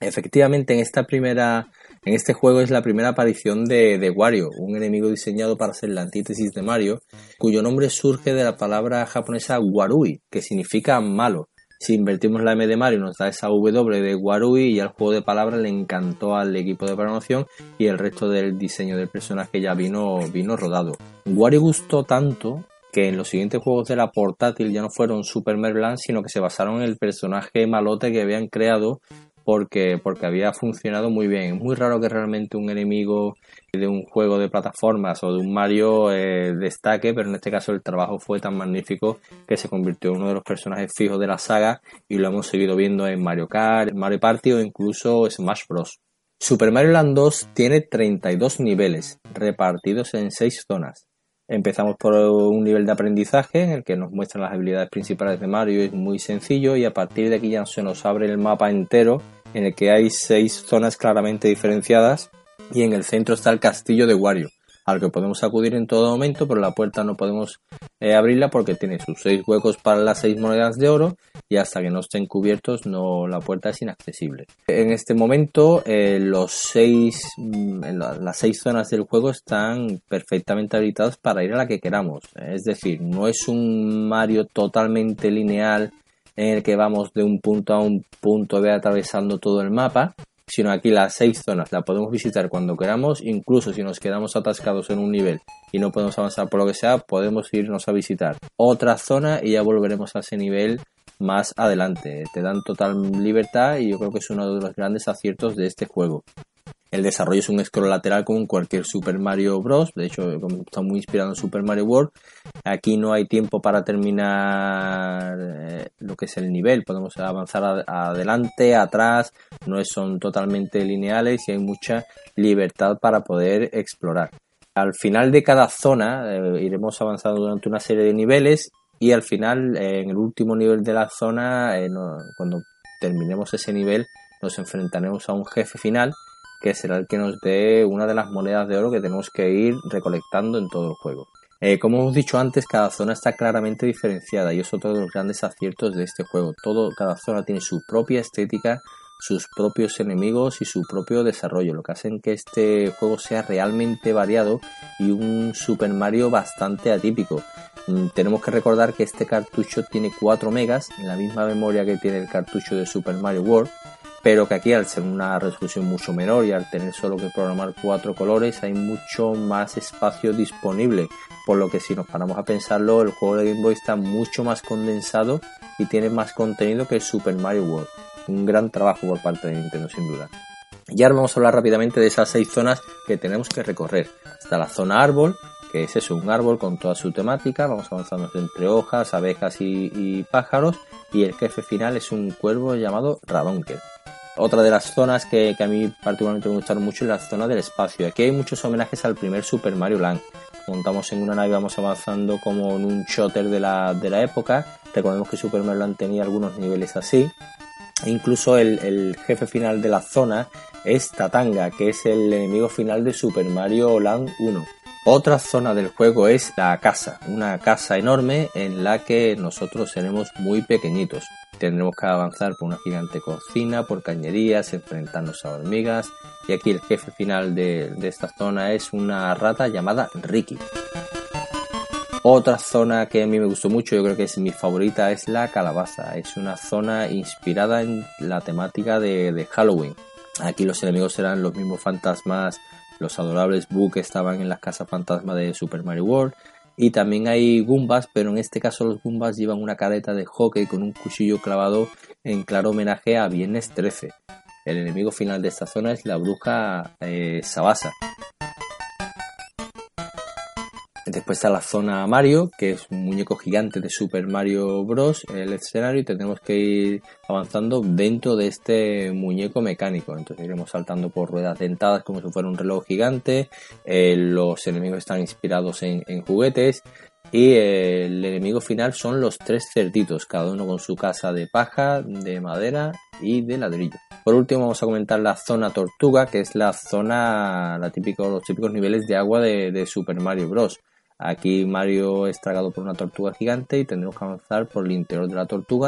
Efectivamente, en este juego es la primera aparición de Wario, un enemigo diseñado para ser la antítesis de Mario, cuyo nombre surge de la palabra japonesa Warui, que significa malo. Si invertimos la M de Mario nos da esa W de Warui y al juego de palabras le encantó al equipo de programación y el resto del diseño del personaje ya vino rodado. Wario gustó tanto que en los siguientes juegos de la portátil ya no fueron Super Mario Land, sino que se basaron en el personaje malote que habían creado porque había funcionado muy bien. Es muy raro que realmente un enemigo de un juego de plataformas o de un Mario destaque, pero en este caso el trabajo fue tan magnífico que se convirtió en uno de los personajes fijos de la saga y lo hemos seguido viendo en Mario Kart, Mario Party o incluso Smash Bros. Super Mario Land 2 tiene 32 niveles repartidos en 6 zonas. Empezamos por un nivel de aprendizaje en el que nos muestran las habilidades principales de Mario, es muy sencillo y a partir de aquí ya se nos abre el mapa entero en el que hay 6 zonas claramente diferenciadas y en el centro está el castillo de Wario, al que podemos acudir en todo momento, pero la puerta no podemos abrirla porque tiene sus 6 huecos para las 6 monedas de oro y hasta que no estén cubiertos la puerta es inaccesible. En este momento las 6 zonas del juego están perfectamente habilitadas para ir a la que queramos, es decir, no es un Mario totalmente lineal en el que vamos de un punto a un punto B atravesando todo el mapa, sino aquí las 6 zonas las podemos visitar cuando queramos, incluso si nos quedamos atascados en un nivel y no podemos avanzar por lo que sea, podemos irnos a visitar otra zona y ya volveremos a ese nivel más adelante. Te dan total libertad y yo creo que es uno de los grandes aciertos de este juego. El desarrollo es un scroll lateral como cualquier Super Mario Bros. De hecho, está muy inspirado en Super Mario World. Aquí no hay tiempo para terminar lo que es el nivel. Podemos avanzar adelante, atrás. No son totalmente lineales y hay mucha libertad para poder explorar. Al final de cada zona iremos avanzando durante una serie de niveles y al final, en el último nivel de la zona, cuando terminemos ese nivel, nos enfrentaremos a un jefe final que será el que nos dé una de las monedas de oro que tenemos que ir recolectando en todo el juego. Como hemos dicho antes, cada zona está claramente diferenciada y es otro de los grandes aciertos de este juego. Cada zona tiene su propia estética, sus propios enemigos y su propio desarrollo, lo que hacen que este juego sea realmente variado y un Super Mario bastante atípico. Tenemos que recordar que este cartucho tiene 4 megas, en la misma memoria que tiene el cartucho de Super Mario World, pero que aquí al ser una resolución mucho menor y al tener solo que programar 4 colores hay mucho más espacio disponible, por lo que si nos paramos a pensarlo, el juego de Game Boy está mucho más condensado y tiene más contenido que el Super Mario World. Un gran trabajo por parte de Nintendo sin duda. Y ahora vamos a hablar rápidamente de esas 6 zonas que tenemos que recorrer. Está la zona árbol, que es eso, un árbol con toda su temática, vamos avanzando entre hojas, abejas y pájaros, y el jefe final es un cuervo llamado Radonker. Otra de las zonas que a mí particularmente me gustaron mucho es la zona del espacio. Aquí hay muchos homenajes al primer Super Mario Land. Montamos en una nave y vamos avanzando como en un shooter de la época. Recordemos que Super Mario Land tenía algunos niveles así. E incluso el jefe final de la zona es Tatanga, que es el enemigo final de Super Mario Land 1. Otra zona del juego es la casa, una casa enorme en la que nosotros seremos muy pequeñitos. Tendremos que avanzar por una gigante cocina, por cañerías, enfrentarnos a hormigas y aquí el jefe final de esta zona es una rata llamada Ricky. Otra zona que a mí me gustó mucho, yo creo que es mi favorita, es la calabaza. Es una zona inspirada en la temática de Halloween. Aquí los enemigos serán los mismos fantasmas, los adorables Boo que estaban en las casas fantasma de Super Mario World. Y también hay Goombas, pero en este caso los Goombas llevan una careta de hockey con un cuchillo clavado en claro homenaje a Viernes 13. El enemigo final de esta zona es la bruja Sabasa. Después está la zona Mario, que es un muñeco gigante de Super Mario Bros. El escenario y tendremos que ir avanzando dentro de este muñeco mecánico. Entonces iremos saltando por ruedas dentadas como si fuera un reloj gigante. Los enemigos están inspirados en juguetes. Y el enemigo final son los 3 cerditos, cada uno con su casa de paja, de madera y de ladrillo. Por último vamos a comentar la zona tortuga, que es la zona, los típicos niveles de agua de Super Mario Bros. Aquí Mario es tragado por una tortuga gigante y tendremos que avanzar por el interior de la tortuga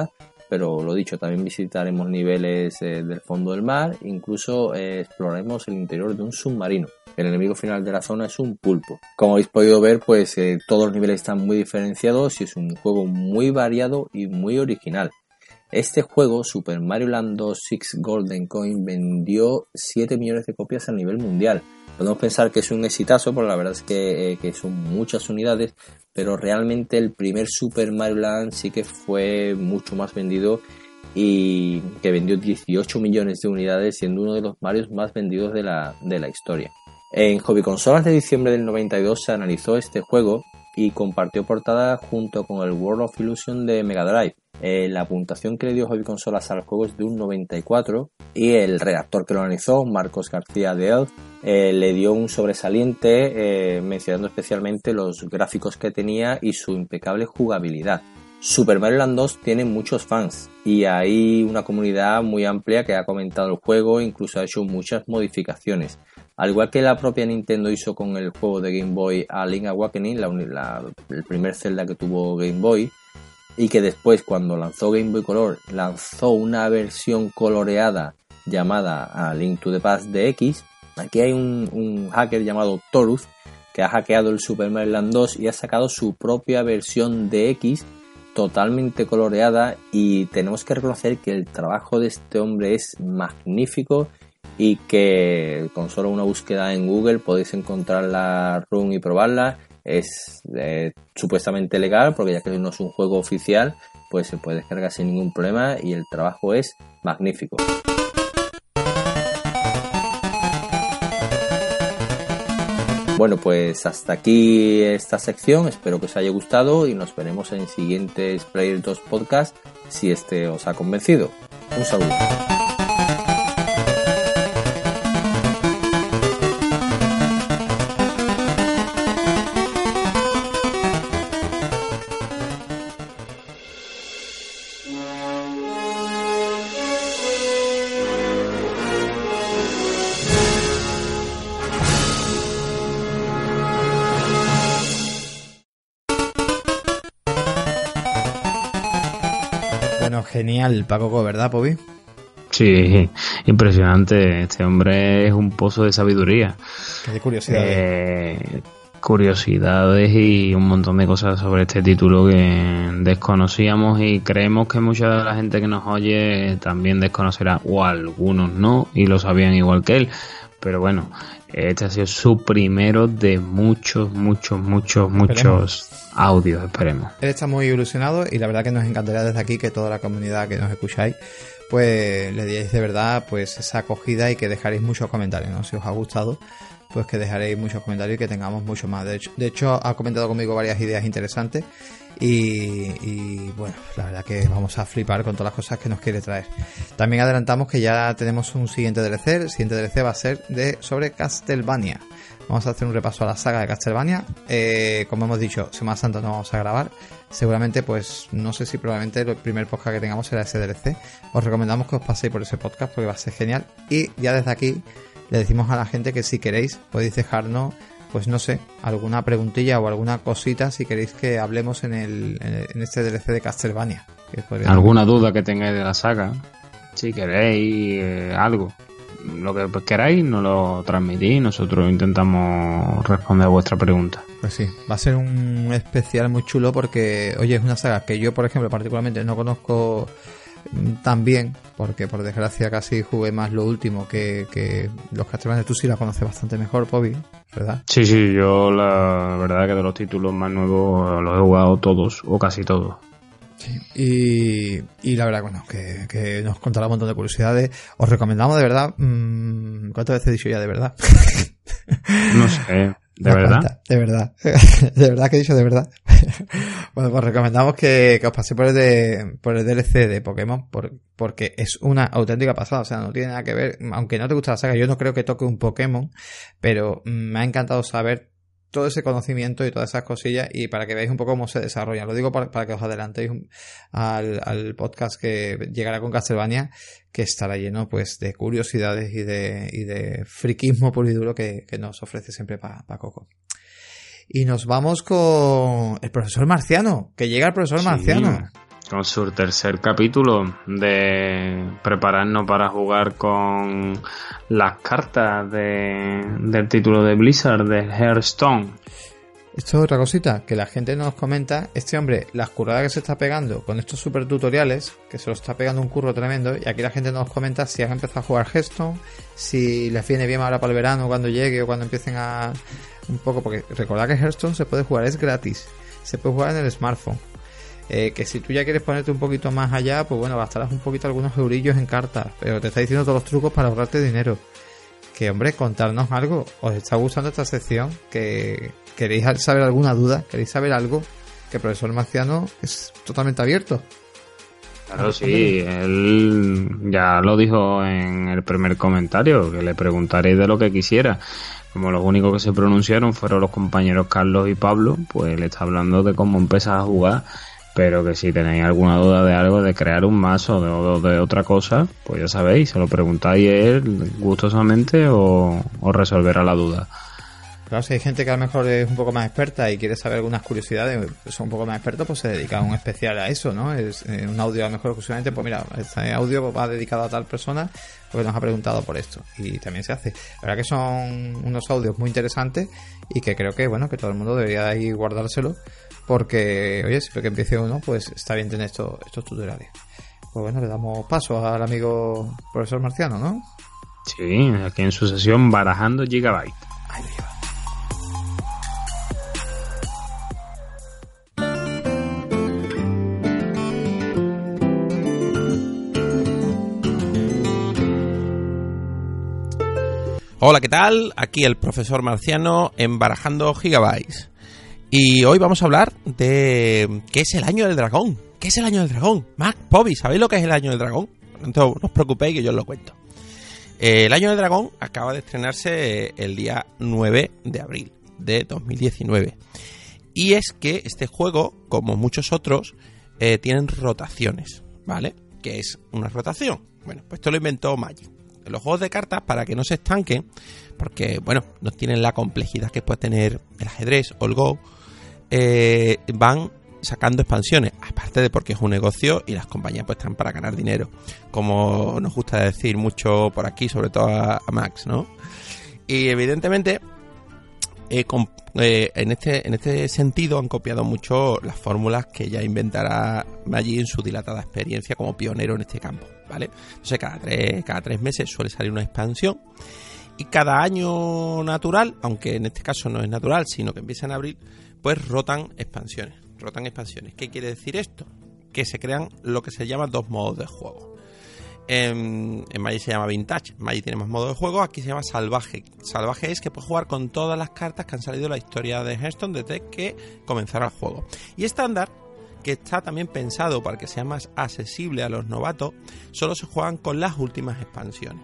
pero lo dicho, también visitaremos niveles del fondo del mar, incluso exploraremos el interior de un submarino. El enemigo final de la zona es un pulpo. Como habéis podido ver, pues todos los niveles están muy diferenciados y es un juego muy variado y muy original. Este juego, Super Mario Land 2 Six Golden Coin, vendió 7 millones de copias a nivel mundial. Podemos pensar que es un exitazo, pero la verdad es que son muchas unidades, pero realmente el primer Super Mario Land sí que fue mucho más vendido y que vendió 18 millones de unidades, siendo uno de los Marios más vendidos de la historia. En Hobby Consolas de diciembre del 92 se analizó este juego y compartió portada junto con el World of Illusion de Mega Drive. La puntuación que le dio Hobby Consolas al juego es de un 94 y el redactor que lo analizó, Marcos García de Elf, le dio un sobresaliente mencionando especialmente los gráficos que tenía y su impecable jugabilidad. Super Mario Land 2 tiene muchos fans y hay una comunidad muy amplia que ha comentado el juego e incluso ha hecho muchas modificaciones. Al igual que la propia Nintendo hizo con el juego de Game Boy A Link Awakening, el primer Zelda que tuvo Game Boy, y que después, cuando lanzó Game Boy Color, lanzó una versión coloreada llamada A Link to the Past DX. Aquí hay un hacker llamado Torus que ha hackeado el Super Mario Land 2 y ha sacado su propia versión DX totalmente coloreada, y tenemos que reconocer que el trabajo de este hombre es magnífico y que con solo una búsqueda en Google podéis encontrar la ROM y probarla. Es supuestamente legal, porque ya que no es un juego oficial, pues se puede descargar sin ningún problema y el trabajo es magnífico. Bueno, pues hasta aquí esta sección, espero que os haya gustado y nos veremos en siguientes Player 2 Podcast si este os ha convencido. Un saludo. Bueno, genial, Paco, ¿verdad, Pobi? Sí, impresionante. Este hombre es un pozo de sabiduría. Qué curiosidades. Curiosidades y un montón de cosas sobre este título que desconocíamos, y creemos que mucha de la gente que nos oye también desconocerá, o algunos no, y lo sabían igual que él. Pero bueno, este ha sido su primero de muchos audios, esperemos. Él está muy ilusionado y la verdad que nos encantaría desde aquí que toda la comunidad que nos escucháis pues le diréis de verdad pues esa acogida y que dejaréis muchos comentarios, ¿no? Si os ha gustado, pues que dejaréis muchos comentarios y que tengamos mucho más. De hecho ha comentado conmigo varias ideas interesantes y bueno, la verdad que vamos a flipar con todas las cosas que nos quiere traer. También adelantamos que ya tenemos un siguiente DLC. El siguiente DLC va a ser sobre Castlevania. Vamos a hacer un repaso a la saga de Castlevania. Como hemos dicho, Semana Santa no vamos a grabar. Seguramente, pues no sé si probablemente el primer podcast que tengamos será ese DLC. Os recomendamos que os paséis por ese podcast porque va a ser genial. Y ya desde aquí le decimos a la gente que si queréis podéis dejarnos, pues no sé, alguna preguntilla o alguna cosita si queréis que hablemos en este DLC de Castlevania. ¿Alguna duda que tengáis de la saga? Si queréis algo, lo que queráis, nos lo transmitís. Nosotros intentamos responder a vuestra pregunta. Pues sí, va a ser un especial muy chulo porque, oye, es una saga que yo, por ejemplo, particularmente no conozco tan bien, porque por desgracia casi jugué más lo último que los Castlevania. Tú sí la conoces bastante mejor, Pobi, ¿verdad? Sí, yo la verdad que de los títulos más nuevos los he jugado todos o casi todos. Sí, y la verdad, bueno, que nos contará un montón de curiosidades. Os recomendamos de verdad. ¿Cuántas veces he dicho ya de verdad? No sé, ¿de verdad? De verdad. De verdad que he dicho de verdad. Bueno, pues recomendamos que os paséis por el DLC de Pokémon porque es una auténtica pasada. O sea, no tiene nada que ver. Aunque no te gusta la saga, yo no creo que toque un Pokémon, pero me ha encantado saber todo ese conocimiento y todas esas cosillas, y para que veáis un poco cómo se desarrolla. Lo digo para que os adelantéis al podcast que llegará con Castlevania, que estará lleno pues de curiosidades y de friquismo puro y duro que nos ofrece siempre para Coco. Y nos vamos con el profesor Marciano, que llega el profesor Marciano. con su tercer capítulo de prepararnos para jugar con las cartas del título de Blizzard, de Hearthstone. Esto es otra cosita que la gente nos comenta. Este hombre, las curradas que se está pegando con estos super tutoriales, que se lo está pegando un curro tremendo, y aquí la gente nos comenta si han empezado a jugar Hearthstone, si les viene bien ahora para el verano, cuando llegue o cuando empiecen a... un poco, porque recordad que Hearthstone se puede jugar, es gratis, se puede jugar en el smartphone. Que si tú ya quieres ponerte un poquito más allá, pues bueno, gastarás un poquito algunos eurillos en cartas, pero te está diciendo todos los trucos para ahorrarte dinero. Que hombre, contarnos algo. ¿Os está gustando esta sección? ¿Que queréis saber alguna duda? ¿Queréis saber algo? Que el profesor Marciano es totalmente abierto. Claro, sí, él ya lo dijo en el primer comentario, que le preguntaréis de lo que quisiera. Como los únicos que se pronunciaron fueron los compañeros Carlos y Pablo, pues le está hablando de cómo empezar a jugar, pero que si tenéis alguna duda de algo, de crear un mazo o de otra cosa, pues ya sabéis, se lo preguntáis a él gustosamente o resolverá la duda. Claro, si hay gente que a lo mejor es un poco más experta y quiere saber algunas curiosidades, son un poco más expertos, pues se dedica a un especial a eso, ¿no? Es un audio a lo mejor exclusivamente, pues mira, este audio va dedicado a tal persona porque nos ha preguntado por esto, y también se hace. La verdad que son unos audios muy interesantes y que creo que, bueno, que todo el mundo debería ir guardárselo, porque, oye, siempre que empiece uno, pues está bien tener estos tutoriales. Pues bueno, le damos paso al amigo profesor Marciano, ¿no? Sí, aquí en su sesión Barajando Gigabyte. Ahí lo lleva. Hola, ¿qué tal? Aquí el profesor Marciano en Barajando Gigabytes. Y hoy vamos a hablar de qué es el año del dragón. ¿Qué es el año del dragón? Mac, Pobi, ¿sabéis lo que es el año del dragón? No os preocupéis que yo os lo cuento. El año del dragón acaba de estrenarse el día 9 de abril de 2019. Y es que este juego, como muchos otros, tienen rotaciones, ¿vale? ¿Qué es una rotación? Bueno, pues esto lo inventó Magic. Los juegos de cartas, para que no se estanquen, porque, bueno, no tienen la complejidad que puede tener el ajedrez o el Go, van sacando expansiones, aparte de porque es un negocio y las compañías pues están para ganar dinero, como nos gusta decir mucho por aquí, sobre todo a Max, ¿no? Y evidentemente en este sentido han copiado mucho las fórmulas que ya inventará Magic en su dilatada experiencia como pionero en este campo, ¿vale? Entonces cada tres meses suele salir una expansión, y cada año natural, aunque en este caso no es natural, sino que empieza en abril, pues rotan expansiones. ¿Qué quiere decir esto? Que se crean lo que se llama dos modos de juego. En Magic se llama Vintage, Magic tiene más modos de juego, aquí se llama Salvaje. Salvaje es que puedes jugar con todas las cartas que han salido de la historia de Hearthstone desde que comenzara el juego. Y estándar, que está también pensado para que sea más accesible a los novatos, solo se juegan con las últimas expansiones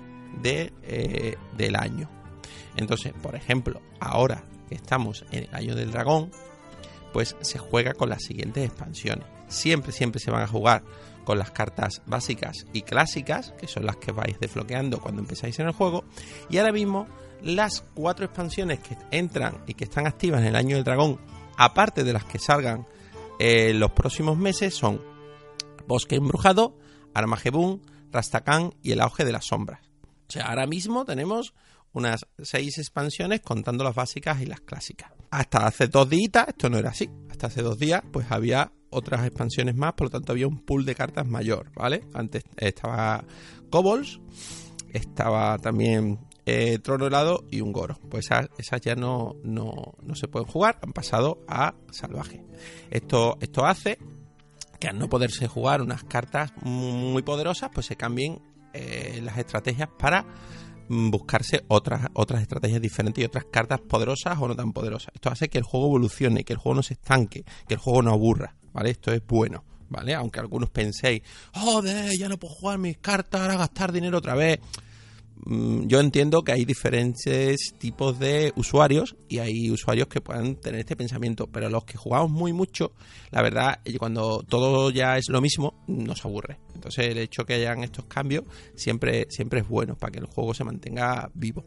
del año. Entonces, por ejemplo, ahora que estamos en el año del dragón, pues se juega con las siguientes expansiones. Siempre se van a jugar con las cartas básicas y clásicas, que son las que vais desbloqueando cuando empezáis en el juego. Y ahora mismo las 4 expansiones que entran y que están activas en el año del dragón, aparte de las que salgan los próximos meses, son Bosque Embrujado, Armageddon, Rastakhan y el Auge de las Sombras. O sea, ahora mismo tenemos unas 6 expansiones contando las básicas y las clásicas. Hasta hace 2 días esto no era así. Hasta hace 2 días pues había otras expansiones más, por lo tanto había un pool de cartas mayor, ¿vale? Antes estaba Kobolds, estaba también Trono Helado y un Goro. Pues esas ya no se pueden jugar, han pasado a Salvaje. Esto hace que al no poderse jugar unas cartas muy poderosas, pues se cambien las estrategias para buscarse otras estrategias diferentes y otras cartas poderosas o no tan poderosas. Esto hace que el juego evolucione, que el juego no se estanque, que el juego no aburra, ¿vale? Esto es bueno, ¿vale? Aunque algunos penséis, joder, ya no puedo jugar mis cartas, ahora gastar dinero otra vez. Yo entiendo que hay diferentes tipos de usuarios y hay usuarios que puedan tener este pensamiento, pero los que jugamos mucho, la verdad, cuando todo ya es lo mismo, nos aburre. Entonces el hecho que hayan estos cambios siempre es bueno para que el juego se mantenga vivo.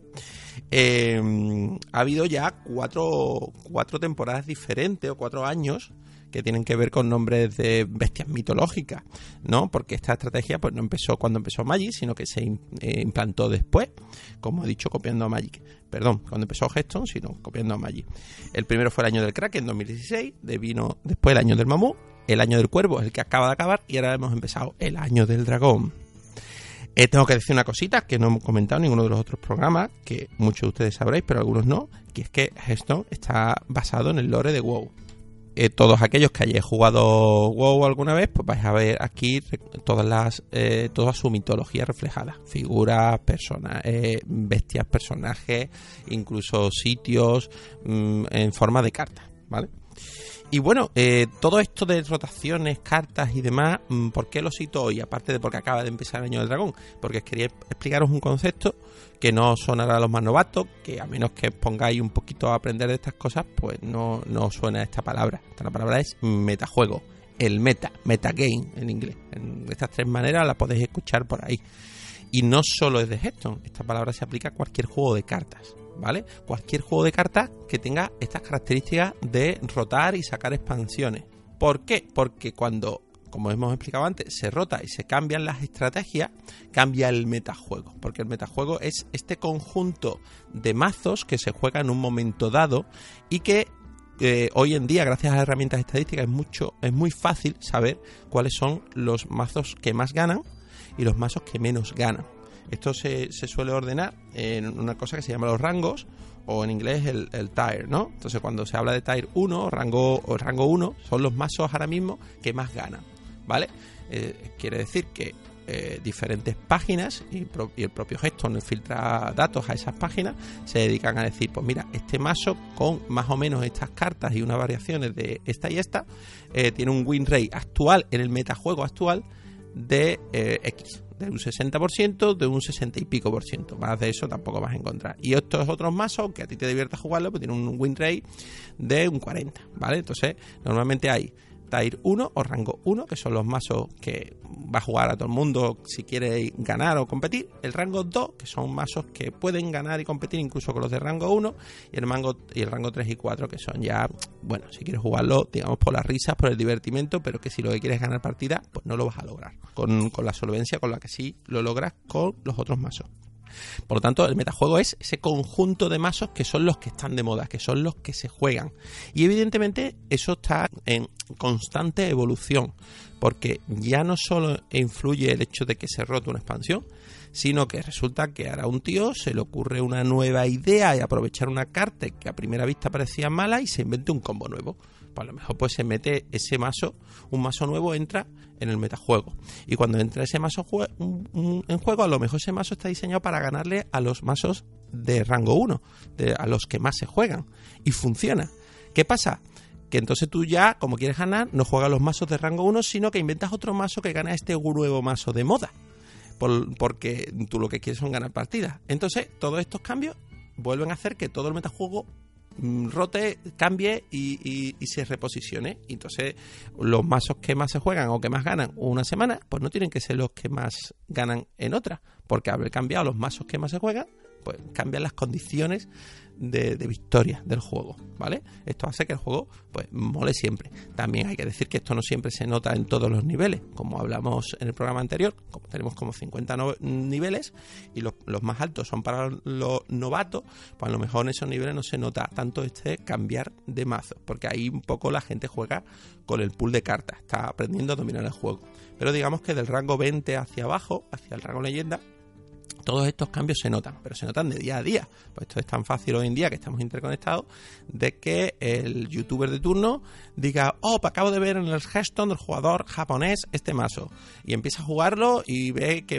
Ha habido ya cuatro temporadas diferentes o 4 años que tienen que ver con nombres de bestias mitológicas, ¿no? Porque esta estrategia pues no empezó cuando empezó Magic, sino que se implantó después, como he dicho, copiando a Magic. Perdón, cuando empezó Hearthstone, sino copiando a Magic. El primero fue el año del Kraken, en 2016, vino después el año del Mamut, el año del Cuervo, el que acaba de acabar, y ahora hemos empezado el año del Dragón. Tengo que decir una cosita que no hemos comentado en ninguno de los otros programas, que muchos de ustedes sabréis, pero algunos no, que es que Hearthstone está basado en el lore de WoW. Todos aquellos que hayáis jugado WoW alguna vez, pues vais a ver aquí toda su mitología reflejada. Figuras, bestias, personajes, incluso sitios en forma de cartas, ¿vale? Y bueno, todo esto de rotaciones, cartas y demás, ¿por qué lo cito hoy? Aparte de porque acaba de empezar el año del dragón, porque quería explicaros un concepto que no sonará a los más novatos, que a menos que pongáis un poquito a aprender de estas cosas, pues no suena esta palabra. La palabra es metajuego, el metagame en inglés. De estas tres maneras la podéis escuchar por ahí. Y no solo es de Hearthstone, esta palabra se aplica a cualquier juego de cartas, ¿vale? Cualquier juego de cartas que tenga estas características de rotar y sacar expansiones. ¿Por qué? Porque cuando, como hemos explicado antes, se rota y se cambian las estrategias, cambia el metajuego. Porque el metajuego es este conjunto de mazos que se juega en un momento dado y que hoy en día, gracias a las herramientas estadísticas, es muy fácil saber cuáles son los mazos que más ganan y los mazos que menos ganan. Esto se suele ordenar en una cosa que se llama los rangos, o en inglés el tier, ¿no? Entonces, cuando se habla de tier 1 rango 1, son los mazos ahora mismo que más ganan, ¿vale? Quiere decir que diferentes páginas y el propio Hearthstone filtra datos a esas páginas, se dedican a decir, pues mira, este mazo con más o menos estas cartas y unas variaciones de esta y esta, tiene un win rate actual en el metajuego actual de X, de un 60%, de un 60 y pico por ciento. Más de eso tampoco vas a encontrar. Y estos otros mazos, que a ti te divierta jugarlo, pues tienen un win rate de un 40, ¿vale? Entonces, normalmente hay Tier 1 o rango 1, que son los mazos que va a jugar a todo el mundo si quiere ganar o competir. El rango 2, que son mazos que pueden ganar y competir incluso con los de rango 1. Y el rango 3 y 4, que son ya, bueno, si quieres jugarlo, digamos, por las risas, por el divertimento, pero que si lo que quieres es ganar partida, pues no lo vas a lograr con la solvencia con la que sí lo logras con los otros mazos. Por lo tanto, el metajuego es ese conjunto de mazos que son los que están de moda, que son los que se juegan. Y evidentemente eso está en constante evolución, porque ya no solo influye el hecho de que se rote una expansión, sino que resulta que ahora a un tío se le ocurre una nueva idea y aprovechar una carta que a primera vista parecía mala y se invente un combo nuevo. Pues a lo mejor pues se mete ese mazo, un mazo nuevo entra en el metajuego. Y cuando entra ese mazo en juego, a lo mejor ese mazo está diseñado para ganarle a los mazos de rango 1, a los que más se juegan. Y funciona. ¿Qué pasa? Que entonces tú ya, como quieres ganar, no juegas los mazos de rango 1, sino que inventas otro mazo que gana este nuevo mazo de moda. Porque tú lo que quieres son ganar partidas. Entonces, todos estos cambios vuelven a hacer que todo el metajuego rote, cambie y se reposicione. Y entonces los mazos que más se juegan o que más ganan una semana, pues no tienen que ser los que más ganan en otra, porque haber cambiado los mazos que más se juegan, pues cambian las condiciones de victoria del juego, ¿vale? Esto hace que el juego pues mole siempre. También hay que decir que esto no siempre se nota en todos los niveles, como hablamos en el programa anterior, como tenemos como 50 niveles y los más altos son para los novatos, pues a lo mejor en esos niveles no se nota tanto este cambiar de mazo, porque ahí un poco la gente juega con el pool de cartas, está aprendiendo a dominar el juego. Pero digamos que del rango 20 hacia abajo, hacia el rango leyenda, todos estos cambios se notan, pero se notan de día a día. Pues esto es tan fácil hoy en día, que estamos interconectados, de que el youtuber de turno diga, oh, pues acabo de ver en el Hearthstone del jugador japonés este mazo, y empieza a jugarlo y ve que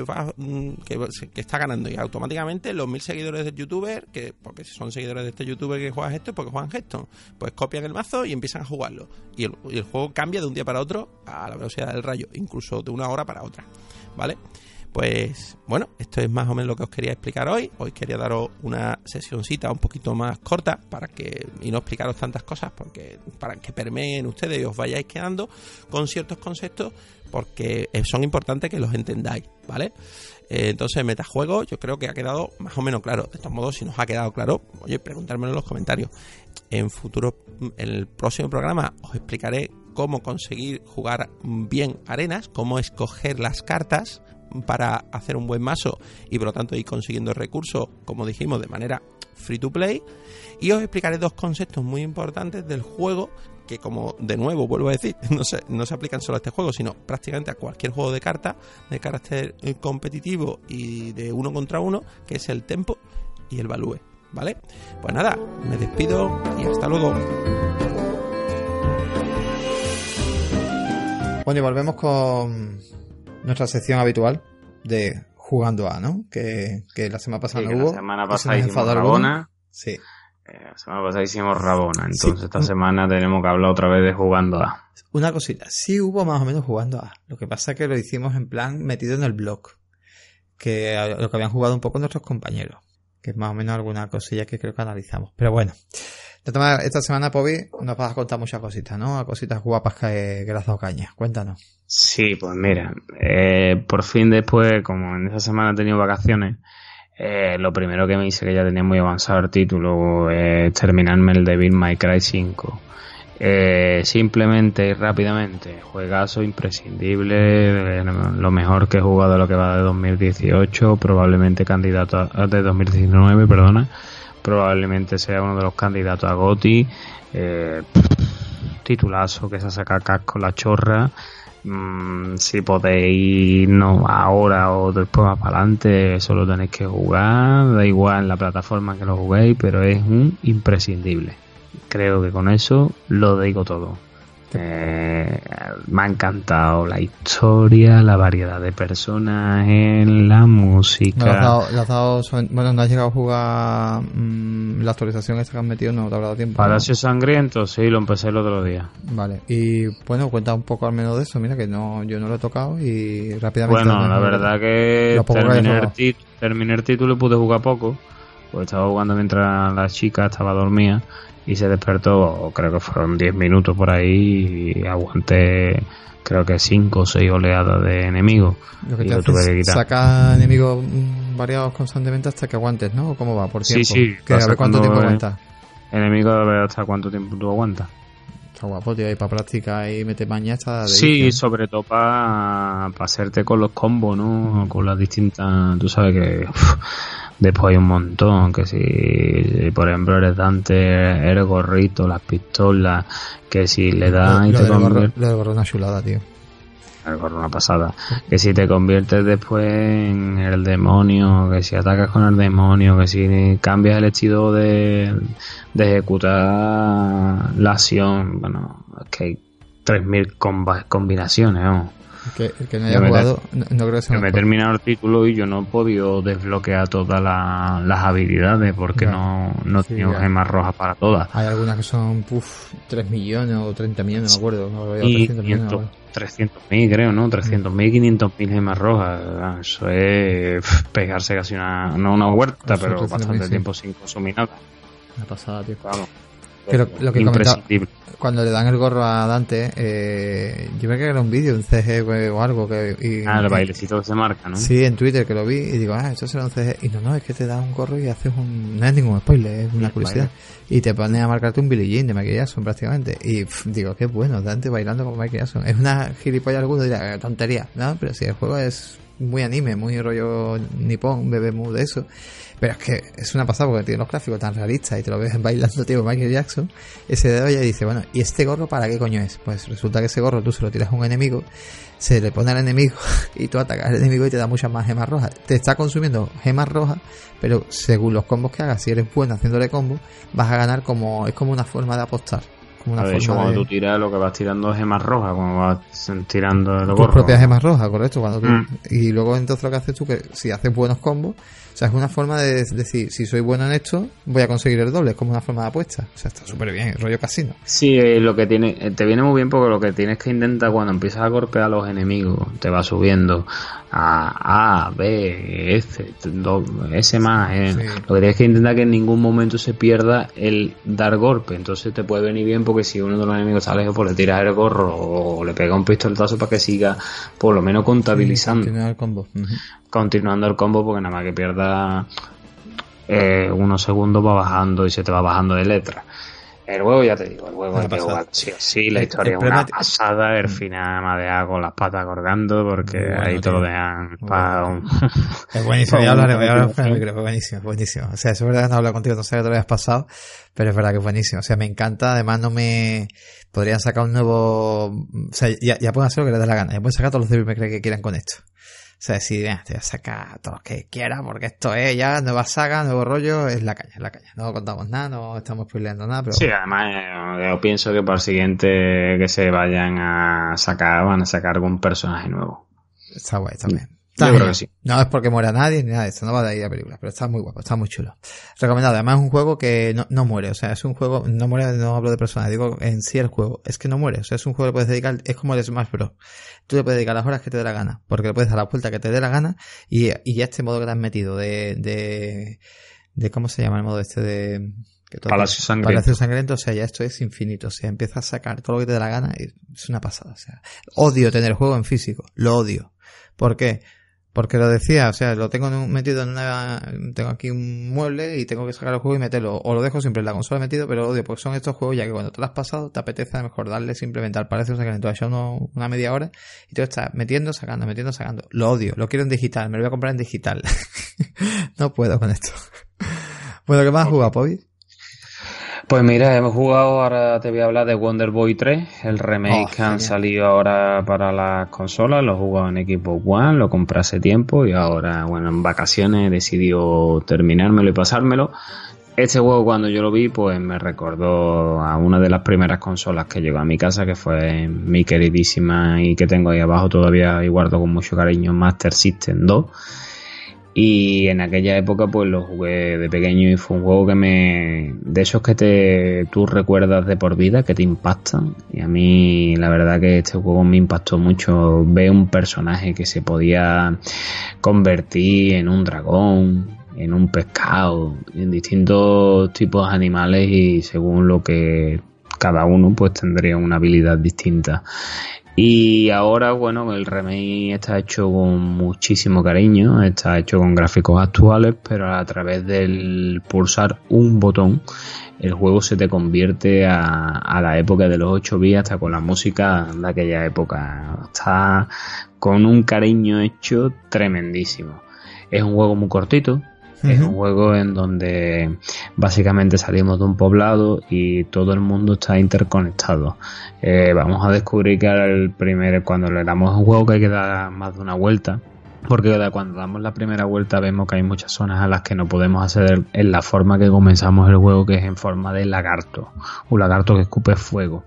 está ganando, y automáticamente los 1000 seguidores del youtuber, porque son seguidores de este youtuber que juega esto, porque juegan Hearthstone, pues copian el mazo y empiezan a jugarlo, y el juego cambia de un día para otro a la velocidad del rayo, incluso de una hora para otra, ¿vale? Pues bueno, esto es más o menos lo que os quería explicar hoy. Hoy quería daros una sesioncita un poquito más corta y no explicaros tantas cosas, para que permeen ustedes y os vayáis quedando con ciertos conceptos, porque son importantes que los entendáis, ¿vale? Entonces, metajuego yo creo que ha quedado más o menos claro. De todos modos, si no os ha quedado claro, oye, preguntármelo en los comentarios. En el próximo programa os explicaré cómo conseguir jugar bien arenas, cómo escoger las cartas para hacer un buen mazo y por lo tanto ir consiguiendo recursos, como dijimos, de manera free to play. Y os explicaré dos conceptos muy importantes del juego que, como de nuevo vuelvo a decir, no se aplican solo a este juego, sino prácticamente a cualquier juego de cartas de carácter competitivo y de uno contra uno, que es el tempo y el value, ¿vale? Pues nada, me despido y hasta luego. Bueno, y volvemos con nuestra sección habitual de Jugando A, ¿no? Que la semana pasada no hubo. La semana pasada hicimos Rabona. Sí. La semana pasada hicimos Rabona, entonces esta semana tenemos que hablar otra vez de Jugando A. Una cosita, sí hubo más o menos Jugando A. Lo que pasa es que lo hicimos en plan metido en el blog. Que lo que habían jugado un poco nuestros compañeros. Que es más o menos alguna cosilla que creo que analizamos. Pero bueno. Esta semana, Pobi, nos vas a contar muchas cositas, ¿no? Cositas guapas que le has dado caña. Cuéntanos. Sí, pues mira, por fin después, como en esa semana he tenido vacaciones, lo primero que me hice, que ya tenía muy avanzado el título, es terminarme el Devil May Cry 5. Simplemente y rápidamente, juegazo imprescindible, lo mejor que he jugado de lo que va de 2018, probablemente candidato a, de 2019, perdona. Probablemente sea uno de los candidatos a GOTY. Titulazo que se saca casco la chorra. Si podéis, no ahora o después más para adelante, eso lo tenéis que jugar. Da igual en la plataforma que lo juguéis, pero es un imprescindible. Creo que con eso lo digo todo. Me ha encantado la historia, la variedad de personajes, la música. Bueno, no has llegado a jugar la actualización esta que han metido, no te habrá dado tiempo. Palacio Sangriento, sí, lo empecé el otro día. Vale, y bueno, cuenta un poco al menos de eso. Mira que no, yo no lo he tocado y rápidamente. Bueno, la verdad que terminé el título y pude jugar poco. Pues estaba jugando mientras la chica estaba dormida. Y se despertó, creo que fueron 10 minutos por ahí, y aguanté creo que 5 o 6 oleadas de enemigos. Lo que y te lo tuve que quitar. Saca enemigos variados constantemente hasta que aguantes, ¿no? ¿Cómo va? Por tiempo. Sí. Que a ver cuánto tiempo aguantas. Enemigos, a ver hasta cuánto tiempo tú aguantas. Está guapo, tío, y para practicar y meter maña está de sí, vicio. Sobre todo para hacerte con los combos, ¿no? Con las distintas... Tú sabes que... Después hay un montón, que si por ejemplo eres Dante, eres gorrito, las pistolas, que si le das y te conviertes... Lo de gorro una chulada, tío. El gorro una pasada. Que si te conviertes después en el demonio, que si atacas con el demonio, que si cambias el estilo de ejecutar la acción, bueno, es que hay 3000 combinaciones, ¿no? El que no haya jugado, no creo que sea. Me he terminado el título y yo no he podido desbloquear todas las habilidades porque no tengo gemas rojas para todas. Hay algunas que son 3 millones o 30 millones, no me acuerdo. Y 300.000 creo, ¿no? 300.000, 500.000 gemas rojas. Eso es pegarse casi una huerta, pero bastante tiempo sin consumir nada. Una pasada, tío. Vamos. Lo que comentaba, cuando le dan el gorro a Dante, yo me quedé en un vídeo, un CG o algo. El bailecito que se marca, ¿no? Sí, en Twitter que lo vi y digo, esto será un CG. Y no, es que te da un gorro y haces no es ningún spoiler, es una curiosidad. Y te pones a marcarte un Billie Jean de Michael Jackson prácticamente. Y digo, qué bueno, Dante bailando con Michael Jackson. Es una gilipollas, alguno dirá, tontería, ¿no? Pero sí, el juego es muy anime, muy rollo nipón, bebé mood de eso. Pero es que es una pasada porque tiene los gráficos tan realistas y te lo ves bailando, tío, Michael Jackson. Ese dedo ya dice, bueno, ¿y este gorro para qué coño es? Pues resulta que ese gorro tú se lo tiras a un enemigo, se le pone al enemigo y tú atacas al enemigo y te da muchas más gemas rojas. Te está consumiendo gemas rojas, pero según los combos que hagas, si eres bueno haciéndole combos, vas a ganar es como una forma de apostar. De hecho, cuando tú tiras, lo que vas tirando es gemas rojas, cuando vas tirando el gorro. Tus propias gemas rojas, correcto. Cuando tú, y luego entonces lo que haces tú, que si haces buenos combos, o sea, es una forma de decir, si soy bueno en esto, voy a conseguir el doble, es como una forma de apuesta. O sea, está súper bien, rollo casino. Sí, lo que te viene muy bien porque lo que tienes que intentar cuando empiezas a golpear a los enemigos, te va subiendo a B, S más. Sí. Lo que tienes que intentar que en ningún momento se pierda el dar golpe. Entonces te puede venir bien porque si uno de los enemigos está lejos, pues le tiras el gorro o le pega un pistoletazo para que siga por lo menos contabilizando. Continuar el combo. Continuando el combo, porque nada más que pierda unos segundos va bajando y se te va bajando de letra. El juego, ya te digo, el juego hay que jugar sí o sí, la historia es una pasada, el final me ha dejado con las patas colgando porque bueno, ahí te lo dejan para un... Es buenísimo, ya hablaré con el micro, buenísimo. O sea, eso es verdad que no hablo contigo, no sé que te lo habías pasado, pero es verdad que es buenísimo, o sea, me encanta, además podrían sacar un nuevo, o sea, ya pueden hacer lo que les dé la gana, ya pueden sacar todos los Devil May Cry que quieran con esto. O sea, si te voy a sacar todo lo que quieras, porque esto es ya nueva saga, nuevo rollo, es la caña. No contamos nada, no estamos spoileando nada, pero... Sí, además yo pienso que para el siguiente que se vayan a sacar, van a sacar algún personaje nuevo. Está guay también. Yo creo que sí. No es porque muera nadie ni nada de esto, no va de ahí a películas, pero está muy guapo, está muy chulo. Recomendado, además es un juego que no muere, o sea, es un juego, no muere, no hablo de personas, digo en sí el juego, es que no muere, o sea, es un juego que puedes dedicar, es como el Smash Bros. Tú le puedes dedicar las horas que te dé la gana, porque le puedes dar la vuelta que te dé la gana, y ya este modo que te has metido de ¿cómo se llama el modo este de... Palacio Sangriento. Palacio Sangriento, o sea, ya esto es infinito, o sea, empiezas a sacar todo lo que te dé la gana y es una pasada, o sea, odio tener el juego en físico, lo odio. ¿Por qué? Porque lo decía, o sea, lo tengo metido tengo aquí un mueble y tengo que sacar el juego y meterlo, o lo dejo siempre en la consola metido, pero lo odio porque son estos juegos ya que cuando te lo has pasado te apetece a lo mejor darle simplemente al Palacio Sangriento, ya una media hora y tú estás metiendo, sacando, lo odio, lo quiero en digital, me lo voy a comprar en digital. No puedo con esto. Bueno, ¿qué más has jugado, Pobi? Pues mira, hemos jugado, ahora te voy a hablar de Wonder Boy 3, el remake que han salido ahora para las consolas, lo he jugado en Xbox One, lo compré hace tiempo y ahora, bueno, en vacaciones he decidido terminármelo y pasármelo. Este juego cuando yo lo vi, pues me recordó a una de las primeras consolas que llegó a mi casa, que fue mi queridísima y que tengo ahí abajo todavía y guardo con mucho cariño, Master System 2. Y en aquella época pues lo jugué de pequeño y fue un juego de esos que tú recuerdas de por vida, que te impactan. Y a mí la verdad que este juego me impactó mucho. Ver un personaje que se podía convertir en un dragón, en un pescado, en distintos tipos de animales y según lo que cada uno pues tendría una habilidad distinta. Y ahora, bueno, el remake está hecho con muchísimo cariño, está hecho con gráficos actuales, pero a través del pulsar un botón, el juego se te convierte a la época de los 8 bits, hasta con la música de aquella época. Está con un cariño hecho tremendísimo. Es un juego muy cortito. Es un juego en donde básicamente salimos de un poblado y todo el mundo está interconectado. Vamos a descubrir que cuando le damos un juego que hay que dar más de una vuelta, porque cuando damos la primera vuelta vemos que hay muchas zonas a las que no podemos acceder en la forma que comenzamos el juego, que es en forma de lagarto, un lagarto que escupe fuego.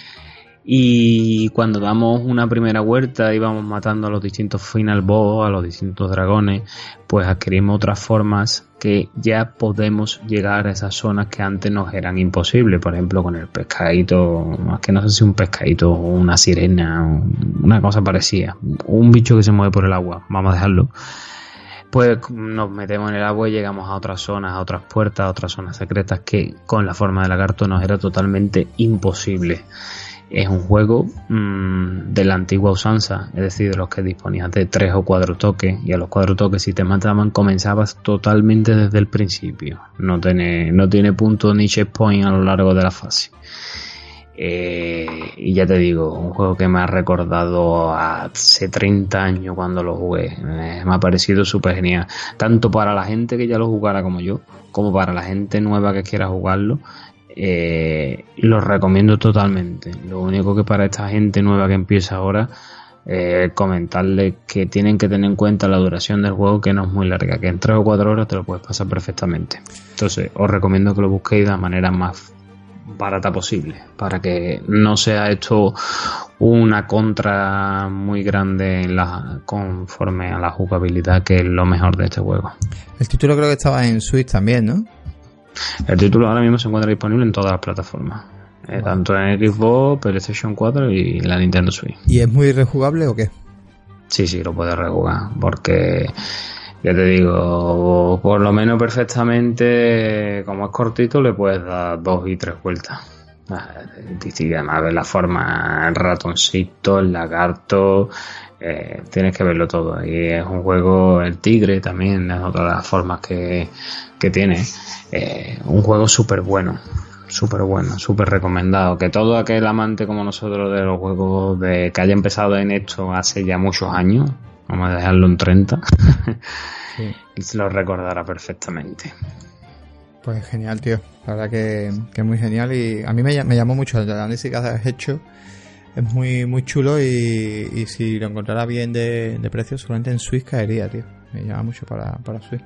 Y cuando damos una primera vuelta y vamos matando a los distintos final boss, a los distintos dragones, pues adquirimos otras formas que ya podemos llegar a esas zonas que antes nos eran imposibles. Por ejemplo, con el pescadito, más que no sé si un pescadito o una sirena, una cosa parecida, un bicho que se mueve por el agua, vamos a dejarlo. Pues nos metemos en el agua y llegamos a otras zonas, a otras puertas, a otras zonas secretas que con la forma de lagarto nos era totalmente imposible. Es un juego de la antigua usanza, es decir, de los que disponías de 3 o 4 toques, y a los 4 toques si te mataban comenzabas totalmente desde el principio. No tiene punto ni checkpoint a lo largo de la fase. Y ya te digo, un juego que me ha recordado hace 30 años cuando lo jugué. Me ha parecido súper genial, tanto para la gente que ya lo jugara como yo, como para la gente nueva que quiera jugarlo. Lo recomiendo totalmente. Lo único que para esta gente nueva que empieza ahora, comentarles que tienen que tener en cuenta la duración del juego, que no es muy larga, que en 3 o 4 horas te lo puedes pasar perfectamente. Entonces os recomiendo que lo busquéis de la manera más barata posible, para que no sea esto una contra muy grande conforme a la jugabilidad, que es lo mejor de este juego. El título creo que estaba en Switch también, ¿no? El título ahora mismo se encuentra disponible en todas las plataformas, tanto en Xbox, PlayStation 4 y la Nintendo Switch. ¿Y es muy rejugable o qué? Sí, lo puedes rejugar, porque ya te digo, por lo menos perfectamente, como es cortito, le puedes dar 2 y 3 vueltas. Y además ver la forma, el ratoncito, el lagarto, tienes que verlo todo. Y es un juego, el tigre también es otra de las formas que tiene. Un juego súper bueno, súper bueno, súper recomendado. Que todo aquel amante como nosotros de los juegos que haya empezado en esto hace ya muchos años, vamos a dejarlo en 30, sí. Lo recordará perfectamente. Pues genial, tío. La verdad que es muy genial y a mí me llamó mucho el análisis que has hecho. Es muy muy chulo y si lo encontrara bien de precio, solamente en Switch caería, tío. Me llama mucho para Switch.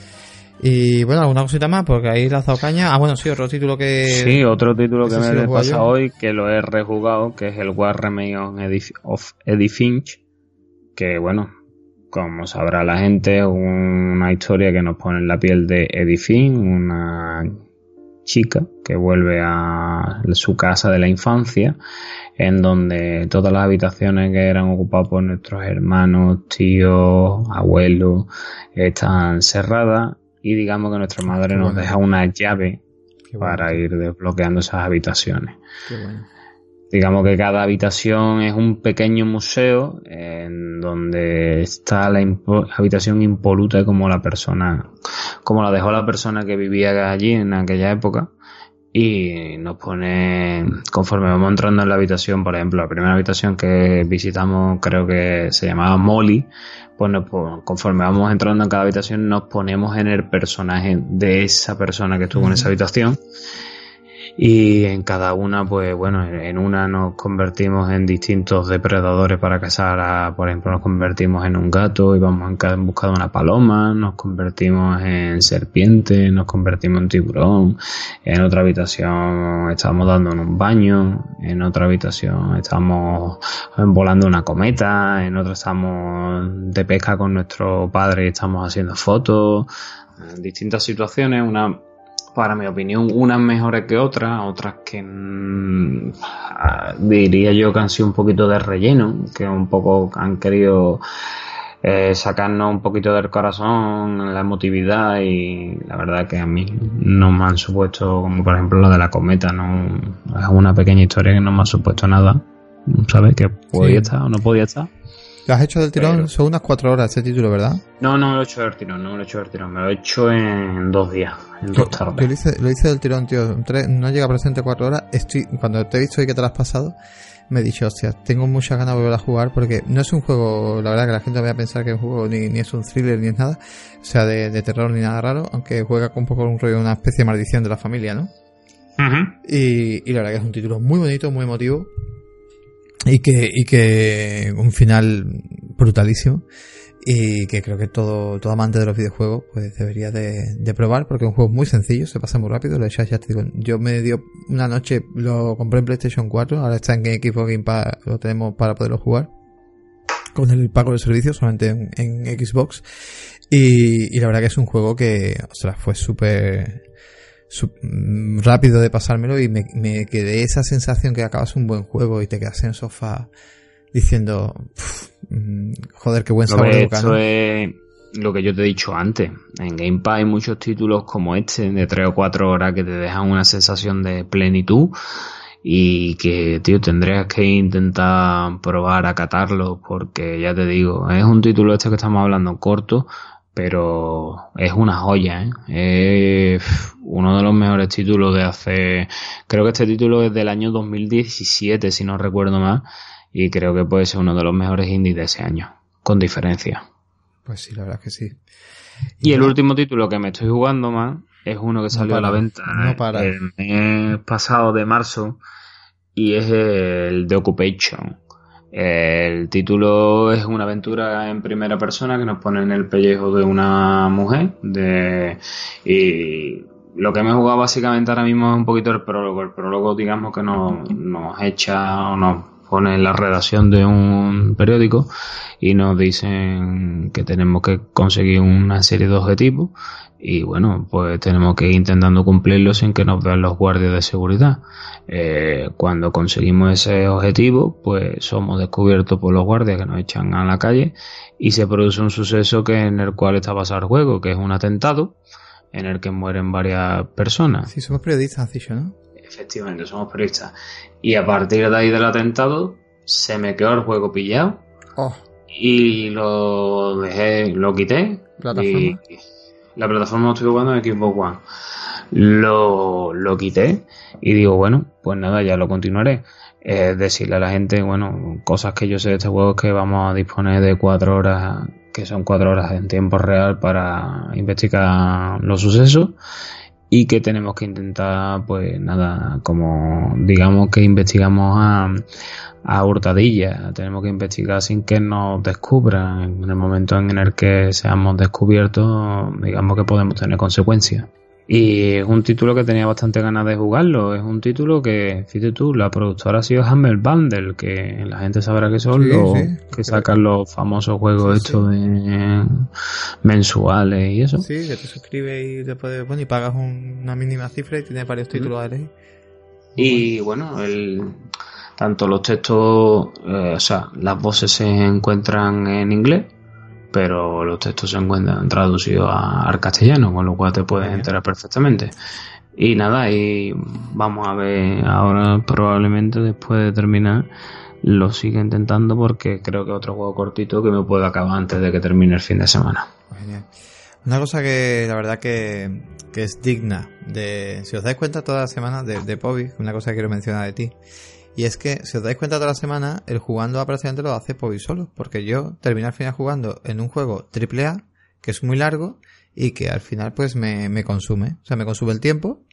Y bueno, alguna cosita más, porque ahí le has dado caña. Ah, bueno, sí, otro título que... Sí, otro título que me pasa hoy, que lo he rejugado, que es el War Remake of Edith Finch, que bueno, como sabrá la gente, una historia que nos pone en la piel de Edith Finch, una chica que vuelve a su casa de la infancia, en donde todas las habitaciones que eran ocupadas por nuestros hermanos, tíos, abuelos, están cerradas y digamos que nuestra madre nos deja una llave para ir desbloqueando esas habitaciones. Qué bueno. Digamos que cada habitación es un pequeño museo en donde está la habitación impoluta como la dejó la persona que vivía allí en aquella época, y nos pone, conforme vamos entrando en la habitación, por ejemplo, la primera habitación que visitamos creo que se llamaba Molly, pues conforme vamos entrando en cada habitación nos ponemos en el personaje de esa persona que estuvo en esa habitación. Y en cada una, pues bueno, en una nos convertimos en distintos depredadores para cazar. Por ejemplo, nos convertimos en un gato y vamos en busca de una paloma, nos convertimos en serpiente, nos convertimos en tiburón, en otra habitación estamos dándonos un baño, en otra habitación estamos volando una cometa, en otra estamos de pesca con nuestro padre y estamos haciendo fotos, en distintas situaciones, para mi opinión, unas mejores que otras que diría yo que han sido un poquito de relleno, que un poco han querido sacarnos un poquito del corazón, la emotividad, y la verdad que a mí no me han supuesto, como por ejemplo lo de la cometa, no es una pequeña historia que no me ha supuesto nada, ¿sabes? Que podía estar o no podía estar. ¿Lo has hecho del tirón? Pero... Son unas 4 horas ese título, ¿verdad? No lo he hecho del tirón, me lo he hecho en 2 días, en 2 tardes. Yo lo hice del tirón, tío. No llega presente 4 horas. Cuando te he visto y que te lo has pasado, me he dicho, hostia, tengo muchas ganas de volver a jugar porque no es un juego, la verdad que la gente vaya a pensar que es un juego ni es un thriller ni es nada, o sea, de terror ni nada raro, aunque juega con un poco un rollo, una especie de maldición de la familia, ¿no? Uh-huh. Y la verdad que es un título muy bonito, muy emotivo. Y que un final brutalísimo, y que creo que todo amante de los videojuegos pues debería de probar, porque es un juego muy sencillo, se pasa muy rápido. Lo ya te digo, yo me dio una noche, lo compré en PlayStation 4, ahora está en Xbox Game Pass, lo tenemos para poderlo jugar con el pago del servicio solamente en Xbox, y la verdad que es un juego que, ostras, fue súper rápido de pasármelo, y me quedé esa sensación que acabas un buen juego y te quedas en el sofá diciendo joder, qué buen sabor de boca, ¿no? Esto es lo que yo te he dicho antes. En Game Pass hay muchos títulos como este de 3 o 4 horas que te dejan una sensación de plenitud y que, tío, tendrías que intentar probar a catarlo, porque ya te digo, es un título este que estamos hablando corto, pero es una joya, ¿eh? Es uno de los mejores títulos de hace... Creo que este título es del año 2017, si no recuerdo mal, y creo que puede ser uno de los mejores indies de ese año, con diferencia. Pues sí, la verdad es que sí. Y el último título que me estoy jugando más es uno que salió a la venta el mes pasado de marzo, y es el The Occupation. El título es una aventura en primera persona que nos pone en el pellejo de una mujer, y lo que me he jugado básicamente ahora mismo es un poquito el prólogo. El prólogo, digamos que nos echa o nos pone en la redacción de un periódico y nos dicen que tenemos que conseguir una serie de objetivos, y bueno, pues tenemos que ir intentando cumplirlos sin que nos vean los guardias de seguridad. Cuando conseguimos ese objetivo, pues somos descubiertos por los guardias, que nos echan a la calle, y se produce un suceso en el cual está basado el juego, que es un atentado en el que mueren varias personas. Sí, somos periodistas, has dicho, ¿no? Efectivamente, somos periodistas. Y a partir de ahí del atentado, se me quedó el juego pillado. Oh. Y lo dejé, lo quité. ¿Plataforma? Y la plataforma lo estoy jugando en Xbox One. lo quité y digo, bueno, pues nada, ya lo continuaré. Decirle a la gente, bueno, cosas que yo sé de este juego es que vamos a disponer de 4 horas, que son 4 horas en tiempo real para investigar los sucesos, y que tenemos que intentar, pues nada, como digamos que investigamos a hurtadillas, tenemos que investigar sin que nos descubran. En el momento en el que seamos descubiertos, digamos que podemos tener consecuencias. Y es un título que tenía bastante ganas de jugarlo. Es un título que, fíjate tú, la productora ha sido Humble Bundle, que la gente sabrá que son los que sacan los famosos juegos estos de mensuales y eso. Sí, que te suscribes y después y pagas una mínima cifra y tienes varios títulos a elegir. Y bueno, tanto los textos, o sea, las voces se encuentran en inglés, pero los textos se encuentran traducidos al castellano, con lo cual te puedes enterar perfectamente. Y nada, y vamos a ver ahora, probablemente después de terminar, lo siga intentando, porque creo que es otro juego cortito que me puedo acabar antes de que termine el fin de semana. Genial. Una cosa que la verdad que es digna de, si os dais cuenta toda la semana de Pobi, una cosa que quiero mencionar de ti, y es que si os dais cuenta toda la semana, el jugando prácticamente lo hace Pobi solo, porque yo terminé al final jugando en un juego AAA que es muy largo y que al final pues me consume, o sea, me consume el tiempo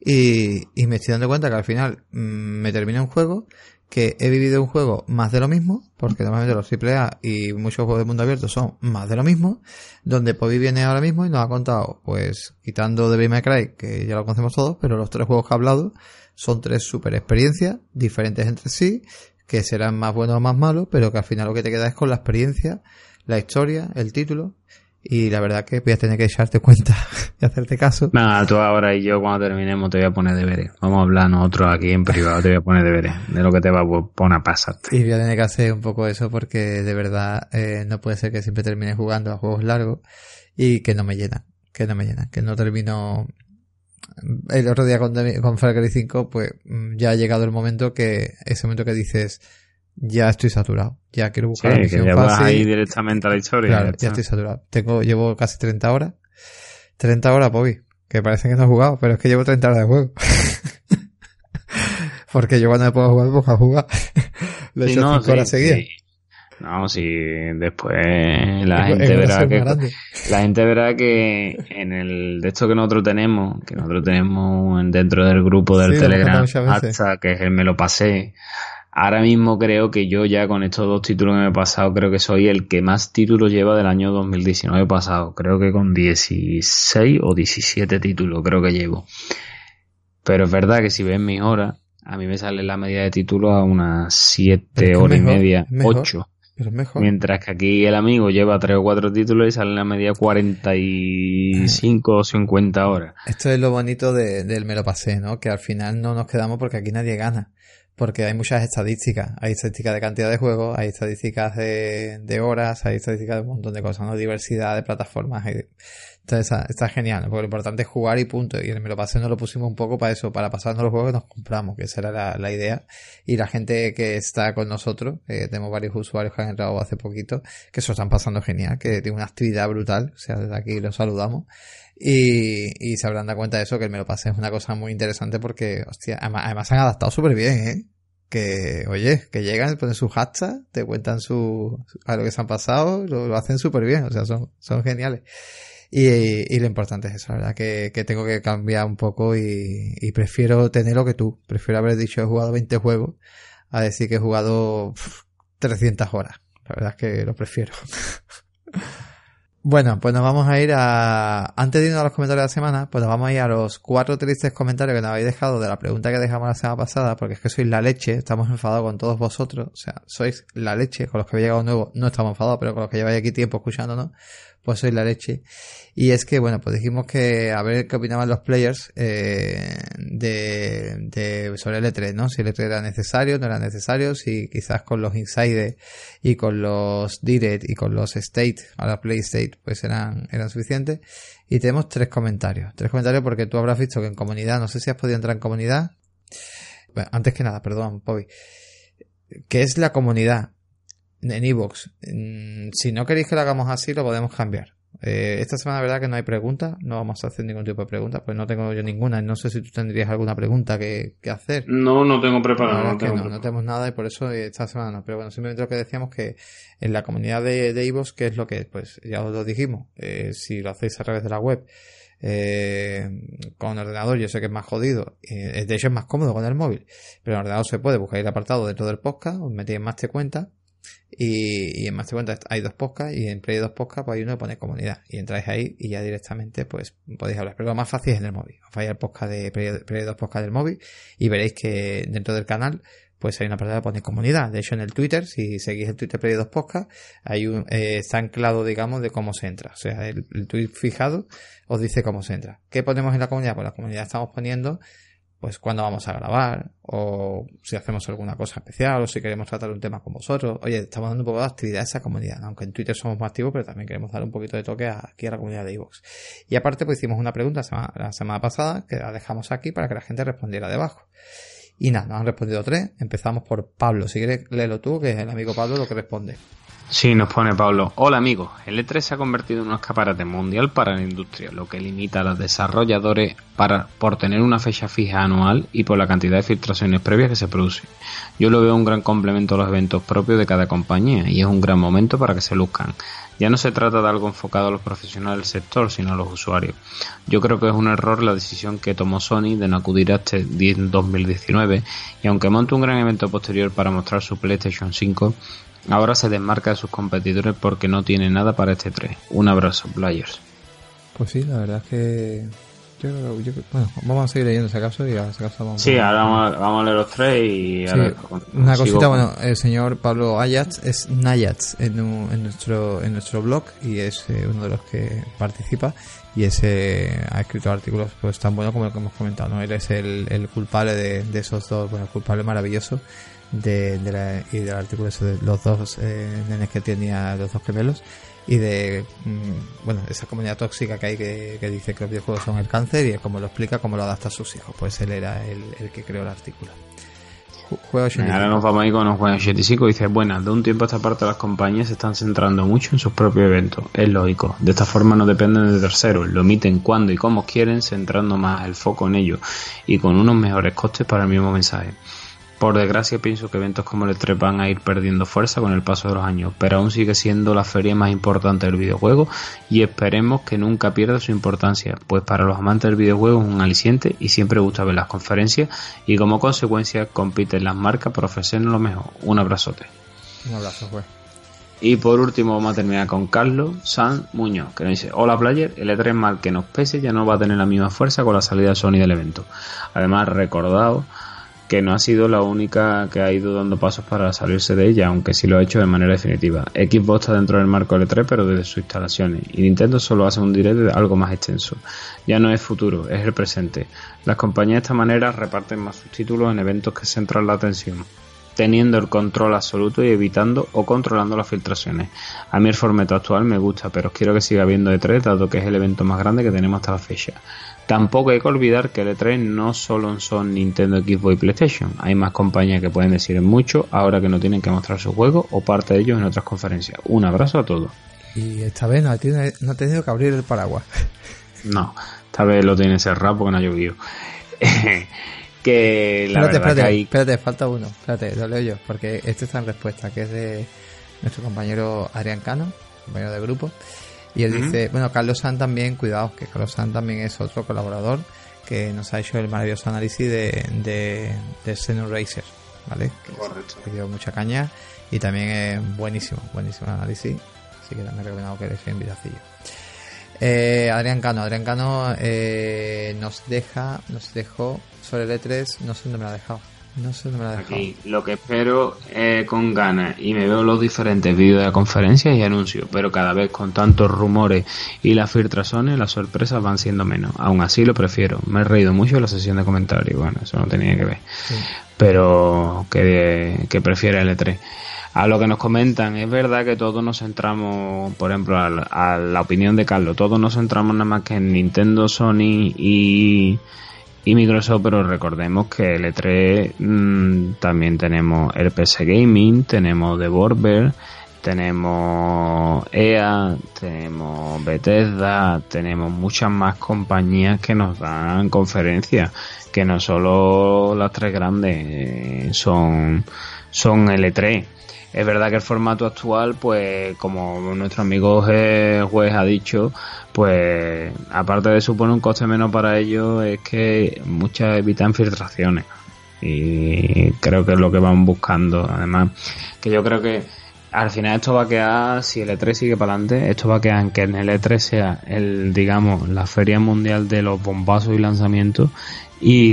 y me estoy dando cuenta que al final me termina un juego que he vivido un juego más de lo mismo, porque normalmente los AAA y muchos juegos de mundo abierto son más de lo mismo, donde Pobi viene ahora mismo y nos ha contado, pues quitando Devil May Cry, que ya lo conocemos todos, pero los 3 juegos que ha hablado son 3 super experiencias, diferentes entre sí, que serán más buenos o más malos, pero que al final lo que te queda es con la experiencia, la historia, el título, y la verdad que voy a tener que echarte cuenta y hacerte caso. Nada, tú ahora y yo cuando terminemos te voy a poner deberes. Vamos a hablar nosotros aquí en privado, te voy a poner deberes de lo que te va a poner a pasarte. Y voy a tener que hacer un poco eso porque de verdad no puede ser que siempre termine jugando a juegos largos y que no me llenan, que no termino. El otro día con Far Cry 5 pues ya ha llegado el momento ese momento que dices, ya estoy saturado, ya quiero buscar la misión que ya fácil. vas ahí directamente a la historia. Claro, ya estoy saturado. Llevo casi 30 horas. 30 horas, Pobi, que parece que no he jugado, pero es que llevo 30 horas de juego. Porque yo cuando me puedo jugar, pues a jugar. Lo he hecho 5 horas seguidas. Sí. No, si después la gente verá que en el de esto que nosotros tenemos dentro del grupo del Telegram, hasta que es el me lo pasé. Ahora mismo creo que yo ya con estos 2 títulos que me he pasado, creo que soy el que más títulos lleva del año 2019 pasado. Creo que con 16 o 17 títulos creo que llevo. Pero es verdad que si ves mis horas, a mí me sale la media de títulos a unas 7 horas y media, 8. Pero es mejor. Mientras que aquí el amigo lleva 3 o 4 títulos y sale en la media 45 o 50 horas. Esto es lo bonito del me lo pasé, ¿no? Que al final no nos quedamos porque aquí nadie gana. Porque hay muchas estadísticas. Hay estadísticas de cantidad de juegos, hay estadísticas de horas, hay estadísticas de un montón de cosas, ¿no? Diversidad de plataformas. Entonces está genial, ¿no? Porque lo importante es jugar y punto. Y en el me lo pasé nos lo pusimos un poco para eso, para pasarnos los juegos que nos compramos, que esa era la idea. Y la gente que está con nosotros, tenemos varios usuarios que han entrado hace poquito, que se lo están pasando genial, que tiene una actividad brutal. O sea, desde aquí los saludamos. Y se habrán dado cuenta de eso, que el me lo pasé es una cosa muy interesante porque, hostia, además se han adaptado súper bien, que, oye, que llegan, ponen sus hashtags, te cuentan a lo que se han pasado, lo hacen súper bien, o sea, son geniales. Y lo importante es eso, la verdad, que tengo que cambiar un poco y prefiero tenerlo que tú. Prefiero haber dicho he jugado 20 juegos a decir que he jugado 300 horas. La verdad es que lo prefiero. Bueno, pues nos vamos a ir antes de irnos a los comentarios de la semana, pues nos vamos a ir a los 4 tristes comentarios que nos habéis dejado de la pregunta que dejamos la semana pasada, porque es que sois la leche, estamos enfadados con todos vosotros, o sea, sois la leche, con los que habéis llegado nuevos no estamos enfadados, pero con los que lleváis aquí tiempo escuchándonos, pues sois la leche. Y es que, bueno, pues dijimos que a ver qué opinaban los players sobre el E3, ¿no? Si el E3 era necesario, no era necesario, si quizás con los Insider y con los Direct y con los State, ahora Play State, pues eran suficientes. Y tenemos 3 comentarios. 3 comentarios porque tú habrás visto que en comunidad, no sé si has podido entrar en comunidad. Bueno, antes que nada, perdón, Pobi. ¿Qué es la comunidad? En iVoox. Si no queréis que lo hagamos así, lo podemos cambiar. Esta semana la verdad que no hay preguntas, no vamos a hacer ningún tipo de pregunta, pues no tengo yo ninguna. No sé si tú tendrías alguna pregunta que hacer. No tengo preparado. No tenemos nada y por eso esta semana no. Pero bueno, simplemente lo que decíamos que en la comunidad de iVoox, ¿qué es lo que es? Pues ya os lo dijimos, si lo hacéis a través de la web, con ordenador, yo sé que es más jodido, de hecho es más cómodo con el móvil, pero en ordenador se puede buscar el apartado dentro del podcast, os metéis en Más Te Cuenta y en Más Te Cuenta hay 2 podcasts y en Play 2 podcasts pues hay uno que pone comunidad y entráis ahí y ya directamente pues podéis hablar, pero lo más fácil es en el móvil. Os vais al podcast de Play 2 podcast del móvil y veréis que dentro del canal pues hay una parte que pone comunidad. De hecho, en el Twitter, si seguís el Twitter Play 2 Podcast, hay está anclado, digamos, de cómo se entra. O sea, el tweet fijado os dice cómo se entra. ¿Qué ponemos en la comunidad? Pues la comunidad estamos poniendo, pues, cuándo vamos a grabar, o si hacemos alguna cosa especial, o si queremos tratar un tema con vosotros. Oye, estamos dando un poco de actividad a esa comunidad, aunque en Twitter somos más activos, pero también queremos dar un poquito de toque aquí a la comunidad de iVoox. Y aparte, pues hicimos una pregunta la semana pasada, que la dejamos aquí para que la gente respondiera debajo. Y nada, nos han respondido 3. Empezamos por Pablo. Si quieres, léelo tú, que es el amigo Pablo lo que responde. Sí, nos pone Pablo. Hola amigos, el E3 se ha convertido en un escaparate mundial para la industria, lo que limita a los desarrolladores por tener una fecha fija anual y por la cantidad de filtraciones previas que se producen. Yo lo veo un gran complemento a los eventos propios de cada compañía y es un gran momento para que se luzcan. Ya no se trata de algo enfocado a los profesionales del sector, sino a los usuarios. Yo creo que es un error la decisión que tomó Sony de no acudir a este 2019 y aunque monte un gran evento posterior para mostrar su PlayStation 5, ahora se desmarca de sus competidores porque no tiene nada para este 3. Un abrazo, Players. Pues sí, la verdad es que bueno, vamos a seguir leyendo ese caso y a ese caso vamos. Sí, ahora vamos a leer los 3 y sí, ahora una cosita, bueno, el señor Pablo Ayats es Nayats en nuestro blog y es uno de los que participa y ha escrito artículos pues tan buenos como el que hemos comentado, ¿no? Él es el culpable de esos dos, bueno, el culpable maravilloso del artículo ese de los dos nenes que tenía, los dos gemelos, y de bueno, esa comunidad tóxica que hay que dice que los videojuegos son el cáncer y como lo explica, cómo lo adapta a sus hijos. Pues él era el que creó el artículo. Ahora nos vamos a ir con un juego 85. Dice, buenas, de un tiempo a esta parte las compañías se están centrando mucho en sus propios eventos. Es lógico, de esta forma no dependen de terceros, lo emiten cuando y como quieren, centrando más el foco en ello y con unos mejores costes para el mismo mensaje. Por desgracia pienso que eventos como el E3 van a ir perdiendo fuerza con el paso de los años, pero aún sigue siendo la feria más importante del videojuego y esperemos que nunca pierda su importancia, pues para los amantes del videojuego es un aliciente y siempre gusta ver las conferencias y como consecuencia compiten las marcas por ofrecernos lo mejor. Un abrazote. Un abrazo, pues. Y por último vamos a terminar con Carlos Sanz Muñoz, que nos dice, hola Player, el E3 mal que nos pese ya no va a tener la misma fuerza con la salida de Sony del evento. Además recordado que no ha sido la única que ha ido dando pasos para salirse de ella, aunque sí lo ha hecho de manera definitiva. Xbox está dentro del marco del E3, pero desde sus instalaciones, y Nintendo solo hace un direct de algo más extenso. Ya no es futuro, es el presente. Las compañías de esta manera reparten más sus títulos en eventos que centran la atención, teniendo el control absoluto y evitando o controlando las filtraciones. A mí el formato actual me gusta, pero quiero que siga habiendo E3, dado que es el evento más grande que tenemos hasta la fecha. Tampoco hay que olvidar que el E3 no solo son Nintendo, Xbox y PlayStation. Hay más compañías que pueden decir mucho ahora que no tienen que mostrar sus juegos o parte de ellos en otras conferencias. Un abrazo a todos. Y esta vez no ha tenido que abrir el paraguas. No, esta vez lo tiene cerrado porque no ha llovido. Que la espérate, falta uno. Espérate, lo leo yo, porque este está en respuesta, que es de nuestro compañero Adrián Cano, compañero de grupo. Y él dice, bueno, Carlos Sanz también, cuidado, que Carlos Sanz también es otro colaborador que nos ha hecho el maravilloso análisis de Xenon Racer, ¿vale? Correcto. Que dio mucha caña y también es buenísimo el análisis, así que también he recomendado que le eche un vidacillo. Adrián Cano nos dejó sobre el E3, no sé dónde me lo ha dejado. Aquí lo que espero con ganas y me veo los diferentes vídeos de la conferencia y anuncios, pero cada vez con tantos rumores y las filtraciones las sorpresas van siendo menos. Aún así lo prefiero. Me he reído mucho en la sesión de comentarios, bueno, eso no tenía que ver, sí. Pero que prefiere el E3. A lo que nos comentan, es verdad que todos nos centramos, por ejemplo, a la opinión de Carlos, todos nos centramos nada más que en Nintendo, Sony y Microsoft, pero recordemos que el E3 también tenemos el PC Gaming, tenemos Devolver, tenemos EA, tenemos Bethesda, tenemos muchas más compañías que nos dan conferencias, que no solo las tres grandes son L3. Es verdad que el formato actual, pues como nuestro amigo juez ha dicho, pues aparte de suponer un coste menos para ellos, es que muchas evitan filtraciones, y creo que es lo que van buscando. Además, que yo creo que al final esto va a quedar, si el E3 sigue para adelante, esto va a quedar en que en el E3 sea la feria mundial de los bombazos y lanzamientos, y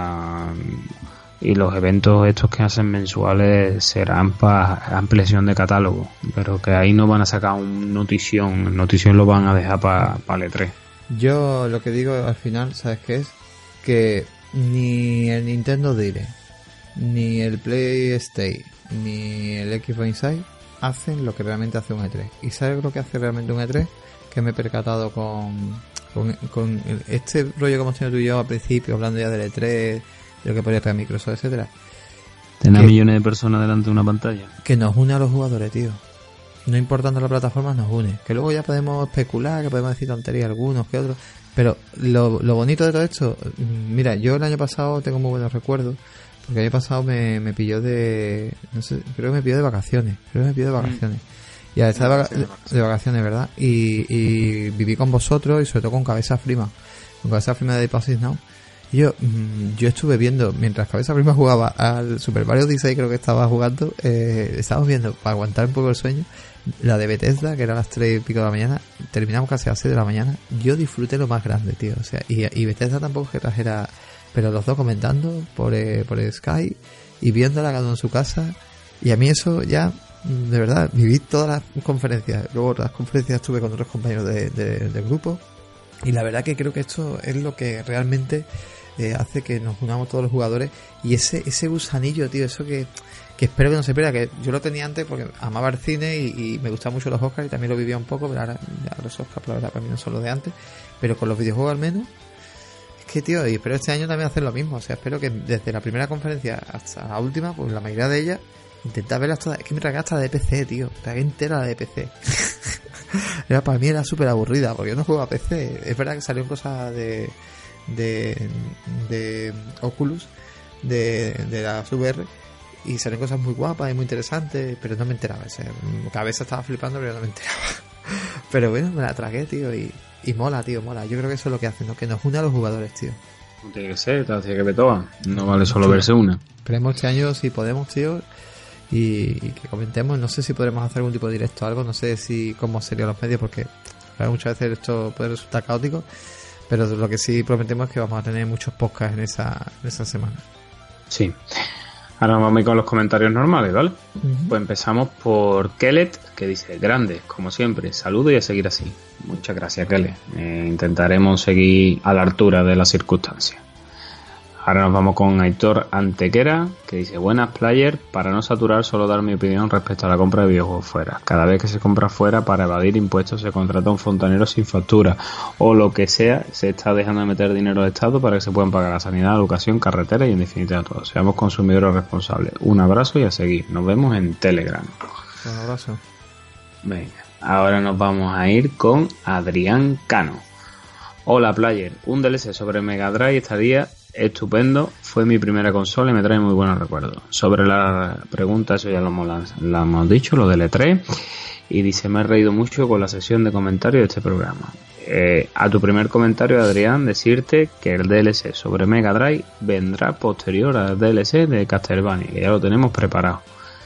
los eventos estos que hacen mensuales serán para ampliación de catálogo, pero que ahí no van a sacar un notición, el notición lo van a dejar para el E3. Yo lo que digo al final, ¿sabes qué es? Que ni el Nintendo Direct, ni el PlayStation, ni el Xbox Inside hacen lo que realmente hace un E3. ¿Y sabes lo que hace realmente un E3? Que me he percatado con este rollo que hemos tenido tú y yo al principio, hablando ya del E3, de lo que podría traer Microsoft, etcétera. Tener millones de personas delante de una pantalla. Que nos une a los jugadores, tío. No importando la plataforma, nos une. Que luego ya podemos especular, que podemos decir tonterías algunos que otros. Pero lo bonito de todo esto, mira, yo el año pasado tengo muy buenos recuerdos, porque el año pasado me pilló no sé, creo que me pilló de vacaciones. Y a estar de vacaciones, ¿verdad? Y viví con vosotros y sobre todo con Cabeza Frima. Con Cabeza Frima de Deposit Now. Y yo estuve viendo, mientras Cabeza Frima jugaba al Super Mario Odyssey, creo que estaba jugando, estábamos viendo, para aguantar un poco el sueño, la de Bethesda, que era a las 3 y pico de la mañana. Terminamos casi a las 6 de la mañana. Yo disfruté lo más grande, tío. O sea, y Bethesda tampoco es que trajera, pero los dos comentando por Skype y viéndola cada uno en su casa. Y a mí eso ya, de verdad, viví todas las conferencias. Luego las conferencias estuve con otros compañeros del grupo. Y la verdad que creo que esto es lo que realmente hace que nos unamos todos los jugadores. Y ese gusanillo, tío, eso que espero que no se pierda. Que yo lo tenía antes porque amaba el cine y me gustaban mucho los Oscars y también lo vivía un poco. Pero ahora ya los Oscars, la verdad, para mí no son los de antes. Pero con los videojuegos al menos. Es que, tío, y espero este año también hacer lo mismo. O sea, espero que desde la primera conferencia hasta la última, pues la mayoría de ellas, intentar verlas todas. Es que me tragué hasta la de PC, tío. Tragué entera la de PC. Para mí era súper aburrida porque yo no juego a PC. Es verdad que salieron cosas de Oculus, de la VR, y salieron cosas muy guapas y muy interesantes, pero no me enteraba. O sea, cada vez estaba flipando, pero no me enteraba. Pero bueno, me la tragué, tío, y mola, tío, mola. Yo creo que eso es lo que hace, ¿no? Que nos une a los jugadores, tío. No tiene que ser, tiene que ver todas. No vale solo verse una. Esperemos este año si podemos, tío, y que comentemos. No sé si podremos hacer algún tipo de directo o algo. No sé cómo serían los medios, porque muchas veces esto puede resultar caótico. Pero lo que sí prometemos es que vamos a tener muchos podcasts en esa semana. Sí. Ahora vamos a ir con los comentarios normales, ¿vale? Uh-huh. Pues empezamos por Kellet, que dice: grande, como siempre, saludo y a seguir así. Muchas gracias, Kellet. Intentaremos seguir a la altura de las circunstancias. Ahora nos vamos con Aitor Antequera, que dice: buenas, player. Para no saturar, solo dar mi opinión respecto a la compra de videojuegos fuera. Cada vez que se compra fuera para evadir impuestos, se contrata un fontanero sin factura o lo que sea, se está dejando de meter dinero al Estado para que se puedan pagar la sanidad, la educación, carretera y en definitiva todo. Seamos consumidores responsables. Un abrazo y a seguir. Nos vemos en Telegram. Un abrazo. Venga, ahora nos vamos a ir con Adrián Cano. Hola, player. Un DLC sobre Mega Drive estaría estupendo, fue mi primera consola y me trae muy buenos recuerdos. Sobre la pregunta, eso ya lo hemos dicho, lo del E3, y dice: me he reído mucho con la sección de comentarios de este programa. A tu primer comentario, Adrián, decirte que el DLC sobre Mega Drive vendrá posterior al DLC de Castlevania, que ya lo tenemos preparado.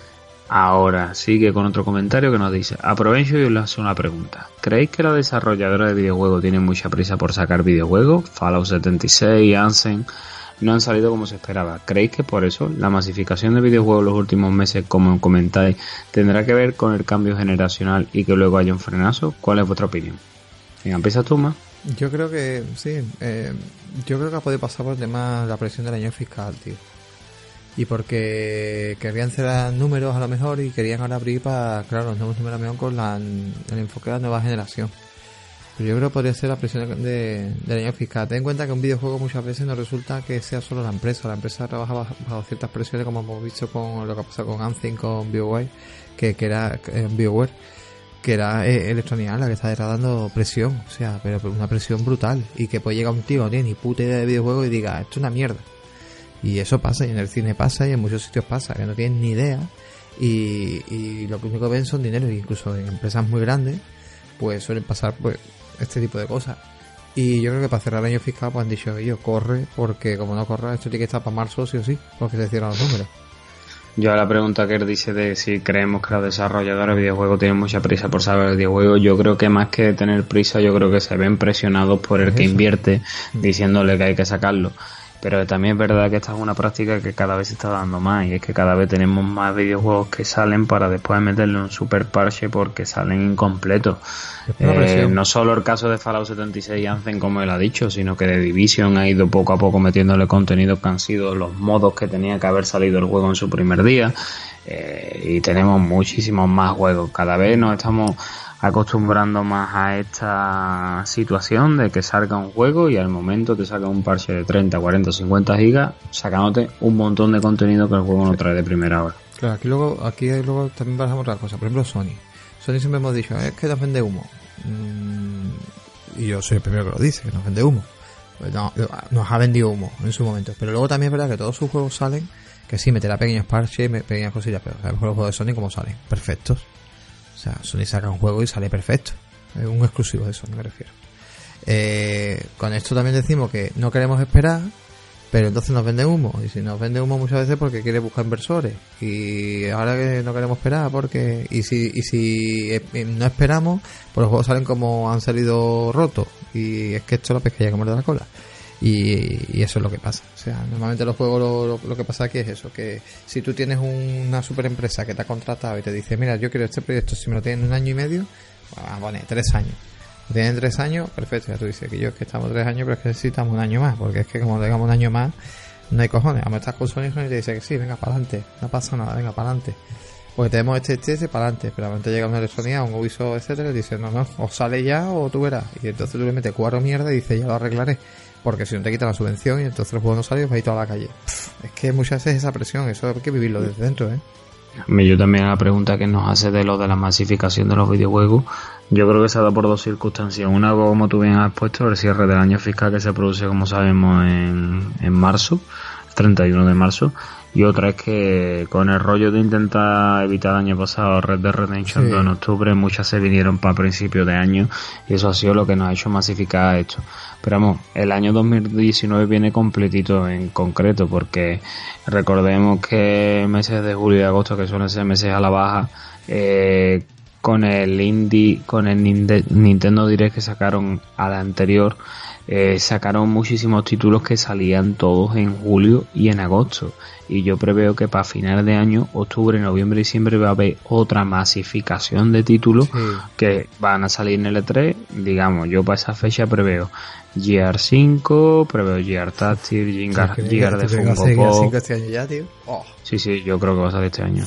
Ahora sigue con otro comentario que nos dice: aprovecho y os lanzo una pregunta. ¿Creéis que la desarrolladora de videojuegos tiene mucha prisa por sacar videojuegos? Fallout 76, Ansem no han salido como se esperaba. ¿Creéis que por eso la masificación de videojuegos los últimos meses, como comentáis, tendrá que ver con el cambio generacional y que luego haya un frenazo? ¿Cuál es vuestra opinión? Venga, ¿empiezas tú, más? Yo creo que sí. Yo creo que ha podido pasar por el tema de la presión del año fiscal, tío. Y porque querían cerrar números a lo mejor y querían ahora abrir para, claro, los nuevos números a lo mejor con el enfoque de la nueva generación. Pero yo creo que podría ser la presión del año fiscal. Ten en cuenta que un videojuego muchas veces no resulta que sea solo la empresa. La empresa trabaja bajo ciertas presiones, como hemos visto con lo que ha pasado con Anthem, con BioWare, que era BioWare, que era Electronic Arts la que está dando presión. O sea, pero una presión brutal. Y que puede llegar un tío que no tiene ni puta idea de videojuego y diga, esto es una mierda. Y eso pasa, y en el cine pasa, y en muchos sitios pasa, que no tienen ni idea. Y lo único que ven son dinero. E incluso en empresas muy grandes pues suelen pasar pues este tipo de cosas. Y yo creo que para cerrar el año fiscal pues han dicho ellos, corre, porque como no corra esto tiene que estar para marzo sí o sí, porque se cierran los números. Yo a la pregunta que él dice de si creemos que los desarrolladores de videojuegos tienen mucha prisa por saber el videojuego, yo creo que más que tener prisa, yo creo que se ven presionados por el que invierte, diciéndole que hay que sacarlo. Pero también es verdad que esta es una práctica que cada vez se está dando más, y es que cada vez tenemos más videojuegos que salen para después meterle un super parche porque salen incompletos. No solo el caso de Fallout 76 y Anthem, como él ha dicho, sino que The Division ha ido poco a poco metiéndole contenidos que han sido los modos que tenía que haber salido el juego en su primer día, y tenemos muchísimos más juegos. Cada vez nos estamos acostumbrando más a esta situación de que salga un juego y al momento te saca un parche de 30, 40, 50 gigas sacándote un montón de contenido que el juego no trae de primera hora. Claro, aquí luego también pasamos otra cosa. Por ejemplo, Sony siempre hemos dicho, es que nos vende humo. Y yo soy el primero que lo dice, que nos vende humo. Pues no, nos ha vendido humo en su momento. Pero luego también es verdad que todos sus juegos salen, que sí, meterá pequeños parches, pequeñas cosillas, pero sabemos los juegos de Sony como salen, perfectos. O sea, Sony saca un juego y sale perfecto. Es un exclusivo de Sony, me refiero. Con esto también decimos que no queremos esperar, pero entonces nos vende humo. Y si nos vende humo muchas veces porque quiere buscar inversores. Y ahora que no queremos esperar, porque y si no esperamos, pues los juegos salen como han salido rotos. Y es que esto es la pesquilla que muerde la cola. Y eso es lo que pasa. O sea, normalmente los juegos lo que pasa aquí es eso, que si tú tienes una super empresa que te ha contratado y te dice, mira, yo quiero este proyecto, si me lo tienen 1 año y medio, vamos a poner 3 años. Lo tienen 3 años, perfecto. Ya tú dices que yo es que estamos 3 años, pero es que necesitamos 1 año más, porque es que como digamos 1 año más, no hay cojones. A estás con Sony y te dice que sí, venga, para adelante, no pasa nada, venga, para adelante. Porque tenemos este para adelante, pero a momento llega una electrónica, un Ubisoft, etcétera, y dice, no, o sale ya o tú verás. Y entonces tú le metes 4 mierdas y dices, ya lo arreglaré. Porque si no te quitan la subvención y entonces el juego no sale y vas a ir toda la calle. Es que muchas veces esa presión, eso hay que vivirlo desde dentro, Yo también a la pregunta que nos hace de lo de la masificación de los videojuegos, yo creo que se ha dado por 2 circunstancias. Una, como tú bien has puesto, el cierre del año fiscal que se produce, como sabemos, en marzo, el 31 de marzo. Y otra es que con el rollo de intentar evitar el año pasado Red Dead Redemption 2 en octubre, muchas se vinieron para principios de año y eso ha sido lo que nos ha hecho masificar esto. Pero vamos, el año 2019 viene completito en concreto, porque recordemos que meses de julio y agosto, que suelen ser meses a la baja, con el Nintendo Direct que sacaron a la anterior, sacaron muchísimos títulos que salían todos en julio y en agosto, y yo preveo que para finales de año, octubre, noviembre y diciembre va a haber otra masificación de títulos que van a salir en el E3. Digamos, yo para esa fecha preveo GR5, preveo GR Tactics, GR de Funko Pop. Este año ya, tío. Sí, yo creo que va a salir este año.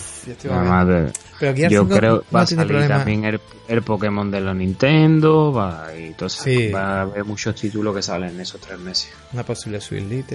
Pero yo creo que va a salir también el Pokémon de la Nintendo, y todo eso. Va a haber muchos títulos que salen en esos 3 meses. Una posible Switch Lite.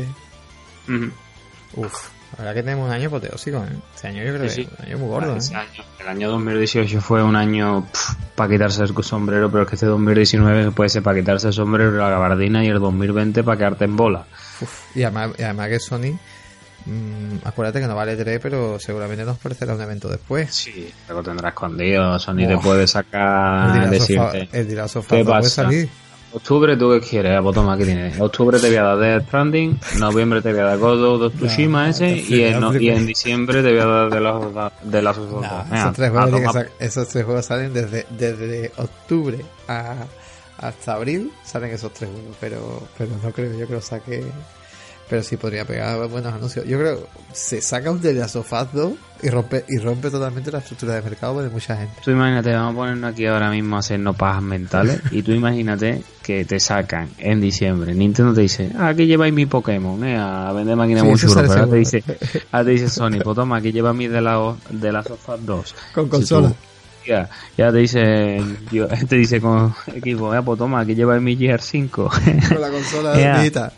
La verdad que tenemos un año apoteósico, Este año yo creo que es un año muy gordo, El año 2018 fue un año para quitarse el sombrero, pero es que este 2019 puede ser para quitarse el sombrero y la gabardina, y el 2020 para quedarte en bola. Y además que Sony, acuérdate que no vale 3, pero seguramente nos parecerá un evento después. Sí, lo tendrá escondido. Sony te puede sacar, decirte, el Last of Us puede salir. Octubre, ¿tú qué quieres? Pues toma, aquí tienes. Octubre te voy a dar Death Stranding, noviembre te voy a dar God of Tsushima y en diciembre te voy a dar de las esos 3 juegos salen desde octubre hasta abril, salen esos 3 juegos, pero no creo, yo creo que saque. Pero sí podría pegar buenos anuncios. Yo creo que se saca un The Last of Us 2 y rompe totalmente la estructura de mercado de mucha gente. Tú imagínate, vamos a ponernos aquí ahora mismo a hacernos pajas mentales y tú imagínate que te sacan en diciembre. Nintendo te dice, aquí lleváis mi Pokémon, a vender máquinas muy chulas. Pero ahora te dice Sony, pues toma, aquí lleva mi The Last of Us 2. Con consola. Hostia, ya te dice, te dice con equipo, pues toma, aquí lleva el mi GR5. Con la consola digital.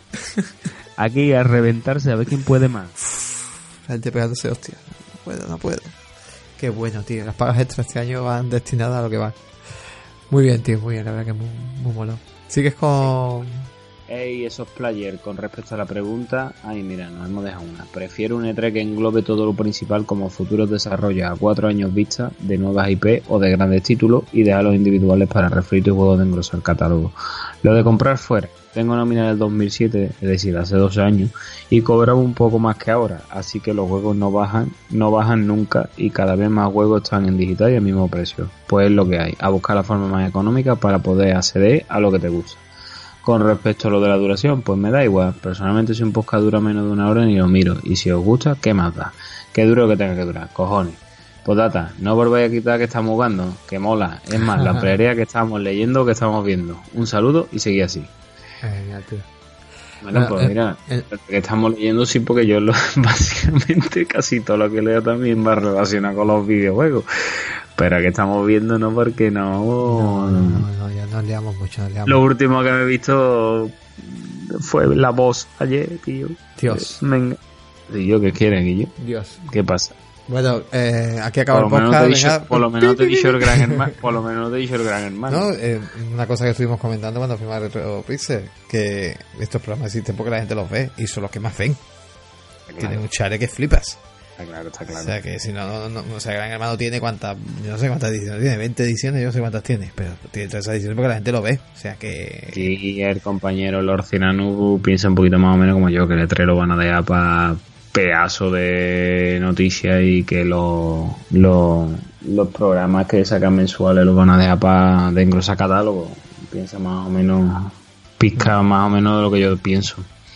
Aquí a reventarse, a ver quién puede más. La gente pegándose, hostia, no puedo. Qué bueno, tío, las pagas extras este año van destinadas a lo que van. Muy bien, tío, muy bien, la verdad que muy molón. Sigues con... Hey, esos players, con respecto a la pregunta, mira, nos hemos dejado una. Prefiero un E3 que englobe todo lo principal como futuros desarrollos a 4 años vista de nuevas IP o de grandes títulos y dejar los individuales para refritos y juegos de engrosar el catálogo. Lo de comprar fuera, tengo nómina del 2007, es decir, hace 12 años, y cobraba un poco más que ahora, así que los juegos no bajan nunca y cada vez más juegos están en digital y al mismo precio. Pues es lo que hay, a buscar la forma más económica para poder acceder a lo que te gusta. Con respecto a lo de la duración, pues me da igual. Personalmente si un podcast dura menos de 1 hora ni lo miro. Y si os gusta, ¿qué más da? Que dure lo que tenga que durar, cojones. Pues data, no volváis a quitar que estamos jugando, que mola. Es más, la plegaria que estamos leyendo, que estamos viendo. Un saludo y seguid así. Genial, tío. Bueno, pues mira, que estamos leyendo sí, porque yo básicamente casi todo lo que leo también va relacionado con los videojuegos. Pero que estamos viendo no, porque no, ya nos liamos mucho, Lo último que me he visto fue La Voz ayer, tío. Dios. Venga. Tío, ¿qué quieren, Guillo? Dios. ¿Qué pasa? Bueno, aquí acaba el podcast. Por lo menos te he dicho el gran hermano. Por lo menos te he dicho el gran hermano. No, una cosa que estuvimos comentando cuando fuimos a Retro Pixel, que estos programas existen porque la gente los ve y son los que más ven. Claro. Tienen un chale que flipas. Está claro. O sea, que si no, o sea, Gran Hermano tiene cuántas, yo no sé cuántas ediciones tiene, 20 ediciones, yo no sé cuántas tiene, pero tiene todas esas ediciones porque la gente lo ve, o sea que... Y el compañero Lord Cinanu piensa un poquito más o menos como yo, que el E3 lo van a dejar para pedazo de noticias y que los programas que sacan mensuales los van a dejar para de engrosar catálogo. Piensa más o menos, pizca más o menos de lo que yo pienso.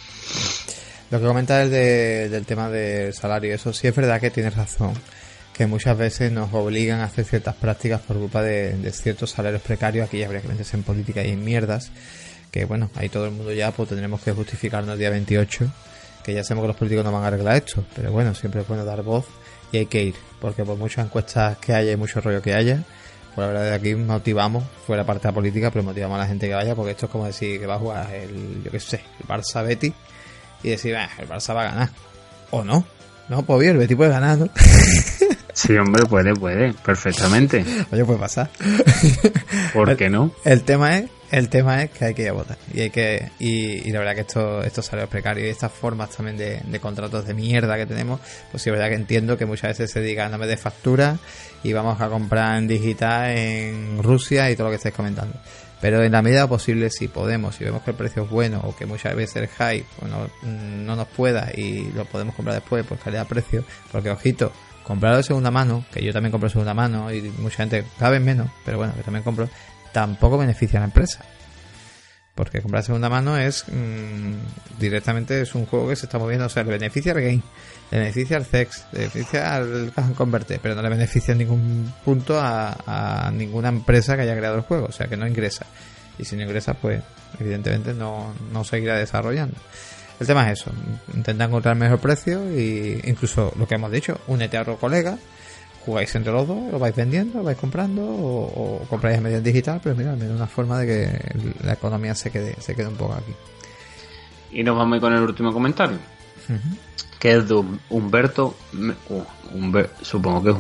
Lo que comentas del tema del salario, eso sí es verdad que tienes razón, que muchas veces nos obligan a hacer ciertas prácticas por culpa de ciertos salarios precarios. Aquí ya habría que meterse en política y en mierdas, que bueno, ahí todo el mundo ya pues tendremos que justificarnos el día 28, que ya sabemos que los políticos no van a arreglar esto, pero bueno, siempre es bueno dar voz y hay que ir, porque por muchas encuestas que haya y mucho rollo que haya, pues la verdad de aquí motivamos, fuera parte de la política, pero motivamos a la gente que vaya, porque esto es como decir que va a jugar el Barça Betis y decir, el Barça va a ganar. O no. No, pues bien, el Betis puede ganar, ¿no? Sí, hombre, puede, perfectamente. Oye, puede pasar. ¿Por qué no? El tema es que hay que ir a votar. Y la verdad que estos salarios precarios y estas formas también de contratos de mierda que tenemos, pues sí es verdad que entiendo que muchas veces se diga no me des factura y vamos a comprar en digital en Rusia y todo lo que estáis comentando. Pero en la medida posible, si podemos, si vemos que el precio es bueno o que muchas veces el hype no nos pueda y lo podemos comprar después por calidad a precio, porque ojito, comprarlo de segunda mano, que yo también compro de segunda mano y mucha gente cada vez menos, pero bueno, que también compro, tampoco beneficia a la empresa. Porque comprar de segunda mano es directamente es un juego que se está moviendo, o sea, le beneficia al game, le beneficia al sex, le beneficia al Cash and Converter, pero no le beneficia en ningún punto a ninguna empresa que haya creado el juego, o sea que no ingresa. Y si no ingresa, pues evidentemente no seguirá desarrollando. El tema es eso, intentar encontrar el mejor precio y incluso lo que hemos dicho, únete a otro colega, jugáis entre los dos, lo vais vendiendo, lo vais comprando o compráis en medio digital, pero mira, al menos una forma de que la economía se quede un poco aquí. Y nos vamos con el último comentario, que es de Humberto, supongo que es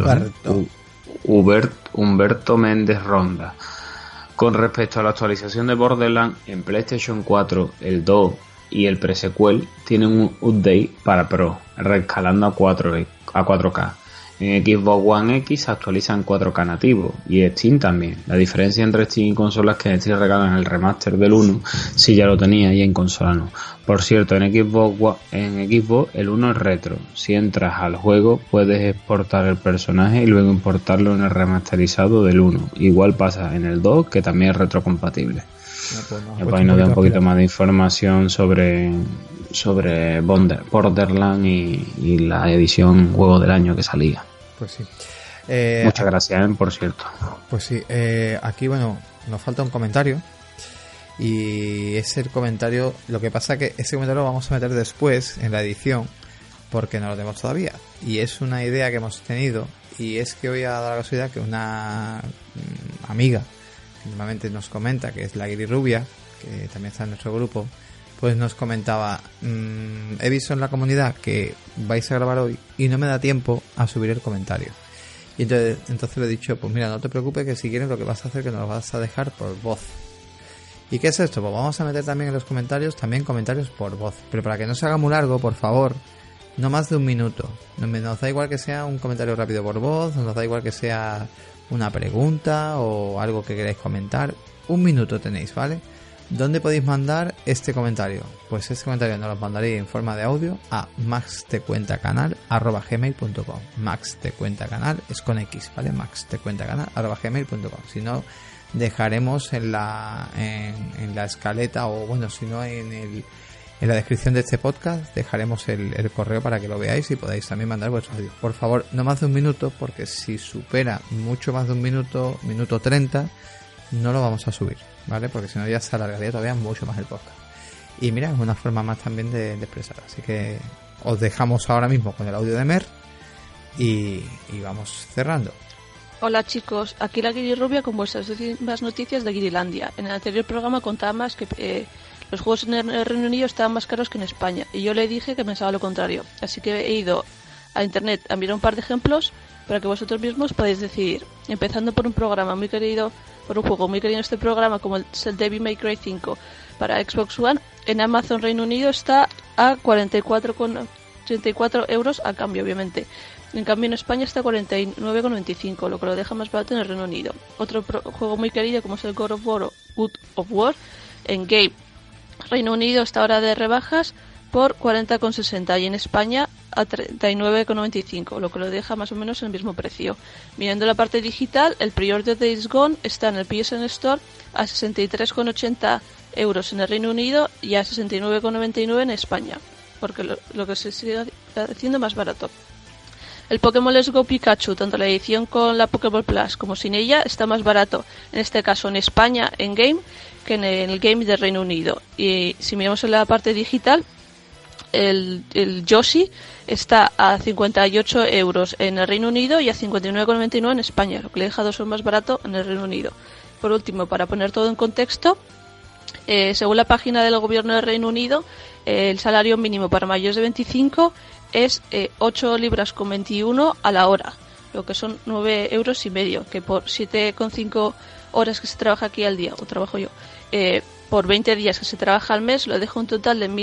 Humberto Méndez Ronda. Con respecto a la actualización de Borderlands, en PlayStation 4, el 2 y el pre-sequel tienen un update para Pro, reescalando a 4K. En Xbox One X se actualiza en 4K nativo y Steam también. La diferencia entre Steam y consola es que en Steam regalan el remaster del 1 si ya lo tenía y en consola no. Por cierto, en Xbox el 1 es retro. Si entras al juego puedes exportar el personaje y luego importarlo en el remasterizado del 1. Igual pasa en el 2, que también es retrocompatible. Ahí nos da un poquito más de información sobre Borderlands y la edición juego del año que salía. Pues sí. Muchas gracias, por cierto. Pues sí, aquí bueno, nos falta un comentario y ese comentario, lo que pasa que ese comentario lo vamos a meter después en la edición porque no lo tenemos todavía y es una idea que hemos tenido y es que hoy ha dado la casualidad que una amiga que normalmente nos comenta, que es la Guiri Rubia, que también está en nuestro grupo, pues nos comentaba, he visto en la comunidad que vais a grabar hoy y no me da tiempo a subir el comentario. Y entonces le he dicho, pues mira, no te preocupes, que si quieres lo que vas a hacer es que nos lo vas a dejar por voz. ¿Y qué es esto? Pues vamos a meter también en los comentarios, también comentarios por voz. Pero para que no se haga muy largo, por favor, no más de 1 minuto. Nos da igual que sea un comentario rápido por voz, nos da igual que sea una pregunta o algo que queráis comentar. 1 minuto tenéis, ¿vale? ¿Dónde podéis mandar este comentario? Pues este comentario nos lo mandaréis en forma de audio a maxtecuentacanal@gmail.com. Maxtecuentacanal es con X, ¿vale? maxtecuentacanal@gmail.com. Si no, dejaremos en la escaleta, o bueno, si no en la descripción de este podcast dejaremos el correo para que lo veáis y podáis también mandar vuestros audios. Por favor, no más de 1 minuto, porque si supera mucho más de 1 minuto, minuto 30, no lo vamos a subir, ¿vale? Porque si no ya se alargaría todavía mucho más el podcast. Y mira, es una forma más también de expresar. Así que os dejamos ahora mismo con el audio de Mer y vamos cerrando. Hola chicos, aquí la Guiri Rubia con vuestras últimas noticias de Guirilandia. En el anterior programa contaba más que los juegos en el Reino Unido estaban más caros que en España, y yo le dije que pensaba lo contrario. Así que he ido a internet a mirar un par de ejemplos para que vosotros mismos podáis decidir. Empezando por un juego muy querido en este programa, como el Devil May Cry 5 para Xbox One, en Amazon Reino Unido está a 44,84 euros a cambio, obviamente. En cambio en España está a 49,95, lo que lo deja más barato en el Reino Unido. Otro juego muy querido, como es el God of War, en Game Reino Unido está ahora de rebajas por 40,60 y en España a 39,95, lo que lo deja más o menos en el mismo precio. Mirando la parte digital, el pre-order de Days Gone está en el PSN Store a 63,80 euros en el Reino Unido y a 69,99 en España, porque lo que se sigue haciendo más barato. El Pokémon Let's Go Pikachu, tanto la edición con la Pokéball Plus como sin ella, está más barato, en este caso en España en Game, que en el Game del Reino Unido. Y si miramos en la parte digital, el Yoshi está a 58 euros en el Reino Unido y a 59,99 en España, lo que le deja 2 euros más barato en el Reino Unido. Por último, para poner todo en contexto, según la página del gobierno del Reino Unido, el salario mínimo para mayores de 25 es 8 libras con 21 a la hora, lo que son 9,5 euros, que por 7,5 horas que se trabaja aquí al día, o trabajo yo, por 20 días que se trabaja al mes, lo deja un total de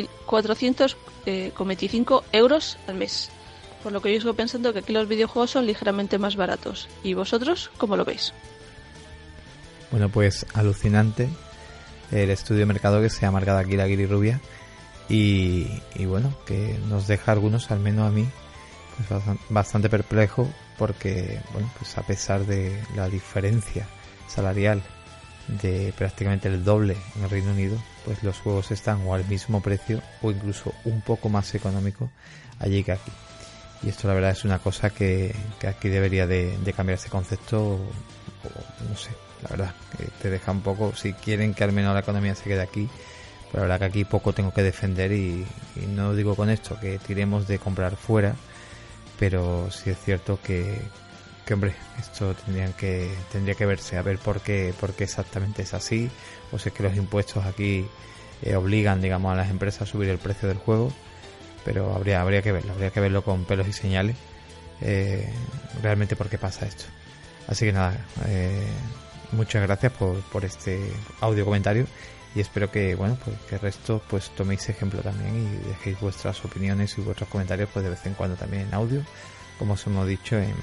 1.425 euros al mes. Por lo que yo sigo pensando que aquí los videojuegos son ligeramente más baratos. ¿Y vosotros cómo lo veis? Bueno, pues alucinante el estudio de mercado que se ha marcado aquí la Guiri Rubia. Y bueno, que nos deja algunos, al menos a mí, pues bastante perplejo, porque bueno, pues a pesar de la diferencia salarial de prácticamente el doble en el Reino Unido, pues los juegos están o al mismo precio o incluso un poco más económico allí que aquí. Y esto la verdad es una cosa que aquí debería de cambiar ese concepto, o no sé, la verdad, que te deja un poco, si quieren que al menos la economía se quede aquí. Pero la verdad que aquí poco tengo que defender y no digo con esto que tiremos de comprar fuera, pero sí es cierto que hombre, esto tendría que verse, a ver por qué exactamente es así, o si es que los impuestos aquí obligan, digamos, a las empresas a subir el precio del juego, pero habría que verlo con pelos y señales, realmente por qué pasa esto. Así que nada, muchas gracias por este audio comentario. Y espero que, bueno, pues que el resto pues toméis ejemplo también y dejéis vuestras opiniones y vuestros comentarios pues de vez en cuando también en audio, como os hemos dicho, en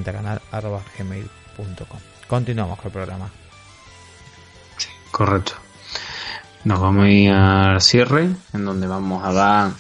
maxtecuentacanal@gmail.com. Continuamos con el programa. Sí, correcto. Nos vamos a ir al cierre, en donde vamos a dar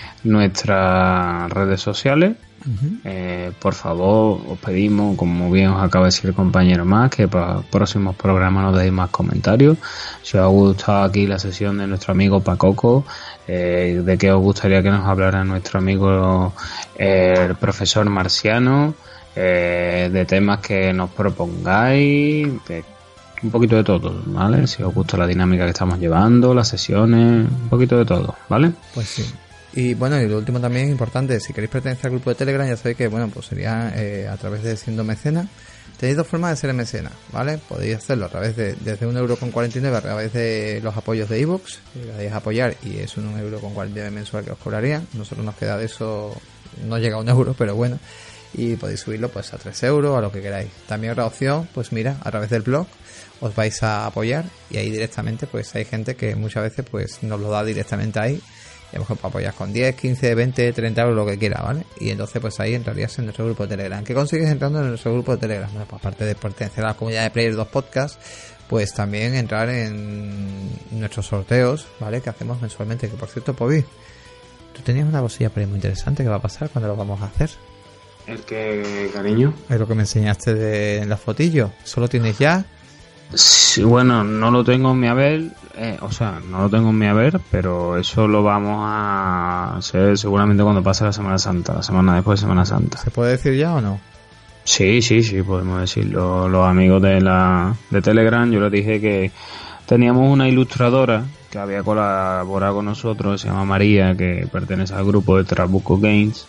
nuestras redes sociales. Por favor, os pedimos, como bien os acaba de decir el compañero más, que para los próximos programas nos deis más comentarios. Si os ha gustado aquí la sesión de nuestro amigo Pacoco, de qué os gustaría que nos hablara nuestro amigo el profesor Marciano, de temas que nos propongáis, un poquito de todo, ¿vale? Si os gusta la dinámica que estamos llevando, las sesiones, un poquito de todo, ¿vale? Pues sí. Y bueno, y lo último también importante, si queréis pertenecer al grupo de Telegram, ya sabéis que bueno, pues sería a través de siendo mecenas. Tenéis dos formas de ser mecenas, ¿vale? Podéis hacerlo a través de desde 1,49€ a través de los apoyos de iVoox, le dais a apoyar y es un 1,49€ mensual que os cobrarían. Nosotros nos queda de eso, no llega a €1, pero bueno, y podéis subirlo pues a 3€, a lo que queráis. También otra opción, pues mira, a través del blog os vais a apoyar y ahí directamente pues hay gente que muchas veces pues nos lo da directamente ahí. Y a lo mejor para apoyar con 10, 15, 20, 30€, lo que quiera, ¿vale? Y entonces pues ahí entrarías en nuestro grupo de Telegram. ¿Qué consigues entrando en nuestro grupo de Telegram? Bueno, pues aparte de pertenecer a la comunidad de Player 2 Podcast, pues también entrar en nuestros sorteos, ¿vale? Que hacemos mensualmente. Que por cierto, Pobi, tú tenías una cosilla por ahí muy interesante que va a pasar cuando lo vamos a hacer. ¿El qué, cariño? Es lo que me enseñaste de la fotillo. ¿Solo tienes ya? Sí, bueno, no lo tengo en mi haber, no lo tengo en mi haber, pero eso lo vamos a hacer seguramente cuando pase la Semana Santa, la semana después de Semana Santa. ¿Se puede decir ya o no? Sí, podemos decirlo. Los amigos de Telegram, yo les dije que teníamos una ilustradora que había colaborado con nosotros, se llama María, que pertenece al grupo de Trabuco Games,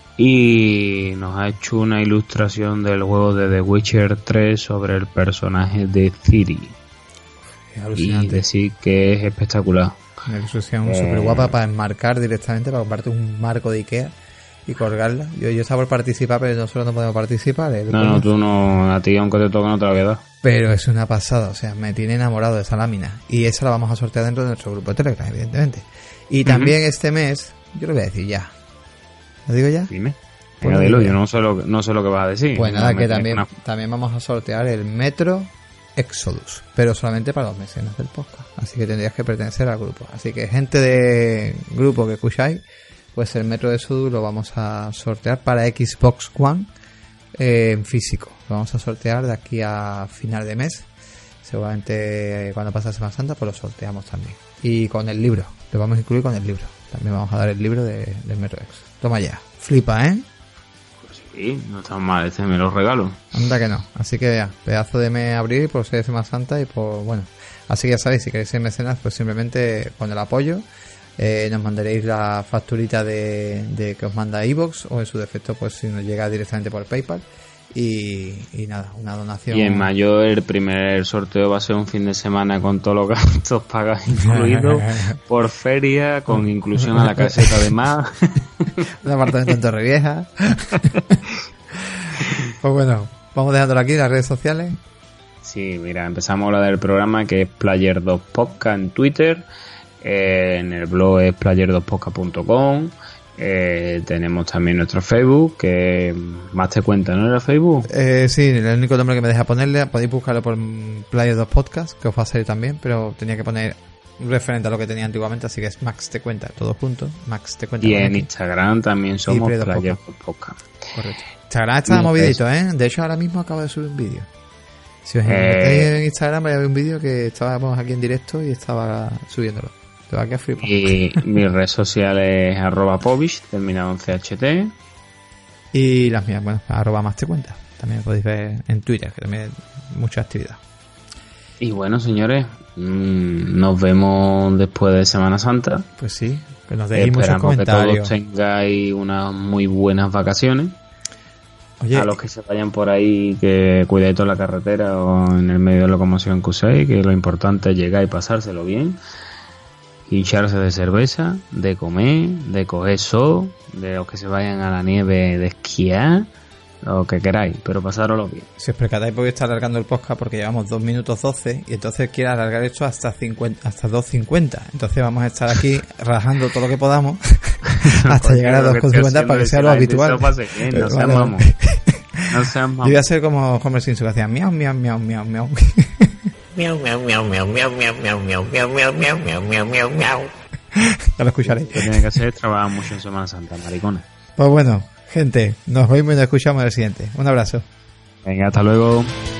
y nos ha hecho una ilustración del juego de The Witcher 3 sobre el personaje de Ciri. Es alucinante. Y decir que es espectacular. Una ilustración súper guapa para enmarcar directamente, para comprarte un marco de Ikea y colgarla. Yo estaba por participar, pero nosotros no podemos participar. No, tú no, a ti aunque te toque no te va a quedar. Pero es una pasada, o sea, me tiene enamorado de esa lámina. Y esa la vamos a sortear dentro de nuestro grupo de Telegram, evidentemente. Y también este mes, yo lo voy a decir ya. ¿Lo digo ya? Dime. Pues dilo, yo no sé lo que vas a decir. Pues nada, que también vamos a sortear el Metro Exodus, pero solamente para los mecenas del podcast. Así que tendrías que pertenecer al grupo. Así que gente de grupo que escucháis, pues el Metro Exodus lo vamos a sortear para Xbox One en físico. Lo vamos a sortear de aquí a final de mes. Seguramente cuando pase la Semana Santa pues lo sorteamos también. Y con el libro, lo vamos a incluir con el libro. También vamos a dar el libro del Metro Exodus. Toma ya. Flipa, ¿eh? Pues sí, no está mal, me lo regalo. Anda que no. Así que ya, pedazo de mes abrir por ser Semana Santa y por, bueno. Así que ya sabéis, si queréis ser mecenas, pues simplemente con el apoyo nos mandaréis la facturita de que os manda iVoox, o en su defecto pues si nos llega directamente por PayPal. Y nada, una donación. Y en mayo el primer sorteo va a ser un fin de semana con todos los gastos pagados incluidos por feria, con inclusión a la caseta de más. Un apartamento en Torrevieja. Pues bueno, vamos dejándolo aquí en las redes sociales. Sí, mira, empezamos a hablar del programa que es Player 2 Podcast en Twitter. En el blog es player2podcast.com. Tenemos también nuestro Facebook, que más te cuenta, ¿no? ¿Era Facebook? Sí, el único nombre que me deja ponerle, podéis buscarlo por Player 2 Podcast, que os va a salir también, pero tenía que poner referente a lo que tenía antiguamente, así que es Max te cuenta, todo junto, Max te cuenta. Y en Instagram también somos Player 2 Podcast. Correcto. Instagram está movidito, ¿eh? De hecho, ahora mismo acabo de subir un vídeo. Si os metéis en Instagram, vais a ver un vídeo que estábamos aquí en directo y estaba subiéndolo. Te va a quedar flipado. Y mi red social es @povich, terminado en CHT. Y las mías, bueno, @más te cuenta. También podéis ver en Twitter, que también hay mucha actividad. Y bueno, señores, nos vemos después de Semana Santa. Pues sí, que nos deis muchos comentarios. Que todos tengáis unas muy buenas vacaciones. Oye, a los que se vayan por ahí, que cuidéis toda la carretera o en el medio de locomoción que uséis, que lo importante es llegar y pasárselo bien. Hincharse de cerveza, de comer, de coger sol, de los que se vayan a la nieve, de esquiar, lo que queráis, pero pasároslo bien. Si os percatáis, voy a estar alargando el podcast porque llevamos 2 minutos 12 y entonces quiero alargar esto hasta 2:50. Entonces vamos a estar aquí rajando todo lo que podamos hasta llegar a 2:50 para que sea lo habitual. No sean mamón. No sean mamón. Yo voy a ser como Homer Simpson, que hacía miau, miau, miau, miau, miau. Miau, miau, miau, miau, miau, miau, miau, miau, miau, miau, miau, miau, miau, miau, miau. Ya lo escucharéis. Lo que tiene que hacer es trabajar mucho en Semana Santa, maricones. Pues bueno, gente, nos vemos y nos escuchamos en el siguiente. Un abrazo. Venga, hasta luego.